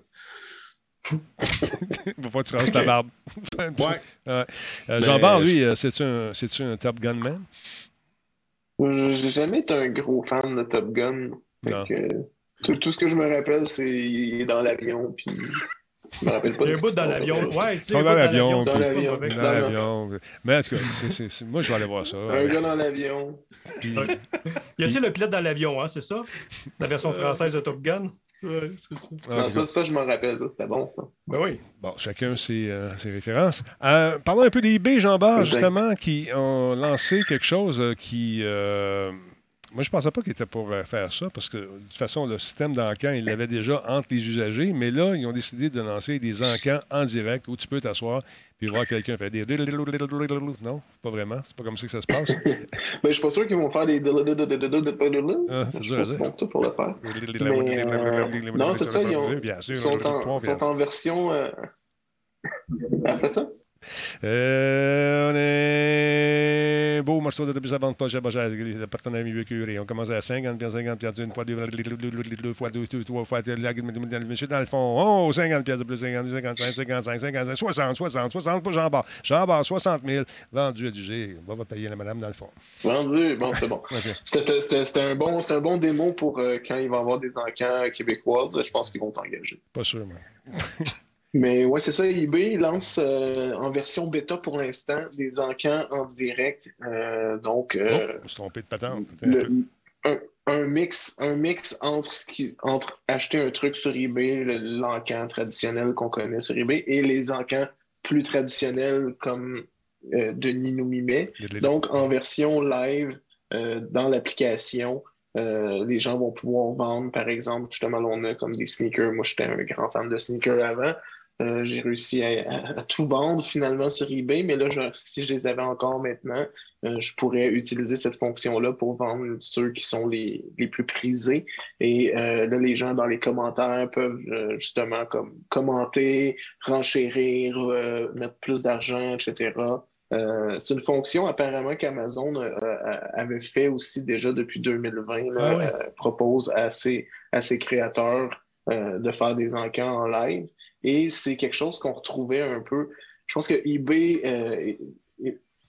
Il faut que tu ranges okay. ta barbe.
ouais.
ouais. Euh, Jean-Bart, lui, euh, c'est-tu un, c'est-tu un Top Gun man?
Euh, j'ai jamais été un gros fan de Top Gun. Que, tout, tout ce que je me rappelle, c'est qu'il est dans l'avion, puis... Je me rappelle pas.
Il y a un bout dans l'avion. Ouais, c'est
dans l'avion.
Dans l'avion.
Dans l'avion. Mais en tout cas, c'est, c'est, c'est... moi, je vais aller voir ça.
Un gars dans l'avion.
Puis...
Y a-t-il le pilote dans l'avion, hein, c'est ça? La version française de Top Gun?
Ouais, c'est ça.
Non, ça, ça, je m'en rappelle. Ça, c'était bon, ça.
Ben oui.
Bon, chacun ses, euh, ses références. Euh, parlons un peu des B, Jean-Bart, justement, qui ont lancé quelque chose qui... Euh... Moi, je pensais pas qu'il était pour euh, faire ça, parce que de toute façon, le système d'encan, il l'avait déjà entre les usagers, mais là, ils ont décidé de lancer des encans en direct où tu peux t'asseoir puis voir quelqu'un faire des... Non, pas vraiment. C'est pas comme ça que ça se passe.
Ben, je suis pas sûr qu'ils vont faire des...
Ah, c'est dur à dire.
Ils pour le faire. Mais, euh, non, c'est ça, ils, ont... ils sont, en... sont en version... Euh... Après ça?
Euh, on est beau morceau de plus avant de pas le partenaire mieux curé. On commence à cinquante, cinquante pièces une fois, deux, deux fois, deux, deux, trois fois, monsieur dans le fond, oh, cinquante pièces de plus, cinquante, cinquante-cinq, cinquante-cinq, cinquante-cinq, soixante, soixante, soixante pour Jean Bar. Jean Bar, soixante mille, vendu à du G. On va payer la madame dans le fond.
Vendu, bon, c'est bon. Okay. C'était, c'était, c'était, un bon c'était un bon démo pour euh, quand il va y avoir des encans québécoises. Je pense qu'ils vont t'engager.
Pas sûr, moi.
Mais ouais, c'est ça, eBay lance euh, en version bêta pour l'instant des encans en direct. Euh, donc, euh,
oh, on se trompé de patente.
Le, un, un, mix, un mix entre, ce qui, entre acheter un truc sur eBay, le, l'encan traditionnel qu'on connaît sur eBay, et les encans plus traditionnels comme euh, Denis nous mimait. Donc, en version live, euh, dans l'application, Euh, les gens vont pouvoir vendre, par exemple, justement, là, on a comme des sneakers. Moi, j'étais un grand fan de sneakers avant. Euh, j'ai réussi à, à, à tout vendre finalement sur eBay, mais là, je, si je les avais encore maintenant, euh, je pourrais utiliser cette fonction-là pour vendre ceux qui sont les, les plus prisés. Et euh, là, les gens dans les commentaires peuvent euh, justement comme commenter, renchérir, euh, mettre plus d'argent, et cetera. Euh, c'est une fonction apparemment qu'Amazon euh, avait fait aussi déjà depuis deux mille vingt, là, ah oui. euh, propose à ses, à ses créateurs euh, de faire des encans en live. Et c'est quelque chose qu'on retrouvait un peu. Je pense que eBay euh,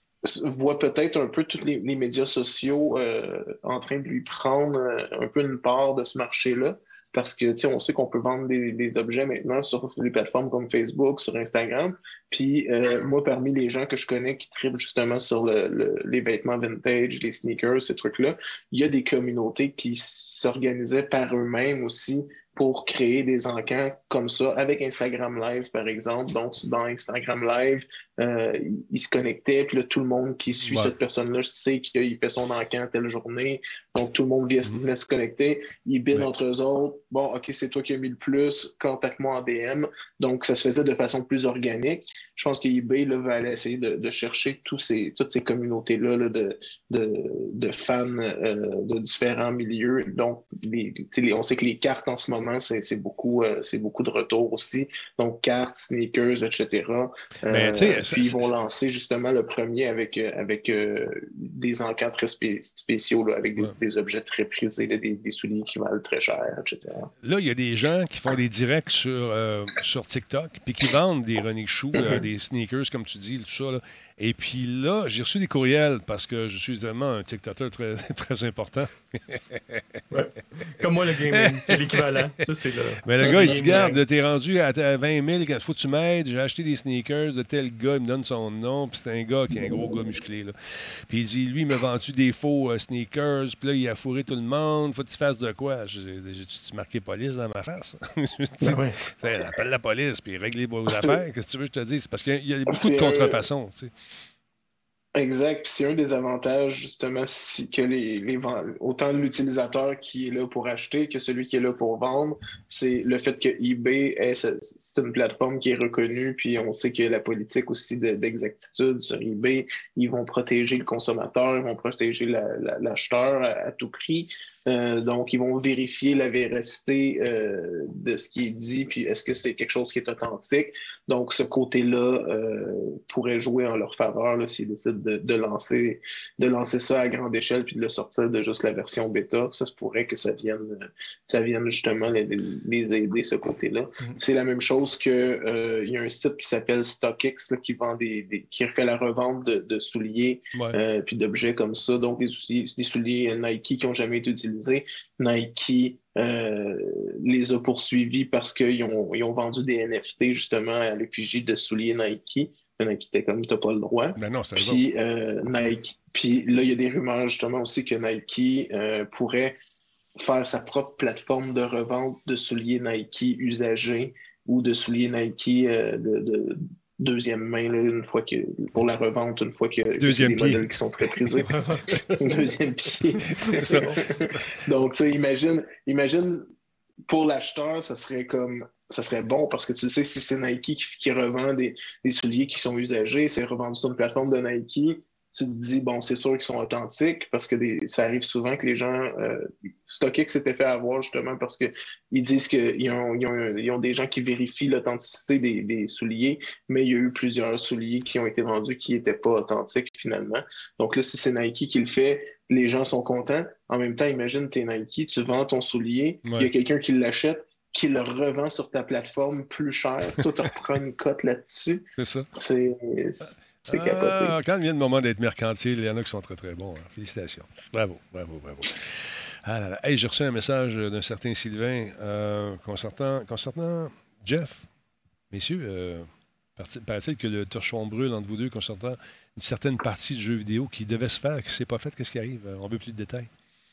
voit peut-être un peu tous les, les médias sociaux euh, en train de lui prendre euh, un peu une part de ce marché-là. Parce que, tu sais, on sait qu'on peut vendre des, des objets maintenant sur les plateformes comme Facebook, sur Instagram. Puis, euh, moi, parmi les gens que je connais qui tripent justement sur le, le, les vêtements vintage, les sneakers, ces trucs-là, il y a des communautés qui s'organisaient par eux-mêmes aussi pour créer des encans comme ça, avec Instagram Live, par exemple. Donc, dans Instagram Live, euh, il, il se connectait, puis là, tout le monde qui suit ouais. cette personne-là sait qu'il fait son encan telle journée. Donc, tout le monde vient, mm-hmm. vient se connecter. Ils bident ouais. entre eux autres. Bon, OK, c'est toi qui as mis le plus, contacte-moi en D M. Donc, ça se faisait de façon plus organique. Je pense qu'eBay là, va aller essayer de, de chercher tous ces, toutes ces communautés-là là, de, de, de fans euh, de différents milieux. Donc, les, les, on sait que les cartes en ce moment, c'est, c'est, beaucoup, euh, c'est beaucoup de retour aussi. Donc, cartes, sneakers, et cetera. Euh, puis, ça, ils vont lancer justement le premier avec, avec euh, des encans très spé- spéciaux, là, avec des, ouais. des objets très prisés, là, des, des souliers qui valent très cher, et cetera.
Là, il y a des gens qui font des directs sur, euh, sur TikTok puis qui vendent des running shoes, mm-hmm. euh, des sneakers, comme tu dis, tout ça. Là. Et puis là, j'ai reçu des courriels parce que je suis vraiment un TikToker très, très important.
Ouais. Comme moi, le gaming, c'est l'équivalent. Ça, c'est le...
Mais le gars, il dit, garde, t'es rendu à vingt mille, il faut que tu m'aides, j'ai acheté des sneakers de tel gars, il me donne son nom, puis c'est un gars qui est un gros gars musclé. Là. Puis il dit, lui, il m'a vendu des faux uh, sneakers, puis là, il a fourré tout le monde, faut que tu fasses de quoi? J'ai, j'ai-tu marqué police dans ma face? Je dis, ah ouais. Appelle la police, puis règle vos affaires. Qu'est-ce que tu veux que je te dise? C'est parce qu'il y a beaucoup de contrefaçons, tu sais.
Exact. Puis c'est un des avantages, justement, si, que les, les autant l'utilisateur qui est là pour acheter que celui qui est là pour vendre, c'est le fait que eBay est, c'est une plateforme qui est reconnue, puis on sait que la politique aussi de, d'exactitude sur eBay, ils vont protéger le consommateur, ils vont protéger la, la, l'acheteur à, à tout prix. Euh, donc, ils vont vérifier la véracité euh, de ce qui est dit, puis est-ce que c'est quelque chose qui est authentique. Donc, ce côté-là euh, pourrait jouer en leur faveur là, s'ils décident de, de, lancer, de lancer ça à grande échelle puis de le sortir de juste la version bêta. Ça se pourrait que ça vienne, ça vienne justement les, les aider, ce côté-là. Mm-hmm. C'est la même chose que euh, il y a un site qui s'appelle StockX là, qui vend des, des qui fait la revente de, de souliers ouais. euh, puis d'objets comme ça. Donc, des souliers, des souliers Nike qui n'ont jamais été utilisés. Nike euh, les a poursuivis parce qu'ils ont, ils ont vendu des N F T justement à l'effigie de souliers Nike. Nike était comme, t'as pas le droit.
Ben non, c'est
puis, euh, Nike. Puis là, il y a des rumeurs justement aussi que Nike euh, pourrait faire sa propre plateforme de revente de souliers Nike usagés ou de souliers Nike euh, de, de deuxième main, là, une fois que, pour la revente, une fois que,
deuxième
que c'est des
pied.
modèles qui sont très prisés. Deuxième pied.
C'est ça.
Donc, tu sais, imagine, imagine, pour l'acheteur, ça serait comme, ça serait bon parce que tu sais, si c'est Nike qui, qui revend des, des souliers qui sont usagés, c'est revendu sur une plateforme de Nike, tu te dis, bon, c'est sûr qu'ils sont authentiques parce que des, ça arrive souvent que les gens, euh, StockX s'était fait avoir justement parce qu'ils disent qu'ils ont, ils ont, ils ont des gens qui vérifient l'authenticité des, des souliers, mais il y a eu plusieurs souliers qui ont été vendus qui n'étaient pas authentiques finalement. Donc là, si c'est Nike qui le fait, les gens sont contents. En même temps, imagine, t'es Nike, tu vends ton soulier, il ouais. y a quelqu'un qui l'achète, qui le revend sur ta plateforme plus cher. Toi, tu reprends une cote là-dessus.
C'est ça.
C'est... C'est capoté.
Ah, quand vient le moment d'être mercantile, il y en a qui sont très, très bons. Hein. Félicitations. Bravo, bravo, bravo. Ah là là. Hey, j'ai reçu un message d'un certain Sylvain euh, concernant, concernant Jeff. Messieurs, euh, paraît-il que le torchon brûle entre vous deux concernant une certaine partie du jeu vidéo qui devait se faire, qui ne s'est pas faite. Qu'est-ce qui arrive? On veut plus de détails.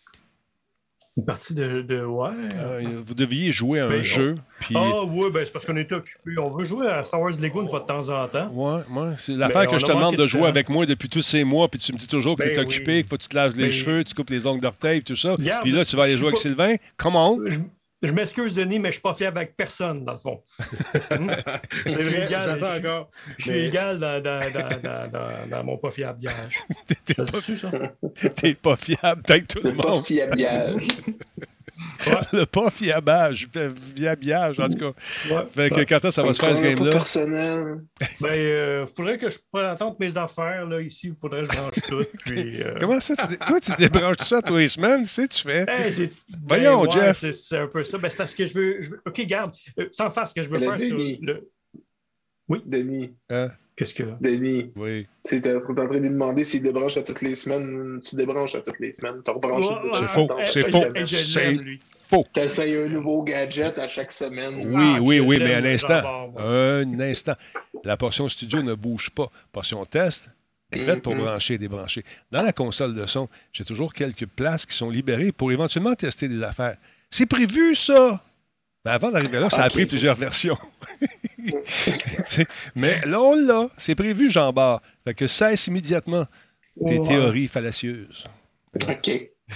Une partie de... de ouais.
Euh, vous deviez jouer à un
ben,
jeu.
On...
Puis...
Ah oui, ben, c'est parce qu'on est occupé. On veut jouer à Star Wars Lego une fois de temps en temps.
Oui, ouais. C'est l'affaire que je te demande de jouer avec moi depuis tous ces mois, puis tu me dis toujours que ben, tu es occupé, oui. qu'il faut que tu te laves les ben, cheveux, tu coupes les ongles d'orteil, tout ça. Regarde, puis là, tu vas aller jouer avec pas... Sylvain. Comment?
Je... Je m'excuse, Denis, mais je ne suis pas fiable avec personne, dans le fond.
C'est vrai, égal, j'attends
je,
encore.
Je suis mais... égal dans, dans, dans, dans, dans, dans mon pas fiable-gage.
T'es pas... ça? T'es pas fiable, t'es tout le monde.
Pas fiable-gage.
Ouais. Le pas fiabage, fiabage, en tout cas. Ouais. Fait que quand ça va se faire ce game-là?
Personnel.
Ben, euh, faudrait que je présente mes affaires, là, ici. Il faudrait que je branche tout. Puis, euh...
Comment ça? Tu dé... Toi, tu débranches tout ça tous les semaines? Tu sais, tu fais.
Hey,
Voyons,
ben, ouais,
Jeff.
C'est, c'est un peu ça. Ben, c'est parce que je veux. Je veux... OK, garde. Euh, sans faire ce que je veux
le
faire
Denis.
sur le. Oui.
Denis.
Hein?
Qu'est-ce que.
Denis.
Oui.
Tu es en train de lui demander s'il débranche à toutes les semaines. Tu débranches à toutes les semaines. Tu rebranches.
Oh, c'est faux. C'est faux. C'est faux.
Tu essayes un nouveau gadget à chaque semaine.
Oui, ah, oui, oui, mais un instant. Un instant. La portion studio ne bouge pas. Portion test est faite pour mm-hmm. brancher et débrancher. Dans la console de son, j'ai toujours quelques places qui sont libérées pour éventuellement tester des affaires. C'est prévu, ça! Mais avant d'arriver là, ça okay. a pris plusieurs versions. Mais là, on l'a. C'est prévu, Jean-Bart. Fait que cesse immédiatement tes wow. théories fallacieuses.
OK.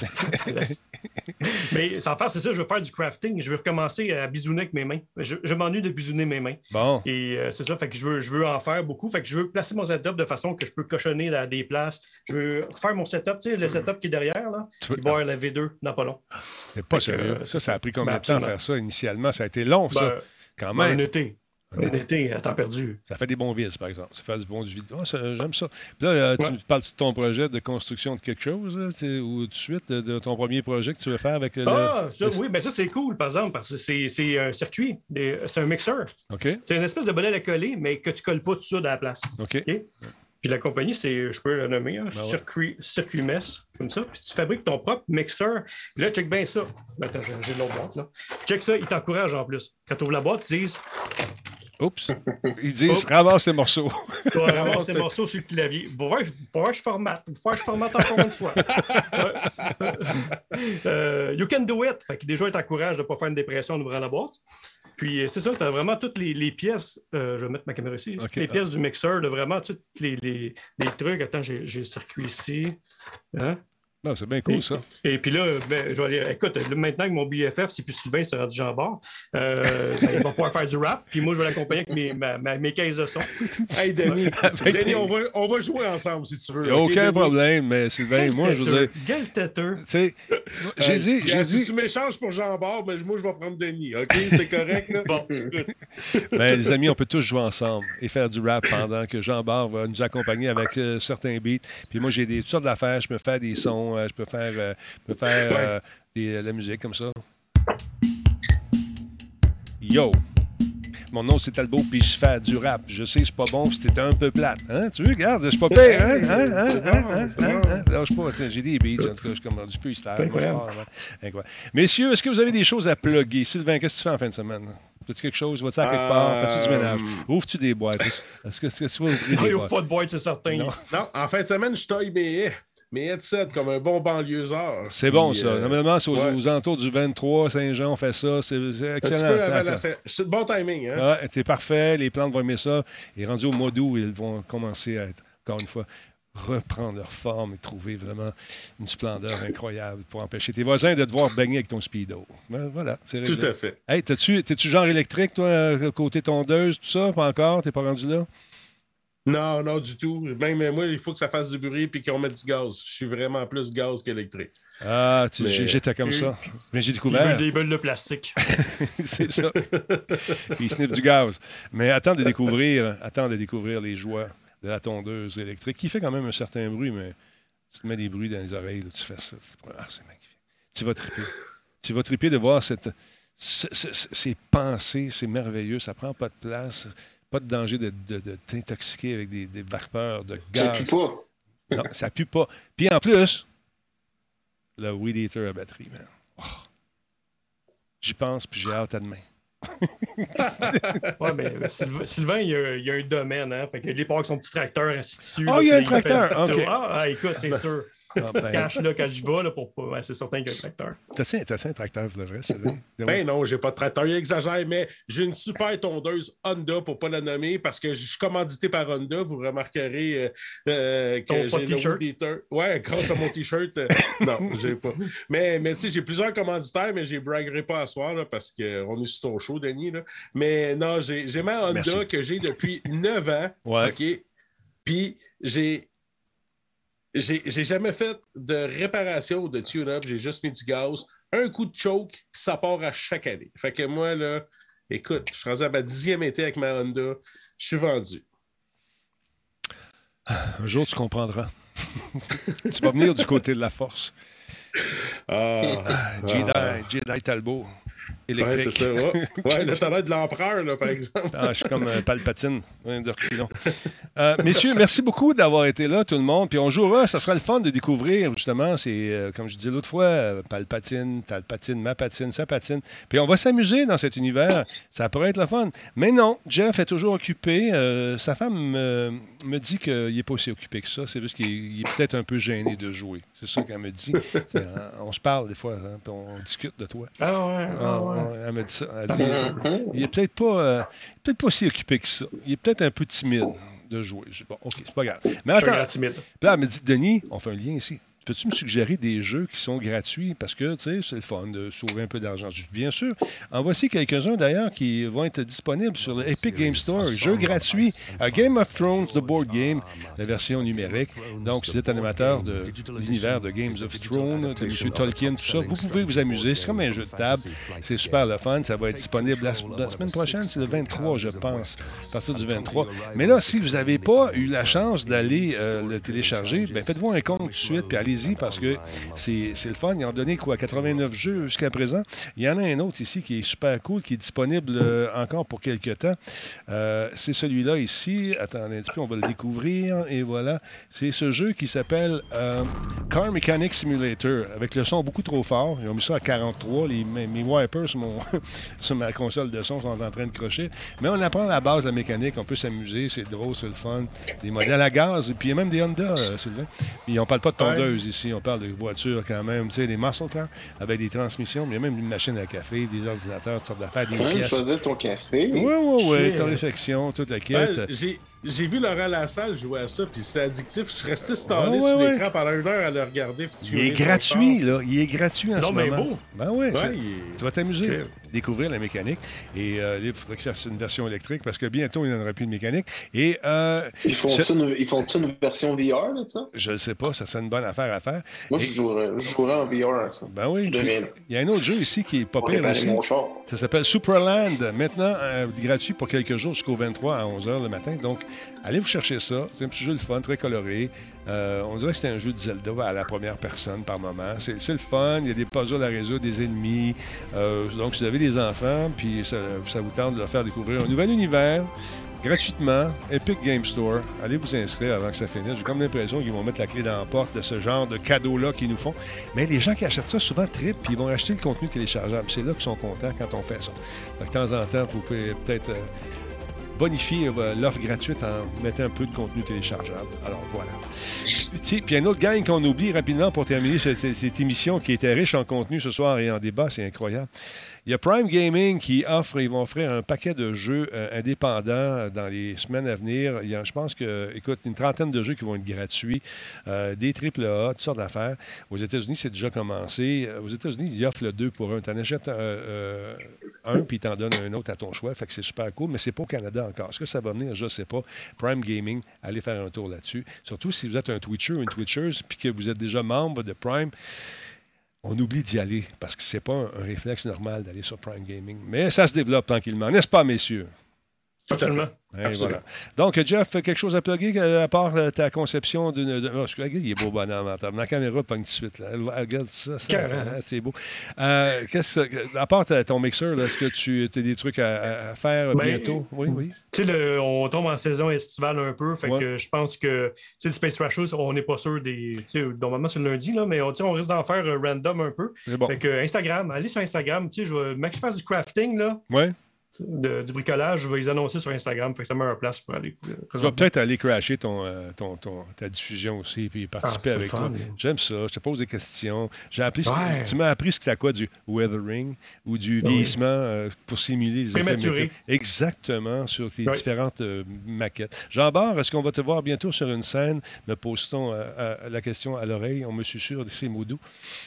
Mais sans faire, c'est ça, je veux faire du crafting. Je veux recommencer à bisouner avec mes mains. Je, je m'ennuie de bisouner mes mains.
Bon.
Et euh, c'est ça, fait que je veux, je veux en faire beaucoup. Fait que je veux placer mon setup de façon que je peux cochonner à des places. Je veux faire mon setup, tu sais, le setup qui est derrière, là. Tu veux... Il va y avoir la V deux dans pas long.
C'est pas sérieux. Euh, ça, ça a pris combien ben, de temps à faire ça initialement? Ça a été long, ça. Ben, quand même.
Ben, un été. Un été à temps perdu.
Ça fait des bons vis, par exemple. Ça fait du bon du vide. Oh, ça, j'aime ça. Puis là, euh, tu ouais. parles de ton projet de construction de quelque chose, là, ou tout de suite, de, de ton premier projet que tu veux faire avec le.
Ah, ça,
le...
oui, bien ça, c'est cool, par exemple, parce que c'est, c'est un circuit, des, c'est un mixeur.
OK.
C'est une espèce de bonnet à coller, mais que tu ne colles pas tout ça dans la place.
OK.
okay? Puis la compagnie, c'est, je peux la nommer, hein, ben circuit, ouais. circuit mess, comme ça. Puis tu fabriques ton propre mixeur. Puis là, check bien ça. Ben, attends, j'ai, j'ai l'autre boîte, là. Check ça, ils t'encouragent en plus. Quand tu ouvres la boîte, ils disent.
Oups. Ils disent Oups. Ramasse tes morceaux.
Ouais, ramasse tes morceaux sur le clavier. Faut voir, faut voir que je formate. Faut voir que je formate encore une fois. euh, you can do it. Fait que déjà, ils t'encouragent de ne pas faire une dépression en ouvrant la boîte. Puis c'est ça, tu as vraiment toutes les, les pièces. Euh, je vais mettre ma caméra ici. Okay. Les pièces du mixeur, de vraiment toutes les, les, les trucs. Attends, j'ai, j'ai le circuit ici. Hein?
Non, c'est bien cool,
et,
ça.
Et puis là, ben, je vais aller, écoute, maintenant que mon B F F, c'est plus Sylvain, c'est rendu Jean-Bart, euh, ben, il va pouvoir faire du rap, puis moi, je vais l'accompagner avec mes, ma, ma, mes caisses de son.
Hey, Denis, Denis on, va, on va jouer ensemble, si tu veux.
Il n'y a okay, aucun Denis? Problème, mais Sylvain, moi, je veux dire...
Quel têteux.
Tu sais, j'ai dit... J'ai
si
dit...
tu m'échanges pour Jean-Bart, ben, moi, je vais prendre Denis, OK? C'est correct, là? Bon.
Ben, les amis, on peut tous jouer ensemble et faire du rap pendant que Jean-Bart va nous accompagner avec euh, certains beats. Puis moi, j'ai des, toutes sortes d'affaires. Je peux faire des sons, euh, je peux faire... Euh, Je peux faire
ouais.
euh, des, la musique comme ça. Yo! Mon nom, c'est Talbot, puis je fais du rap. Je sais, c'est pas bon, c'était un peu plate. Hein? Tu regardes, c'est pas pire, hein? hein? hein?
C'est
hein?
bon,
hein?
c'est
hein?
bon.
hein? Alors, je sais pas, tiens, j'ai des beats, en tout cas, je suis comme du freestyle. Moi, je pars, hein? Messieurs, est-ce que vous avez des choses à plugger? Sylvain, qu'est-ce que tu fais en fin de semaine? Fais-tu quelque chose? Vas-tu à quelque euh... part? Fais-tu du ménage? Ouvres-tu des boîtes? Est-ce que, est-ce que tu vas ouvrir des
boîtes?
boîtes?
Ouvre pas de boîtes, c'est certain.
Non. non, en fin de semaine, je taille mes haies. mes headsets comme un bon banlieusard.
C'est bon, ça.
Euh,
Normalement, c'est aux,
ouais.
aux alentours du vingt-trois, Saint-Jean, on fait ça. C'est, c'est excellent.
Un petit peu avant la... C'est le bon timing. Hein?
Ouais, c'est parfait. Les plantes vont aimer ça. Et rendu au mois d'août, ils vont commencer à être, encore une fois, reprendre leur forme et trouver vraiment une splendeur incroyable pour empêcher tes voisins de te voir baigner avec ton speedo. Ben, voilà, c'est réglé.
Tout à fait.
Hey, t'as-tu, t'es-tu genre électrique, toi, côté tondeuse, tout ça? Pas encore? T'es pas rendu là?
Non, non, du tout. Même moi, il faut que ça fasse du bruit et qu'on mette du gaz. Je suis vraiment plus gaz qu'électrique.
Ah, tu,
Mais...
j'étais comme ça. Mais j'ai découvert.
Des bulles de plastique.
C'est ça. Puis il sniffe du gaz. Mais attends de découvrir, attends de découvrir les joies de la tondeuse électrique, qui fait quand même un certain bruit, mais tu te mets des bruits dans les oreilles, là, tu fais ça. Ah, c'est magnifique. Tu vas triper. Tu vas triper de voir cette, ce, ce, ces pensées, c'est merveilleux, ça prend pas de place, pas de danger de, de, de t'intoxiquer avec des, des vapeurs de gaz.
Ça pue pas.
Non, ça pue pas. Puis en plus, le Weed Eater à batterie, man. Oh. J'y pense, puis j'ai hâte à demain.
Ouais, mais, mais Sylvain, Sylvain il, y a, il y a un domaine, hein? Fait que les part avec son petit tracteur assis dessus.
Ah, oh, il y a un tracteur. OK.
Ah, ah, écoute, c'est sûr. Ah, ben... Quand je là, quand je vais, là, pour pas. Ouais, c'est certain qu'il y a un tracteur.
T'as-tu, t'as-tu un tracteur pour le vrai, Sylvain?
Ben non, j'ai pas de tracteur, il exagère, mais j'ai une super tondeuse Honda pour pas la nommer parce que je suis commandité par Honda. Vous remarquerez euh, euh, que
Ton
j'ai le Weed Eater. Ouais, grâce à mon t-shirt. Euh, non, j'ai pas. Mais, mais tu sais, j'ai plusieurs commanditaires, mais je les braguerai pas à soir là, parce qu'on est sur ton show, Denis. Là. Mais non, j'ai, j'ai ma Honda Merci. Que j'ai depuis neuf ans.
Ouais.
OK? Puis j'ai. J'ai, j'ai jamais fait de réparation ou de tune-up, j'ai juste mis du gaz, un coup de choke, puis ça part à chaque année. Fait que moi, là, écoute, je suis rendu à ma dixième été avec ma Honda, je suis vendu.
Un jour, tu comprendras. Tu vas venir du côté de la force.
Ah,
Jedi,
ah.
Jedi Talbot. Électrique.
Ouais, c'est ça. Ouais, ouais là, t'as l'air de l'empereur, là, par exemple.
Ah, je suis comme euh, Palpatine. Ouais, de reculons. Euh, messieurs, merci beaucoup d'avoir été là, tout le monde. Puis on jouera, ça sera le fun de découvrir, justement, c'est, euh, comme je disais l'autre fois, euh, Palpatine, Talpatine, ma patine, sa patine. Puis on va s'amuser dans cet univers. Ça pourrait être le fun. Mais non, Jeff est toujours occupé. Euh, sa femme me, me dit qu'il n'est pas aussi occupé que ça. C'est juste qu'il il est peut-être un peu gêné de jouer. C'est ça qu'elle me dit. Hein, on se parle des fois, hein, puis on discute de toi.
Ah ouais, ah ouais.
Elle m'a dit ça. Elle dit, il est peut-être pas, euh, peut-être pas si occupé que ça. Il est peut-être un peu timide de jouer. Je dis, bon, OK, c'est pas grave. Mais attends. Puis là, elle me dit, Denis, on fait un lien ici. Peux-tu me suggérer des jeux qui sont gratuits? Parce que, tu sais, c'est le fun de sauver un peu d'argent. Je dis, bien sûr. En voici quelques-uns, d'ailleurs, qui vont être disponibles sur le Epic Game Store. Jeux gratuits. A Game of Thrones, The Board Game, la version numérique. Donc, si vous êtes animateur de l'univers de Games of Thrones, de M. Tolkien, tout ça, vous pouvez vous amuser. C'est comme un jeu de table. C'est super le fun. Ça va être disponible la, la semaine prochaine. C'est le vingt-trois, je pense, à partir du vingt-trois. Mais là, si vous n'avez pas eu la chance d'aller euh, le télécharger, ben faites-vous un compte tout de suite, puis allez parce que c'est, c'est le fun. Ils ont donné quoi, quatre-vingt-neuf jeux jusqu'à présent. Il y en a un autre ici qui est super cool, qui est disponible euh, encore pour quelques temps. Euh, c'est celui-là ici. Attendez un petit peu, on va le découvrir. Et voilà. C'est ce jeu qui s'appelle euh, Car Mechanic Simulator, avec le son beaucoup trop fort. Ils ont mis ça à quarante-trois. Les, mes, mes wipers sur, mon, sur ma console de son sont en train de crocher. Mais on apprend la base de la mécanique. On peut s'amuser. C'est drôle, c'est le fun. Des modèles à gaz. Et puis il y a même des Honda, euh, Sylvain. Puis on parle pas de tondeuse ouais. ici. On parle de voitures quand même. Tu sais, des muscle cars avec des transmissions. Mais il y a même une machine à café, des ordinateurs, toutes sortes d'affaires. Des
tu
pièces.
viens de choisir ton café.
Oui, oui, oui. Torréfaction, toute la quête.
Ben, j'ai... J'ai vu Laurent Lassalle jouer à ça, puis c'est addictif. Je suis resté stallé
oh,
sur
ouais,
l'écran
ouais.
pendant une heure à le regarder.
Il est gratuit, là. Il est gratuit en
non,
ce
mais
moment.
beau.
Ben ouais,
ouais
c'est...
est...
Tu vas t'amuser,
okay.
découvrir la mécanique. Et euh, il faudrait que ça fasse une version électrique parce que bientôt, il n'y en aura plus de mécanique. Et, euh,
ils font-tu
ce...
une, ils font une version V R de ça?
Je ne sais pas. Ça serait une bonne affaire à faire.
Moi,
Et...
je, jouerais, je jouerais en V R à ça.
Ben oui. Puis, il y a un autre jeu ici qui est pas pire aussi.
Mon char.
Ça s'appelle Superland. Maintenant, euh, gratuit pour quelques jours jusqu'au vingt-trois à onze heures le matin. Donc, allez vous chercher ça. C'est un petit jeu de fun, très coloré. Euh, on dirait que c'est un jeu de Zelda à la première personne par moment. C'est, c'est le fun. Il y a des puzzles à résoudre, des ennemis. Euh, donc, si vous avez des enfants, puis ça, ça vous tente de leur faire découvrir un nouvel univers, gratuitement, Epic Game Store. Allez vous inscrire avant que ça finisse. J'ai comme l'impression qu'ils vont mettre la clé dans la porte de ce genre de cadeaux-là qu'ils nous font. Mais les gens qui achètent ça, souvent trippent, puis ils vont acheter le contenu téléchargeable. C'est là qu'ils sont contents quand on fait ça. Donc, de temps en temps, vous pouvez peut-être... Euh, bonifier euh, l'offre gratuite en mettant un peu de contenu téléchargeable. Alors, voilà. Puis il y a une autre gang qu'on oublie rapidement pour terminer cette, cette émission qui était riche en contenu ce soir et en débat, c'est incroyable. Il y a Prime Gaming qui offre, ils vont offrir un paquet de jeux euh, indépendants dans les semaines à venir. Il y a, je pense que, écoute, une trentaine de jeux qui vont être gratuits, euh, des triple A, toutes sortes d'affaires. Aux États-Unis, c'est déjà commencé. Aux États-Unis, ils offrent le deux pour un. Tu en achètes euh, euh, un, puis ils t'en donnent un autre à ton choix. Fait que c'est super cool, mais c'est pas au Canada encore. Est-ce que ça va venir? Je ne sais pas. Prime Gaming, allez faire un tour là-dessus. Surtout si vous êtes un Twitcher ou une Twitcheuse, puis que vous êtes déjà membre de Prime. On oublie d'y aller parce que c'est pas un, un réflexe normal d'aller sur Prime Gaming. Mais ça se développe tranquillement, n'est-ce pas, messieurs?
Absolument.
Et voilà. Donc, Jeff, quelque chose à plugger à part euh, ta conception d'une. De... Oh, il est beau bonhomme. Ma caméra pogne tout de suite. Là. Regarde ça. ça hein, c'est beau. Euh, que, à part ta, ton mixeur, là, est-ce que tu as des trucs à, à faire ben, bientôt? Oui, oui.
Tu sais, on tombe en saison estivale un peu. Fait ouais. que je pense que le Space Trashers, on n'est pas sûr des. Normalement, c'est le lundi, là, mais on, on risque d'en faire un random un peu. Bon. Fait que Instagram, allez sur Instagram. Je vais, mec, je fasse du crafting. Là.
Ouais.
De, du bricolage, je vais les annoncer sur Instagram, fait que ça met en place pour aller.
Je vais peut-être aller crasher ton, euh, ton, ton, ta diffusion aussi, puis participer ah, avec fun, toi. Mais... J'aime ça, je te pose des questions. J'ai appris ouais. ce, tu m'as appris ce que c'est quoi du weathering ou du vieillissement oui. euh, pour simuler les effets météo. Exactement, sur tes oui. différentes euh, maquettes. Jean-Bart, est-ce qu'on va te voir bientôt sur une scène? Me pose-t-on euh, la question à l'oreille? On me susurre de ces mots doux.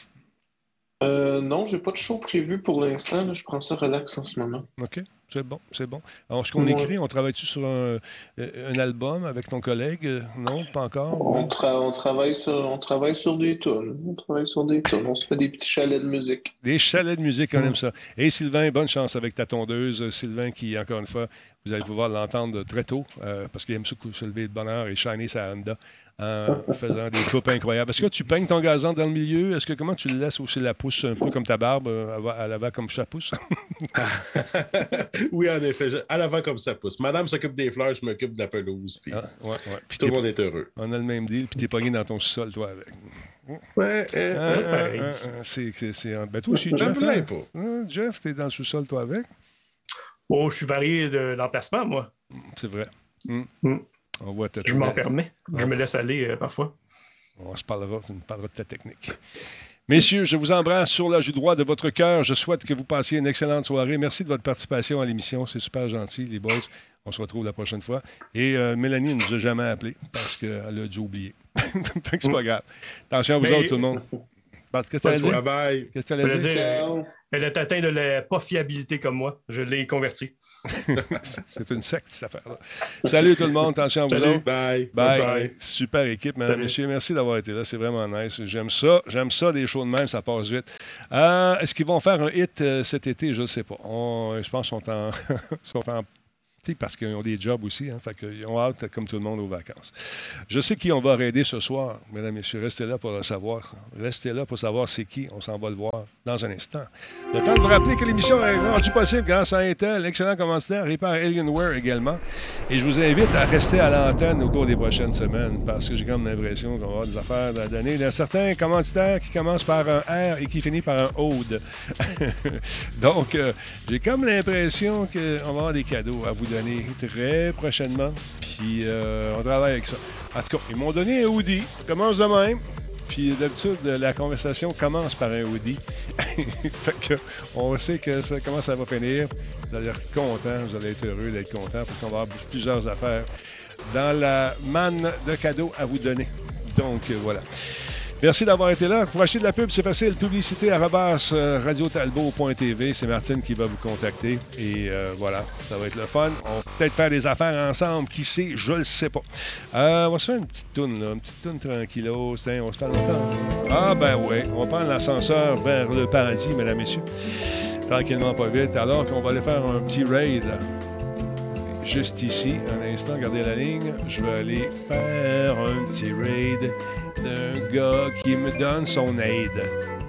Euh, non, j'ai pas de show prévu pour l'instant. Là. Je prends ça relax en ce moment.
OK. C'est bon, c'est bon. Alors, ce qu'on ouais. écrit, on travaille-tu sur un, un album avec ton collègue? Non, pas encore?
On, tra- on, travaille, sur, on travaille sur des tunes. On travaille sur des tunes. On se fait des petits chalets de musique.
Des chalets de musique, on mmh. aime ça. Et Sylvain, bonne chance avec ta tondeuse. Sylvain qui, encore une fois, vous allez pouvoir l'entendre très tôt euh, parce qu'il aime ça se lever de bonne heure et shiner sa Honda en faisant des coupes incroyables. Est-ce que tu peignes ton gazon dans le milieu? Est-ce que comment tu le laisses aussi la pousse un peu comme ta barbe à l'avant comme ça pousse?
Oui, en effet. À l'avant comme ça pousse. Madame s'occupe des fleurs, je m'occupe de la pelouse. Puis, ah, ouais, ouais. puis tout le monde est heureux.
On a le même deal, puis t'es pogné dans ton sous-sol, toi, avec.
Ouais, euh,
ah, euh, ah, ah, c'est, c'est, c'est... Ben, toi aussi, Jeff. Hein? Pas. Ah, Jeff, t'es dans le sous-sol, toi, avec?
Oh, je suis varié de l'emplacement, moi.
C'est vrai. Mm.
Mm.
On voit ta
je m'en permets. Je me laisse aller euh, parfois.
On se parlera, tu me parleras de ta technique. Messieurs, je vous embrasse sur la joue droite de votre cœur. Je souhaite que vous passiez une excellente soirée. Merci de votre participation à l'émission. C'est super gentil, les boys. On se retrouve la prochaine fois. Et euh, Mélanie ne nous a jamais appelés parce qu'elle a dû oublier. Fait que c'est pas grave. Attention à vous Mais... autres, tout le monde. Qu'est-ce que tu allais dire?
Bye.
Qu'est-ce que tu allais dire?
dire elle est atteinte de la pas fiabilité comme moi. Je l'ai converti.
C'est une secte, cette affaire-là. Salut tout le monde. Attention à vous
Salut.
autres.
Bye.
Bye. Super équipe, mesdames et messieurs. Merci d'avoir été là. C'est vraiment nice. J'aime ça. J'aime ça, des shows de même. Ça passe vite. Euh, est-ce qu'ils vont faire un hit euh, cet été? Je ne sais pas. On, je pense qu'ils sont en... sont en parce qu'ils ont des jobs aussi, hein, fait qu'ils ont hâte, comme tout le monde, aux vacances. Je sais qui on va aider ce soir, mesdames et messieurs. Restez là pour le savoir. Restez là pour savoir c'est qui. On s'en va le voir dans un instant. Le temps de vous rappeler que l'émission est rendue possible grâce à Intel, excellent commanditaire, et par Alienware également. Et je vous invite à rester à l'antenne au cours des prochaines semaines parce que j'ai comme l'impression qu'on va avoir des affaires à donner. Il y a certains commanditaires qui commencent par un R et qui finissent par un Ode. Donc, euh, j'ai comme l'impression qu'on va avoir des cadeaux à vous donner très prochainement. Puis euh, on travaille avec ça. En tout cas, ils m'ont donné un hoodie. Commence de même. Puis d'habitude, la conversation commence par un hoodie. Fait que on sait que ça, comment ça va finir. Vous allez être content, vous allez être heureux d'être content parce qu'on va avoir plusieurs affaires dans la manne de cadeaux à vous donner. Donc euh, voilà. Merci d'avoir été là. Pour acheter de la pub, c'est facile. Publicité arobase radio talbot point t v. C'est Martine qui va vous contacter. Et euh, voilà, ça va être le fun. On va peut-être faire des affaires ensemble. Qui sait? Je le sais pas. Euh, on va se faire une petite toune, là. Une petite toune tranquillo. Tiens, on se fait longtemps. Ah ben oui, on va prendre l'ascenseur vers le paradis, mesdames et messieurs. Tranquillement, pas vite. Alors qu'on va aller faire un petit raid. Juste ici, un instant, gardez la ligne. Je vais aller faire un petit raid d'un gars qui me donne son aide.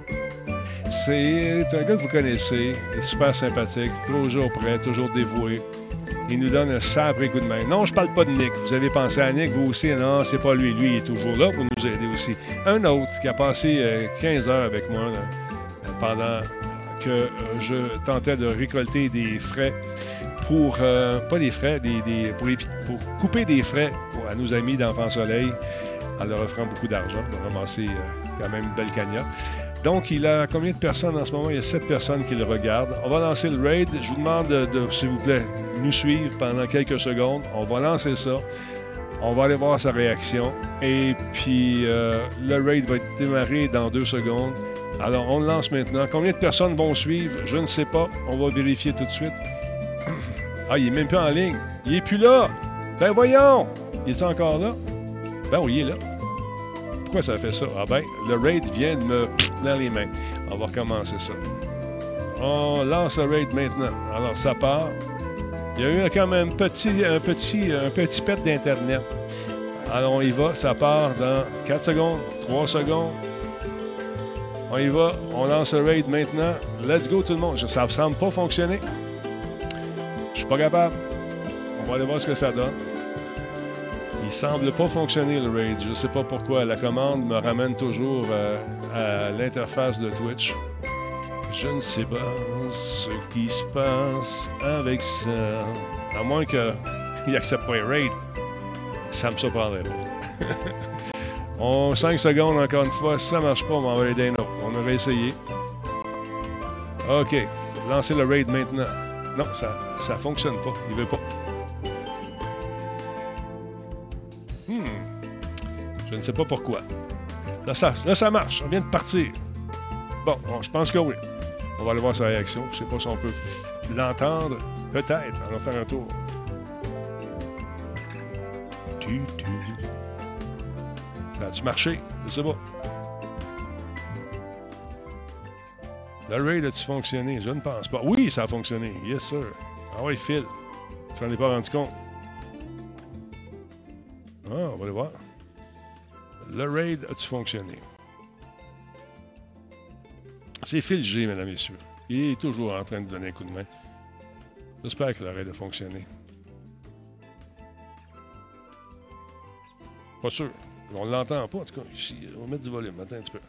C'est un gars que vous connaissez, il est super sympathique, toujours prêt, toujours dévoué. Il nous donne un sabre et coup de main. Non, je parle pas de Nick. Vous avez pensé à Nick, vous aussi? Non, c'est pas lui. Lui, il est toujours là pour nous aider aussi. Un autre qui a passé euh, quinze heures avec moi là, pendant que euh, je tentais de récolter des frais pour, euh, pas des frais, des, des, pour, pour couper des frais pour, à nos amis d'Enfants Soleil en leur offrant beaucoup d'argent. Il a ramassé euh, quand même une belle cagnotte. Donc, il a combien de personnes en ce moment? Il y a sept personnes qui le regardent. On va lancer le raid. Je vous demande de, de s'il vous plaît, nous suivre pendant quelques secondes. On va lancer ça. On va aller voir sa réaction. Et puis, euh, le raid va être démarré dans deux secondes. Alors, on le lance maintenant. Combien de personnes vont suivre? Je ne sais pas. On va vérifier tout de suite. Ah, il n'est même pas en ligne. Il n'est plus là. Ben voyons. Il est encore là? Ben oui, il est là. Pourquoi ça fait ça? Ah ben, le raid vient de me dans les mains. On va recommencer ça. On lance le raid maintenant. Alors, ça part. Il y a eu quand même un petit, un petit, un petit pet d'Internet. Alors, on y va. Ça part dans quatre secondes, trois secondes. On y va. On lance le raid maintenant. Let's go, tout le monde. Ça ne semble pas fonctionner. Je suis pas capable. On va aller voir ce que ça donne. Il semble pas fonctionner, le raid. Je ne sais pas pourquoi. La commande me ramène toujours euh, à l'interface de Twitch. Je ne sais pas ce qui se passe avec ça. À moins qu'il n'accepte pas un raid. Ça me surprendrait pas. On, cinq secondes encore une fois. Si ça ne marche pas, on va aider un autre. On aurait essayé. OK. Lancez le raid maintenant. Non, ça ne fonctionne pas. Il ne veut pas. Hmm. Je ne sais pas pourquoi. Là ça, là, ça marche. Ça vient de partir. Bon, bon, je pense que oui. On va aller voir sa réaction. Je ne sais pas si on peut l'entendre. Peut-être. On va faire un tour. Tu, tu. Ça a-tu marché? Je sais pas. Le raid a-tu fonctionné? Je ne pense pas. Oui, ça a fonctionné. Yes, sir. Ah oui, Phil. Tu t'en es pas rendu compte. Ah, on va aller voir. Le raid a-tu fonctionné? C'est Phil G, mesdames et messieurs. Il est toujours en train de donner un coup de main. J'espère que le raid a fonctionné. Pas sûr. On ne l'entend pas, en tout cas. Ici, on va mettre du volume. Attends un petit peu.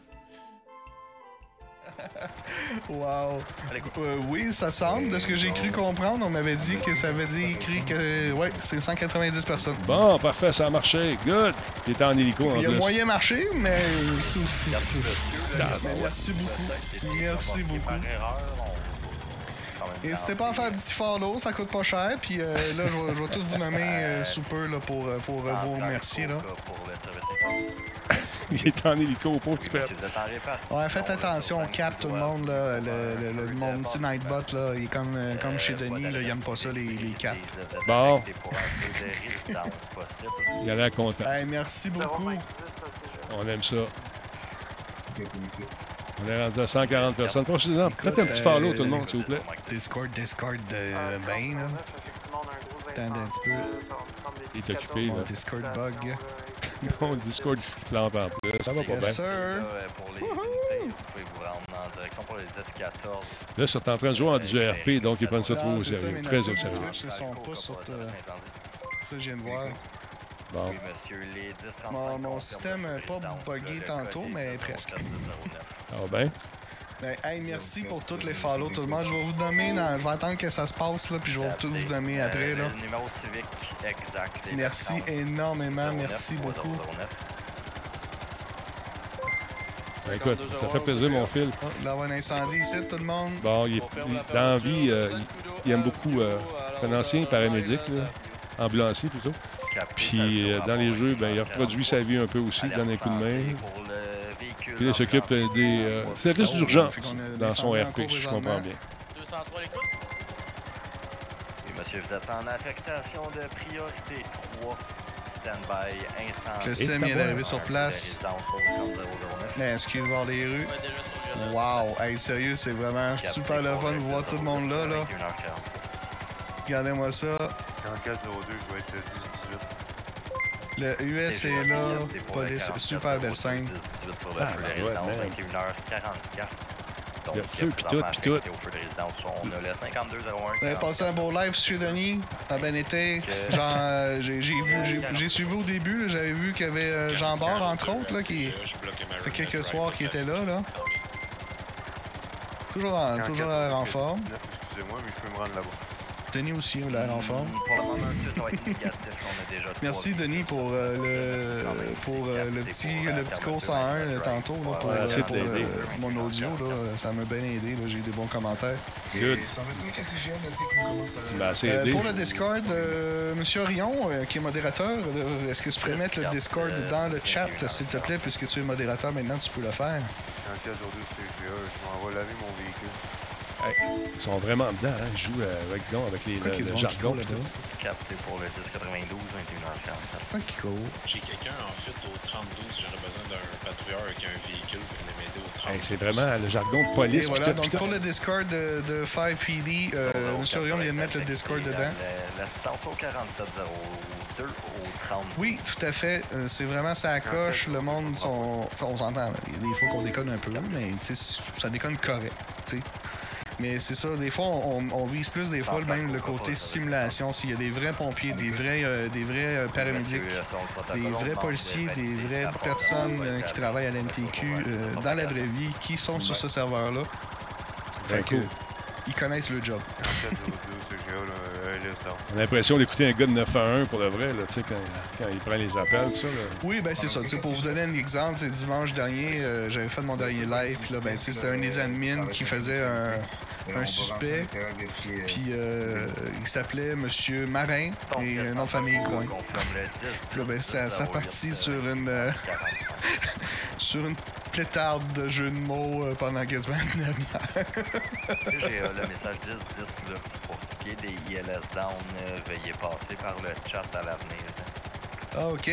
Wow. Euh, oui, ça semble. De ce que j'ai cru comprendre, on m'avait dit que ça avait dit écrit que ouais, c'est cent quatre-vingt-dix personnes.
Bon, parfait, ça a marché. Good. Il était en hélico en plus.
Il a moyen marché, mais... Merci beaucoup. Merci beaucoup. N'hésitez pas à faire un petit follow, ça coûte pas cher. Puis euh, là, je vais, je vais tout vous nommer euh, sous peu là, pour, pour euh, vous remercier. Là.
Il est en hélico, pauvre petit père.
Ouais, faites attention, on capte tout le monde. Là, le, le, le, mon petit Nightbot, là, il est comme, euh, comme chez Denis, là, il aime pas ça, les, les caps.
Bon. Il a l'air content.
Hey, merci beaucoup.
On aime ça. On est rendu à cent quarante personnes. Profitez-en. Faites un petit follow, tout le monde, s'il vous plaît.
Discord, Discord de Bain, là. Attendez un petit peu.
Il est occupé, là.
Discord bug.
Non, Discord qui plante en plus. Ça va pas bien.
Yes, sir.
Là, ils sont en train de jouer en du R P, donc ils prennent ça trop au sérieux. Très au sérieux.
Ils sont pas sur... Ça, je viens de voir.
Bon.
Mon, mon système n'a pas buggé tantôt, mais presque.
Ah ben.
Ben, hey, merci pour tous les follow, tout le monde. Je vais vous nommer, dans... je vais attendre que ça se passe, là, puis je vais tout vous nommer après. Là. Merci énormément, merci beaucoup.
Ben, écoute, ça fait plaisir, mon fil.
Oh, là, on a un incendie ici, tout le monde.
Bon, il est, il, dans la vie, euh, il, il aime beaucoup euh, un ancien paramédic, là, ambulancier plutôt. Puis euh, dans les jeux, ben, il a reproduit sa vie un peu aussi, il donne un coup de main. Puis il s'occupe des euh, services d'urgence dans son R P, je comprends bien.
deux cent trois l'écoute.
Oui, monsieur, vous êtes en affectation de priorité trois. Stand-by incendie.
Le C I M vient d'arriver sur place. Est-ce qu'il va voir les rues? Wow! Hey, sérieux, c'est vraiment super le fun de voir tout le monde là. là. Regardez-moi ça.
quarante-quatre zéro deux, je vais être dix dix-huit.
Le U S est là, police, super belle scène.
Ah, ouais, man. Il y a feu pis tout, pis tout.
Vous avez passé un beau live sur Denis, ça a bien été. Genre, euh, j'ai vu, j'ai suivi au début, j'avais vu qu'il y avait euh, Jean Bart, entre autres, là, qui fait quelques soirs qui était là, là. Toujours en, toujours en forme.
Excusez-moi, mais je peux me rendre là-bas.
Denis aussi a l'air en forme.
Pour le moment, ça va être négatif. On a déjà
Merci Denis pour, euh, le, pour euh, le petit, le petit cours cent un euh, tantôt là, pour,
ouais,
euh,
c'est
pour
aidé,
euh,
ouais.
mon audio. Là, ça m'a bien aidé. Là, j'ai eu des bons commentaires.
Good. Tu m'as assez
Euh,
aidé.
pour le Discord, euh, Monsieur Orion, euh, qui est modérateur, euh, est-ce que tu pourrais mettre le Discord dans le chat, s'il te plaît, puisque tu es modérateur maintenant, tu peux le faire.
En cas aujourd'hui, c'est G A, je m'en vais laver mon véhicule.
Hey, ils sont vraiment dedans, hein? Ils jouent avec, donc, avec les, le, le jargon. Là,
capté pour le dix quatre-vingt-douze, vingt et une heures quarante-sept.
Ah, qui cool.
J'ai quelqu'un en fait au trente-douze, j'aurais besoin d'un patrouilleur avec un véhicule pour venir m'aider au trente-douze.
Hey, c'est vraiment le jargon de police.
Et voilà,
tout,
donc
tout,
pour le Discord de, de cinq P D, euh, M. Orion vient de mettre le Discord dedans.
L'assistance au quarante-sept zéro deux au trente.
Oui, tout à fait. Euh, c'est vraiment ça coche. Le monde, sont, on s'entend. Il y a des fois qu'on déconne un peu, mais ça déconne correct. T'sais. Mais c'est ça, des fois, on, on vise plus des fois même le côté simulation. S'il y a des vrais pompiers, des vrais, euh, des vrais euh, paramédics, des vrais policiers, des vraies personnes euh, qui travaillent à l'M T Q euh, dans la vraie vie, qui sont sur ce serveur-là. Fait que, ils connaissent le job.
On a l'impression d'écouter un gars de neuf un un pour le vrai, là, quand, quand il prend les appels, ça. Là.
Oui, ben c'est ça. Pour vous donner un exemple, dimanche dernier, euh, j'avais fait mon dernier live, puis là, ben, c'était un des admins qui faisait un, un suspect, puis euh, il s'appelait Monsieur Marin, et un nom de famille Gouin. Puis là, ben, ça, ça partit sur une... Euh, sur une plétarde de jeux de mots euh, pendant quasiment une heure.
J'ai euh, le message dix dix là, pour ce qui est des I L S down, euh, veuillez passer par le chat à l'avenir.
Ah, OK.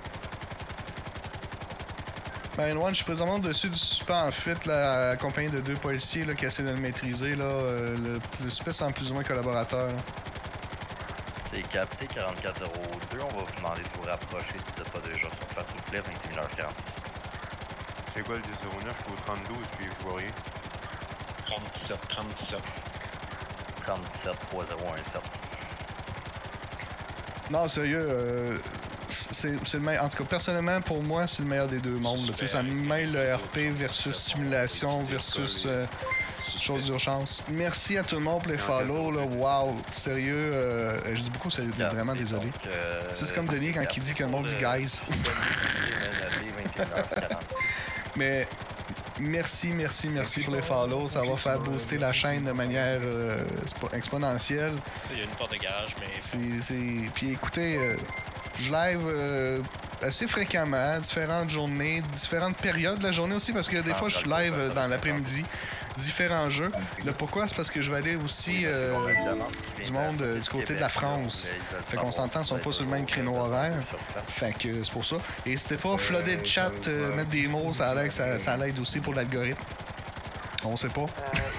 Ben, One, je suis présentement dessus du suspect en fuite, là, accompagné de deux policiers là, qui essaient de le maîtriser. Là, euh, le, le suspect semble plus ou moins collaborateur. Là.
C'est capté quarante-quatre zéro deux. On va vous demander de vous rapprocher si vous n'êtes pas déjà sur place, s'il vous plaît, vingt et une heures quarante.
C'est quoi le dix zéro neuf? Je suis au trente-douze puis je vois rien.
trente-sept, trente-sept.
trente-sept, trois zéro un sept.
Non, sérieux, euh, c'est, c'est le meilleur. En tout cas, personnellement, pour moi, c'est le meilleur des deux mondes. Tu sais, ça mêle le R P versus simulation versus euh, chose d'urgence. Merci à tout le monde pour les follow. Là. Wow, sérieux, euh, je dis beaucoup sérieux, vraiment désolé. C'est comme Denis quand il dit que le monde dit guys. Mais merci, merci, merci pour les follow. Ça va faire booster la chaîne de manière euh, exponentielle.
Il y a une porte de garage, mais...
C'est, c'est... Puis écoutez, euh, je live euh, assez fréquemment, différentes journées, différentes périodes de la journée aussi, parce que des fois, je suis live dans l'après-midi, différents jeux. Le pourquoi, c'est parce que je vais aller aussi euh, du monde euh, du côté de la France. Fait qu'on s'entend, ils sont pas sur le même créneau horaire. Fait que c'est pour ça. Et n'hésitez pas à flooder le chat, euh, mettre des mots, ça, a ça, ça l'aide aussi pour l'algorithme. On sait pas.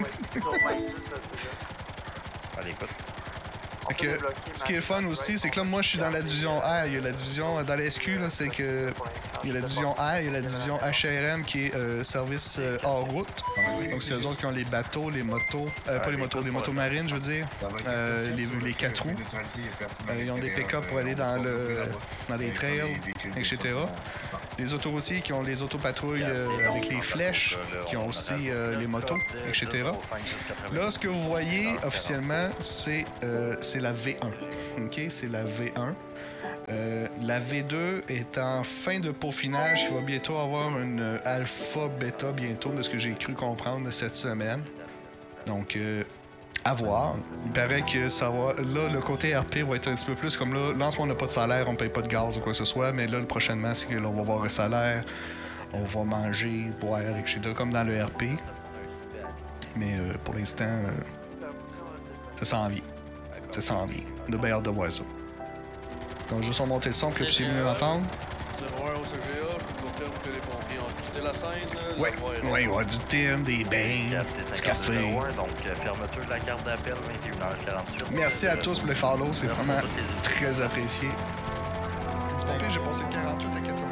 Allez, écoute.
Fait que, ce qui est le fun aussi, c'est que là, moi, je suis dans la division R. Il y a la division, dans la S Q, là, c'est que il y a la division R, il y a la division H R M qui est euh, service euh, hors route. Donc, c'est eux autres qui ont les bateaux, les motos, euh, pas les motos, les motos marines, je veux dire, euh, les, les quatre roues. Euh, ils ont des pick-up pour aller dans, le, dans les trails, et cetera. Les autoroutiers qui ont les autopatrouilles euh, avec les flèches, qui ont aussi euh, les motos, et cetera. Là, ce que vous voyez officiellement, c'est euh, c'est la V un. OK? C'est la V un. Euh, la V deux est en fin de peaufinage. Il va bientôt avoir une euh, alpha, bêta bientôt, de ce que j'ai cru comprendre de cette semaine. Donc, euh, à voir. Il paraît que ça va... Là, le côté R P va être un petit peu plus comme là. Là, en ce moment, on n'a pas de salaire, on paye pas de gaz ou quoi que ce soit. Mais là, prochainement, c'est que là, on va avoir un salaire. On va manger, boire, et cetera. Comme dans le R P. Mais euh, pour l'instant, euh, ça s'en vient. Ça s'en vient. On a bien hâte de voir ça. Quand je vais sur monter le son, que vous puissiez mieux entendre. Oui, oui, il va y avoir du thym, des bains, du café.
Donc, fermeture de la carte d'appel, vingt et une heures quarante-huit.
Merci à tous pour les follow, c'est vraiment très apprécié. Dis pas pire, j'ai passé de quarante-huit à quatre-vingts.